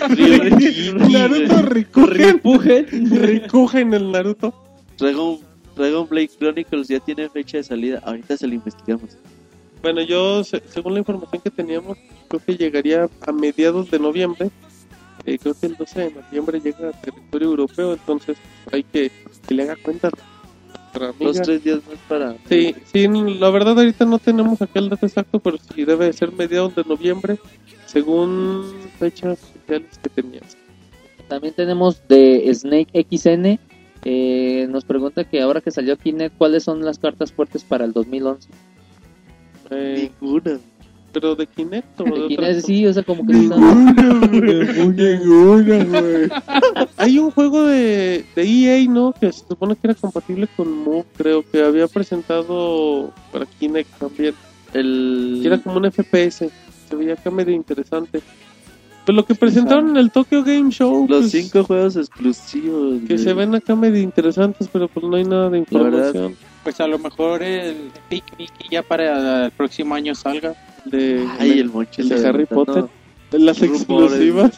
Ri- Naruto Rikugen. Ripugen. Rikugen el Naruto. Dragon, Dragon Blade Chronicles ya tiene fecha de salida, ahorita se lo investigamos. Bueno, yo, se- según la información que teníamos, creo que llegaría a mediados de noviembre. Eh, creo que el doce de noviembre llega a territorio europeo, entonces hay que, que le haga cuenta a nuestra amiga. Dos, tres días más para... Sí, sí, la verdad ahorita no tenemos acá el dato exacto, pero sí debe de ser mediados de noviembre, según fechas oficiales que tenías. También tenemos de Snake X N, eh, nos pregunta que ahora que salió Kinect, ¿cuáles son las cartas fuertes para el dos mil once? Eh, Ninguna. pero de Kinect o de De otras Kinect cosas? sí, o sea, como que están... Ninguna, güey. Hay un juego de, de E A, ¿no? Que se supone que era compatible con Move, creo que había presentado para Kinect también. El... Que era como un F P S. Se veía acá medio interesante. Pues lo que presentaron en el Tokyo Game Show, Los pues, cinco juegos exclusivos. que güey. se ven acá medio interesantes, pero pues no hay nada de La verdad. información Pues a lo mejor el Picnic ya para el próximo año salga. de, Ay, el Monchi el de se Harry aventando Potter. de las rumores. exclusivas.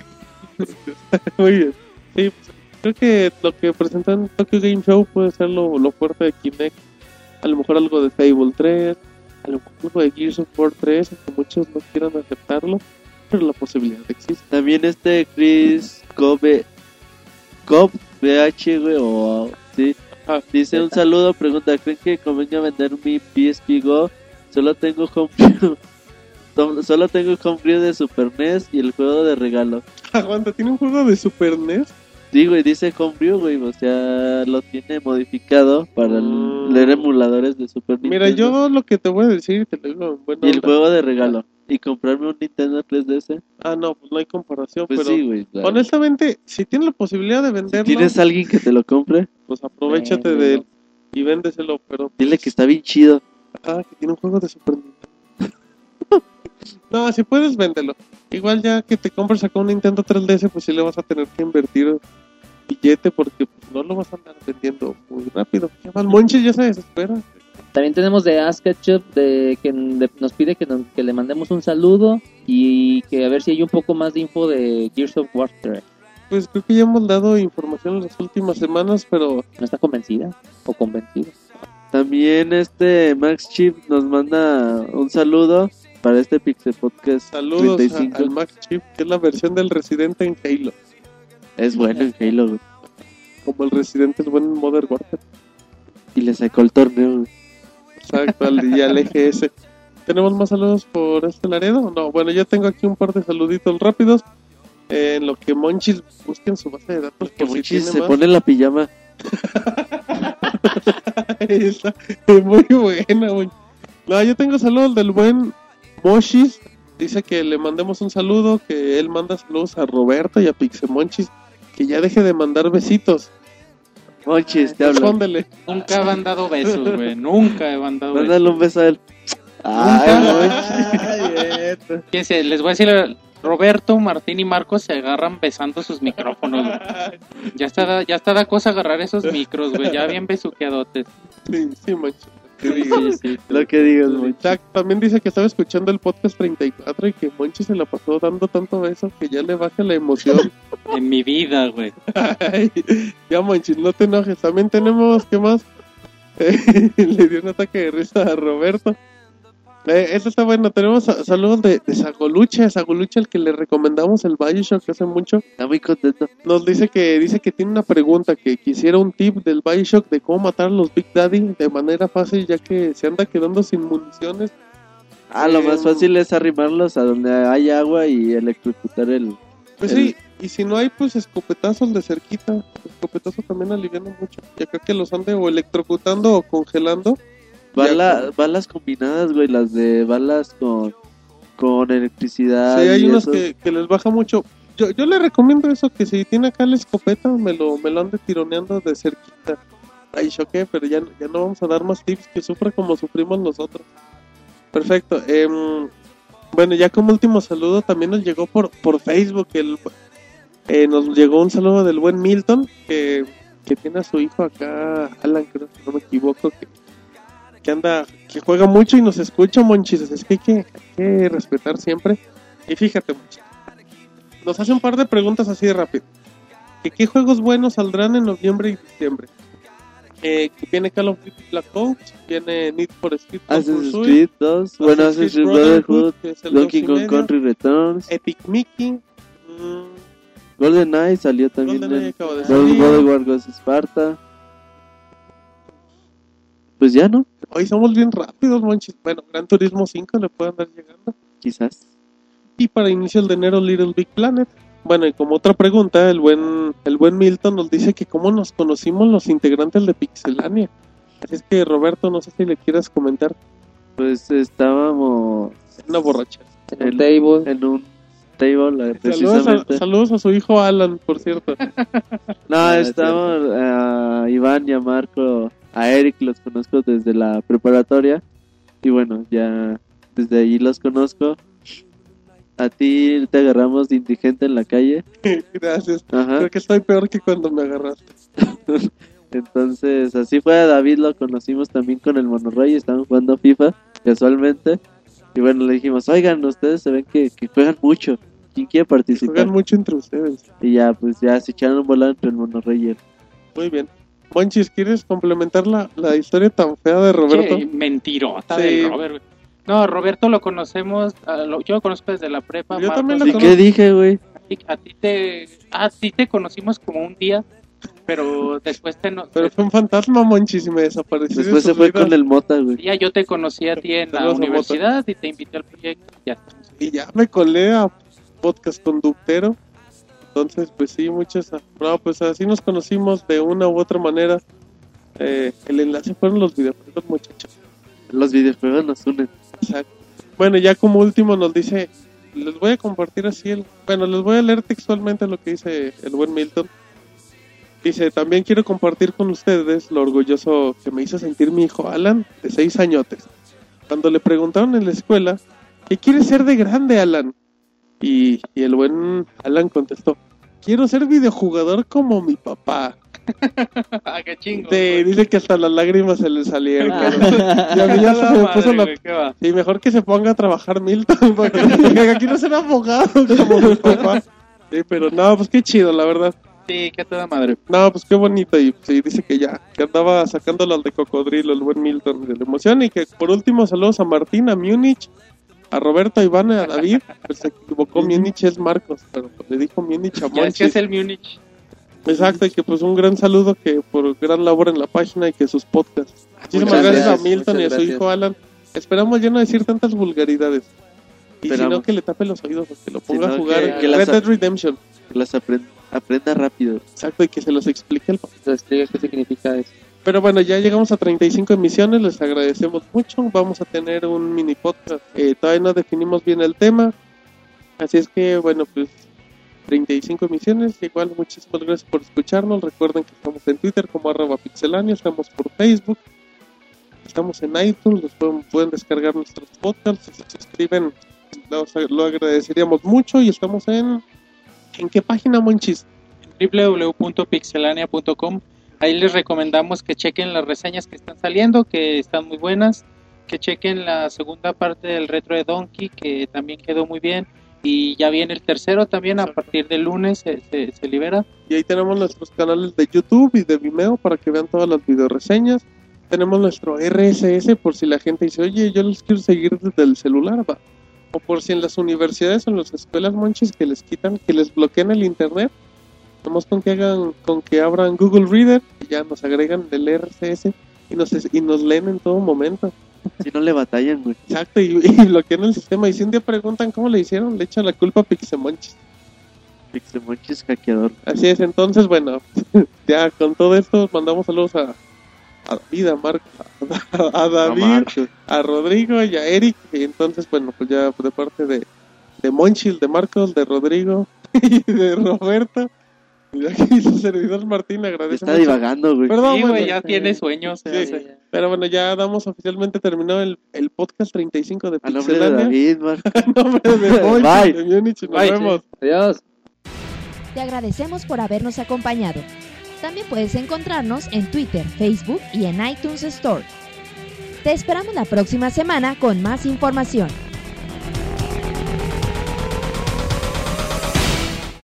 Muy bien. Sí, pues, creo que lo que presentan en Tokyo Game Show puede ser lo, lo fuerte de Kinect. A lo mejor algo de Fable tres, a lo mejor algo de Gears of War tres, aunque muchos no quieran aceptarlo, pero la posibilidad existe. También este Chris Kobe Cobb B H, güey, o sí. Ah, Dice un saludo, pregunta, ¿creen que convenga vender mi P S P Go? Solo tengo homebrew. Solo tengo homebrew de Super N E S y el juego de regalo. aguanta, ¿tiene un juego de Super N E S? Sí, güey, dice homebrew, güey, o sea, lo tiene modificado para el- Mm. leer emuladores de Super Mira, Nintendo. yo lo que te voy a decir, te lo digo en buena Y el onda. juego de regalo. Y comprarme un Nintendo tres D S. Ah, no, pues no hay comparación, Pues pero sí, güey. claro. honestamente, si tienes la posibilidad de Si venderlo, tienes alguien que te lo compre, pues aprovechate Véndelo. de él y véndeselo, pero dile que está bien chido. ah, que tiene un juego de Super Nintendo. No, si puedes, véndelo. Igual ya que te compres acá un Nintendo tres D S, pues sí le vas a tener que invertir billete porque pues, no lo vas a andar vendiendo muy rápido. Ya va, el Monchi ya se desespera. También tenemos de Ask Ketchup, de que de- nos pide que, nos- que le mandemos un saludo y que a ver si hay un poco más de info de Gears of War tres. Pues creo que ya hemos dado información en las últimas semanas, pero ¿No está convencida o convencido? También este Max Chip nos manda un saludo para este Pixel Podcast saludos treinta y a- cinco. al Max Chip, que es la versión del Residente en Halo. Es bueno en Halo, güey. Como el Residente es bueno en Modern Warfare. Y le sacó el torneo, güey. Exacto, al, y al E G S. ¿Tenemos más saludos por este Laredo? No, bueno, yo tengo aquí un par de saluditos rápidos. Eh, en lo que Monchis busque en su base de datos. Que por si Monchis tiene se más. pone la pijama. Esa es muy buena, güey. No, yo tengo saludos del buen Moshis. Dice que le mandemos un saludo, que él manda saludos a Roberto y a Pixemonchis. Que ya deje de mandar besitos. Monchis, te hablo. Respóndele. Nunca he mandado besos, güey. Nunca he mandado besos. Mándale un beso a él. Ay, Monchis. Fíjense, les voy a decir, Roberto, Martín y Marcos se agarran besando sus micrófonos, güey. Ya está, da- ya está da cosa agarrar esos micros, güey. Ya bien besuqueadotes. Sí, sí, Monchis. que digas. Sí, sí. Lo que digas, Monchis. Jack también dice que estaba escuchando el podcast treinta y cuatro y que Monchi se la pasó dando tanto beso que ya le baja la emoción. En mi vida, güey. Ay, ya, Monchi, no te enojes. También tenemos, ¿qué más? Eh, le dio un ataque de risa a Roberto. Eh, eso está bueno. Tenemos sa- saludos de, de Sagolucha, Sagolucha, al que le recomendamos el Bioshock hace mucho. Está muy contento. Nos dice que dice que tiene una pregunta, que quisiera un tip del Bioshock de cómo matar a los Big Daddy de manera fácil, ya que se anda quedando sin municiones. Ah, lo Eh, más fácil es arrimarlos a donde hay agua y electrocutar el... Pues el- sí, y si no hay, pues escopetazos de cerquita. Escopetazos también alivianan mucho. Y acá que los ande o electrocutando o congelando. Bala- Ya, balas combinadas, güey, las de balas con, con electricidad. sí, hay y unos eso. que, que les baja mucho. Yo, yo le recomiendo eso, que si tiene acá la escopeta, me lo, me lo ande tironeando de cerquita. Ay, choqué, pero ya, ya no vamos a dar más tips, que sufra como sufrimos nosotros. Perfecto. em, bueno, ya como último saludo, también nos llegó por, por Facebook, el, eh, nos llegó un saludo del buen Milton, que, que tiene a su hijo acá, Alan, creo, si no me equivoco, que, que anda, que juega mucho y nos escucha, Monchis, es que hay que, hay que respetar siempre. Y fíjate, Monchis, nos hace un par de preguntas así de rápido. ¿Que ¿Qué juegos buenos saldrán en noviembre y diciembre? Eh, que viene Call of Duty Black Ops, viene Need for Speed Hot Assassin's Pursuit, Creed dos, bueno, Assassin's Creed Brotherhood, que es el dos Donkey y Kong medio, Country Returns, Epic Mickey, mm, GoldenEye salió también GoldenEye en acaba de God salir. God War Ghost Sparta. Pues ya, ¿no? Hoy somos bien rápidos, Monchis. Bueno, Gran Turismo cinco le puede andar llegando. Quizás. Y para inicios de enero, Little Big Planet. Bueno, y como otra pregunta, el buen el buen Milton nos dice que cómo nos conocimos los integrantes de Pixelania. Así es que, Roberto, no sé si le quieras comentar. Pues estábamos Una borrachera. En un table. en un table, eh, Saludos precisamente. a, saludos a su hijo Alan, por cierto. No, Ah, es estamos a Iván y a Marco, a Eric los conozco desde la preparatoria. Y bueno, ya desde ahí los conozco. A ti te agarramos de indigente en la calle. Gracias. Ajá. Creo que estoy peor que cuando me agarraste. Entonces, así fue. A David lo conocimos también con el Monorrey. Estaban jugando FIFA casualmente. Y bueno, le dijimos, oigan, ustedes se ven que, que juegan mucho. ¿Quién quiere participar? Juegan mucho entre ustedes. Y ya, pues ya se echaron un volado entre el Monorrey y él. Muy bien. Monchis, ¿quieres complementar la, la historia tan fea de Roberto? Che, mentirota Sí. del Robert, güey. No, Roberto lo conocemos, ah, lo- yo lo conozco desde la prepa. Yo Marcos, también lo ¿Y conozco. qué dije, güey? a ti, a ti te, a ti te conocimos como un día, pero después te no, Pero fue un fantasma, Monchis, y me desapareció. de Después se sus fue vidas. con el Mota, güey. ya yo te conocí a ti en la Saludos a universidad y te invité al proyecto. Ya. Y ya me colé a podcast conductero. Entonces, pues sí, muchas. No, pues así nos conocimos de una u otra manera. Eh, el enlace fueron los videojuegos, muchachos. Los videojuegos nos unen. Exacto. Bueno, ya como último nos dice, les voy a compartir así el, bueno, les voy a leer textualmente lo que dice el buen Milton. Dice, también quiero compartir con ustedes lo orgulloso que me hizo sentir mi hijo Alan, de seis añotes. Cuando le preguntaron en la escuela, ¿qué quieres ser de grande, Alan? Y, y el buen Alan contestó, quiero ser videojugador como mi papá. Ah, qué chingo. Sí, dice que hasta las lágrimas se le salieron. Ah. Y a mí ya se me puso la... ¿Qué va? Sí, mejor que se ponga a trabajar Milton, porque quiero ser abogado como mi papá. Sí, pero no, pues qué chido, la verdad. Sí, que a toda madre. No, pues qué bonito. Y sí, dice que ya, que andaba sacándolas de cocodrilo el buen Milton de la emoción. Y que por último, saludos a Martín, a Múnich, a Roberto, a Iván, a David. Pues se equivocó, Múnich es Marcos, pero le dijo Múnich a Ya es que Monchis. es el Múnich. Exacto, y que pues un gran saludo que por gran labor en la página y que sus podcasts. Muchísimas Muchas gracias, gracias, a Milton y a muchas su gracias. hijo Alan. Esperamos ya no decir tantas vulgaridades. Y si Esperamos. no, que le tape los oídos o que lo ponga no, a jugar que- que Red las- Dead Redemption. Que las aprenda, aprenda rápido. Exacto, y que se los explique el papá. ¿Te explicas qué significa eso? Pero bueno, ya llegamos a treinta y cinco emisiones, les agradecemos mucho. Vamos a tener un mini podcast. Eh, todavía no definimos bien el tema. Así es que, bueno, pues treinta y cinco emisiones. Igual, muchísimas gracias por escucharnos. Recuerden que estamos en Twitter como arroba pixelania, estamos por Facebook, estamos en iTunes, los pueden, pueden descargar nuestros podcasts. Si se suscriben, lo, lo agradeceríamos mucho. Y estamos en... ¿En qué página, Monchis? w w w punto pixelania punto com. Ahí les recomendamos que chequen las reseñas que están saliendo, que están muy buenas, que chequen la segunda parte del retro de Donkey, que también quedó muy bien, y ya viene el tercero también, a partir del lunes se, se, se libera. Y ahí tenemos nuestros canales de YouTube y de Vimeo para que vean todas las videoreseñas. Tenemos nuestro R S S por si la gente dice, oye, yo los quiero seguir desde el celular, va. O por si en las universidades o en las escuelas monchis que les quitan, que les bloquean el internet, nomás con que hagan, con que abran Google Reader y ya nos agregan el R S S y nos, y nos leen en todo momento. Si no le batallan, güey. Exacto, y, y bloquean el sistema. Y si un día preguntan cómo le hicieron, le echan la culpa a Pixemonchis. Pixemonchis hackeador. Así es, entonces, bueno, ya con todo esto mandamos saludos a, a David, a Marco, a, a David, Marco. a Rodrigo y a Eric. Y entonces, bueno, pues ya de parte de, de Monchil, de Marcos, de Rodrigo y de Roberto. Y aquí su servidor Martín agradece Está mucho. divagando, güey. Perdón, Sí, bueno, güey, ya tiene sueños. sí, ya sí. sé. Pero bueno, ya damos oficialmente terminado el, el podcast treinta y cinco de A nombre de Pixelania. David, Marco. A nombre de Monchil, Bye. de Múnich, nos Bye. vemos. Adiós. Te agradecemos por habernos acompañado. También puedes encontrarnos en Twitter, Facebook y en iTunes Store. Te esperamos la próxima semana con más información.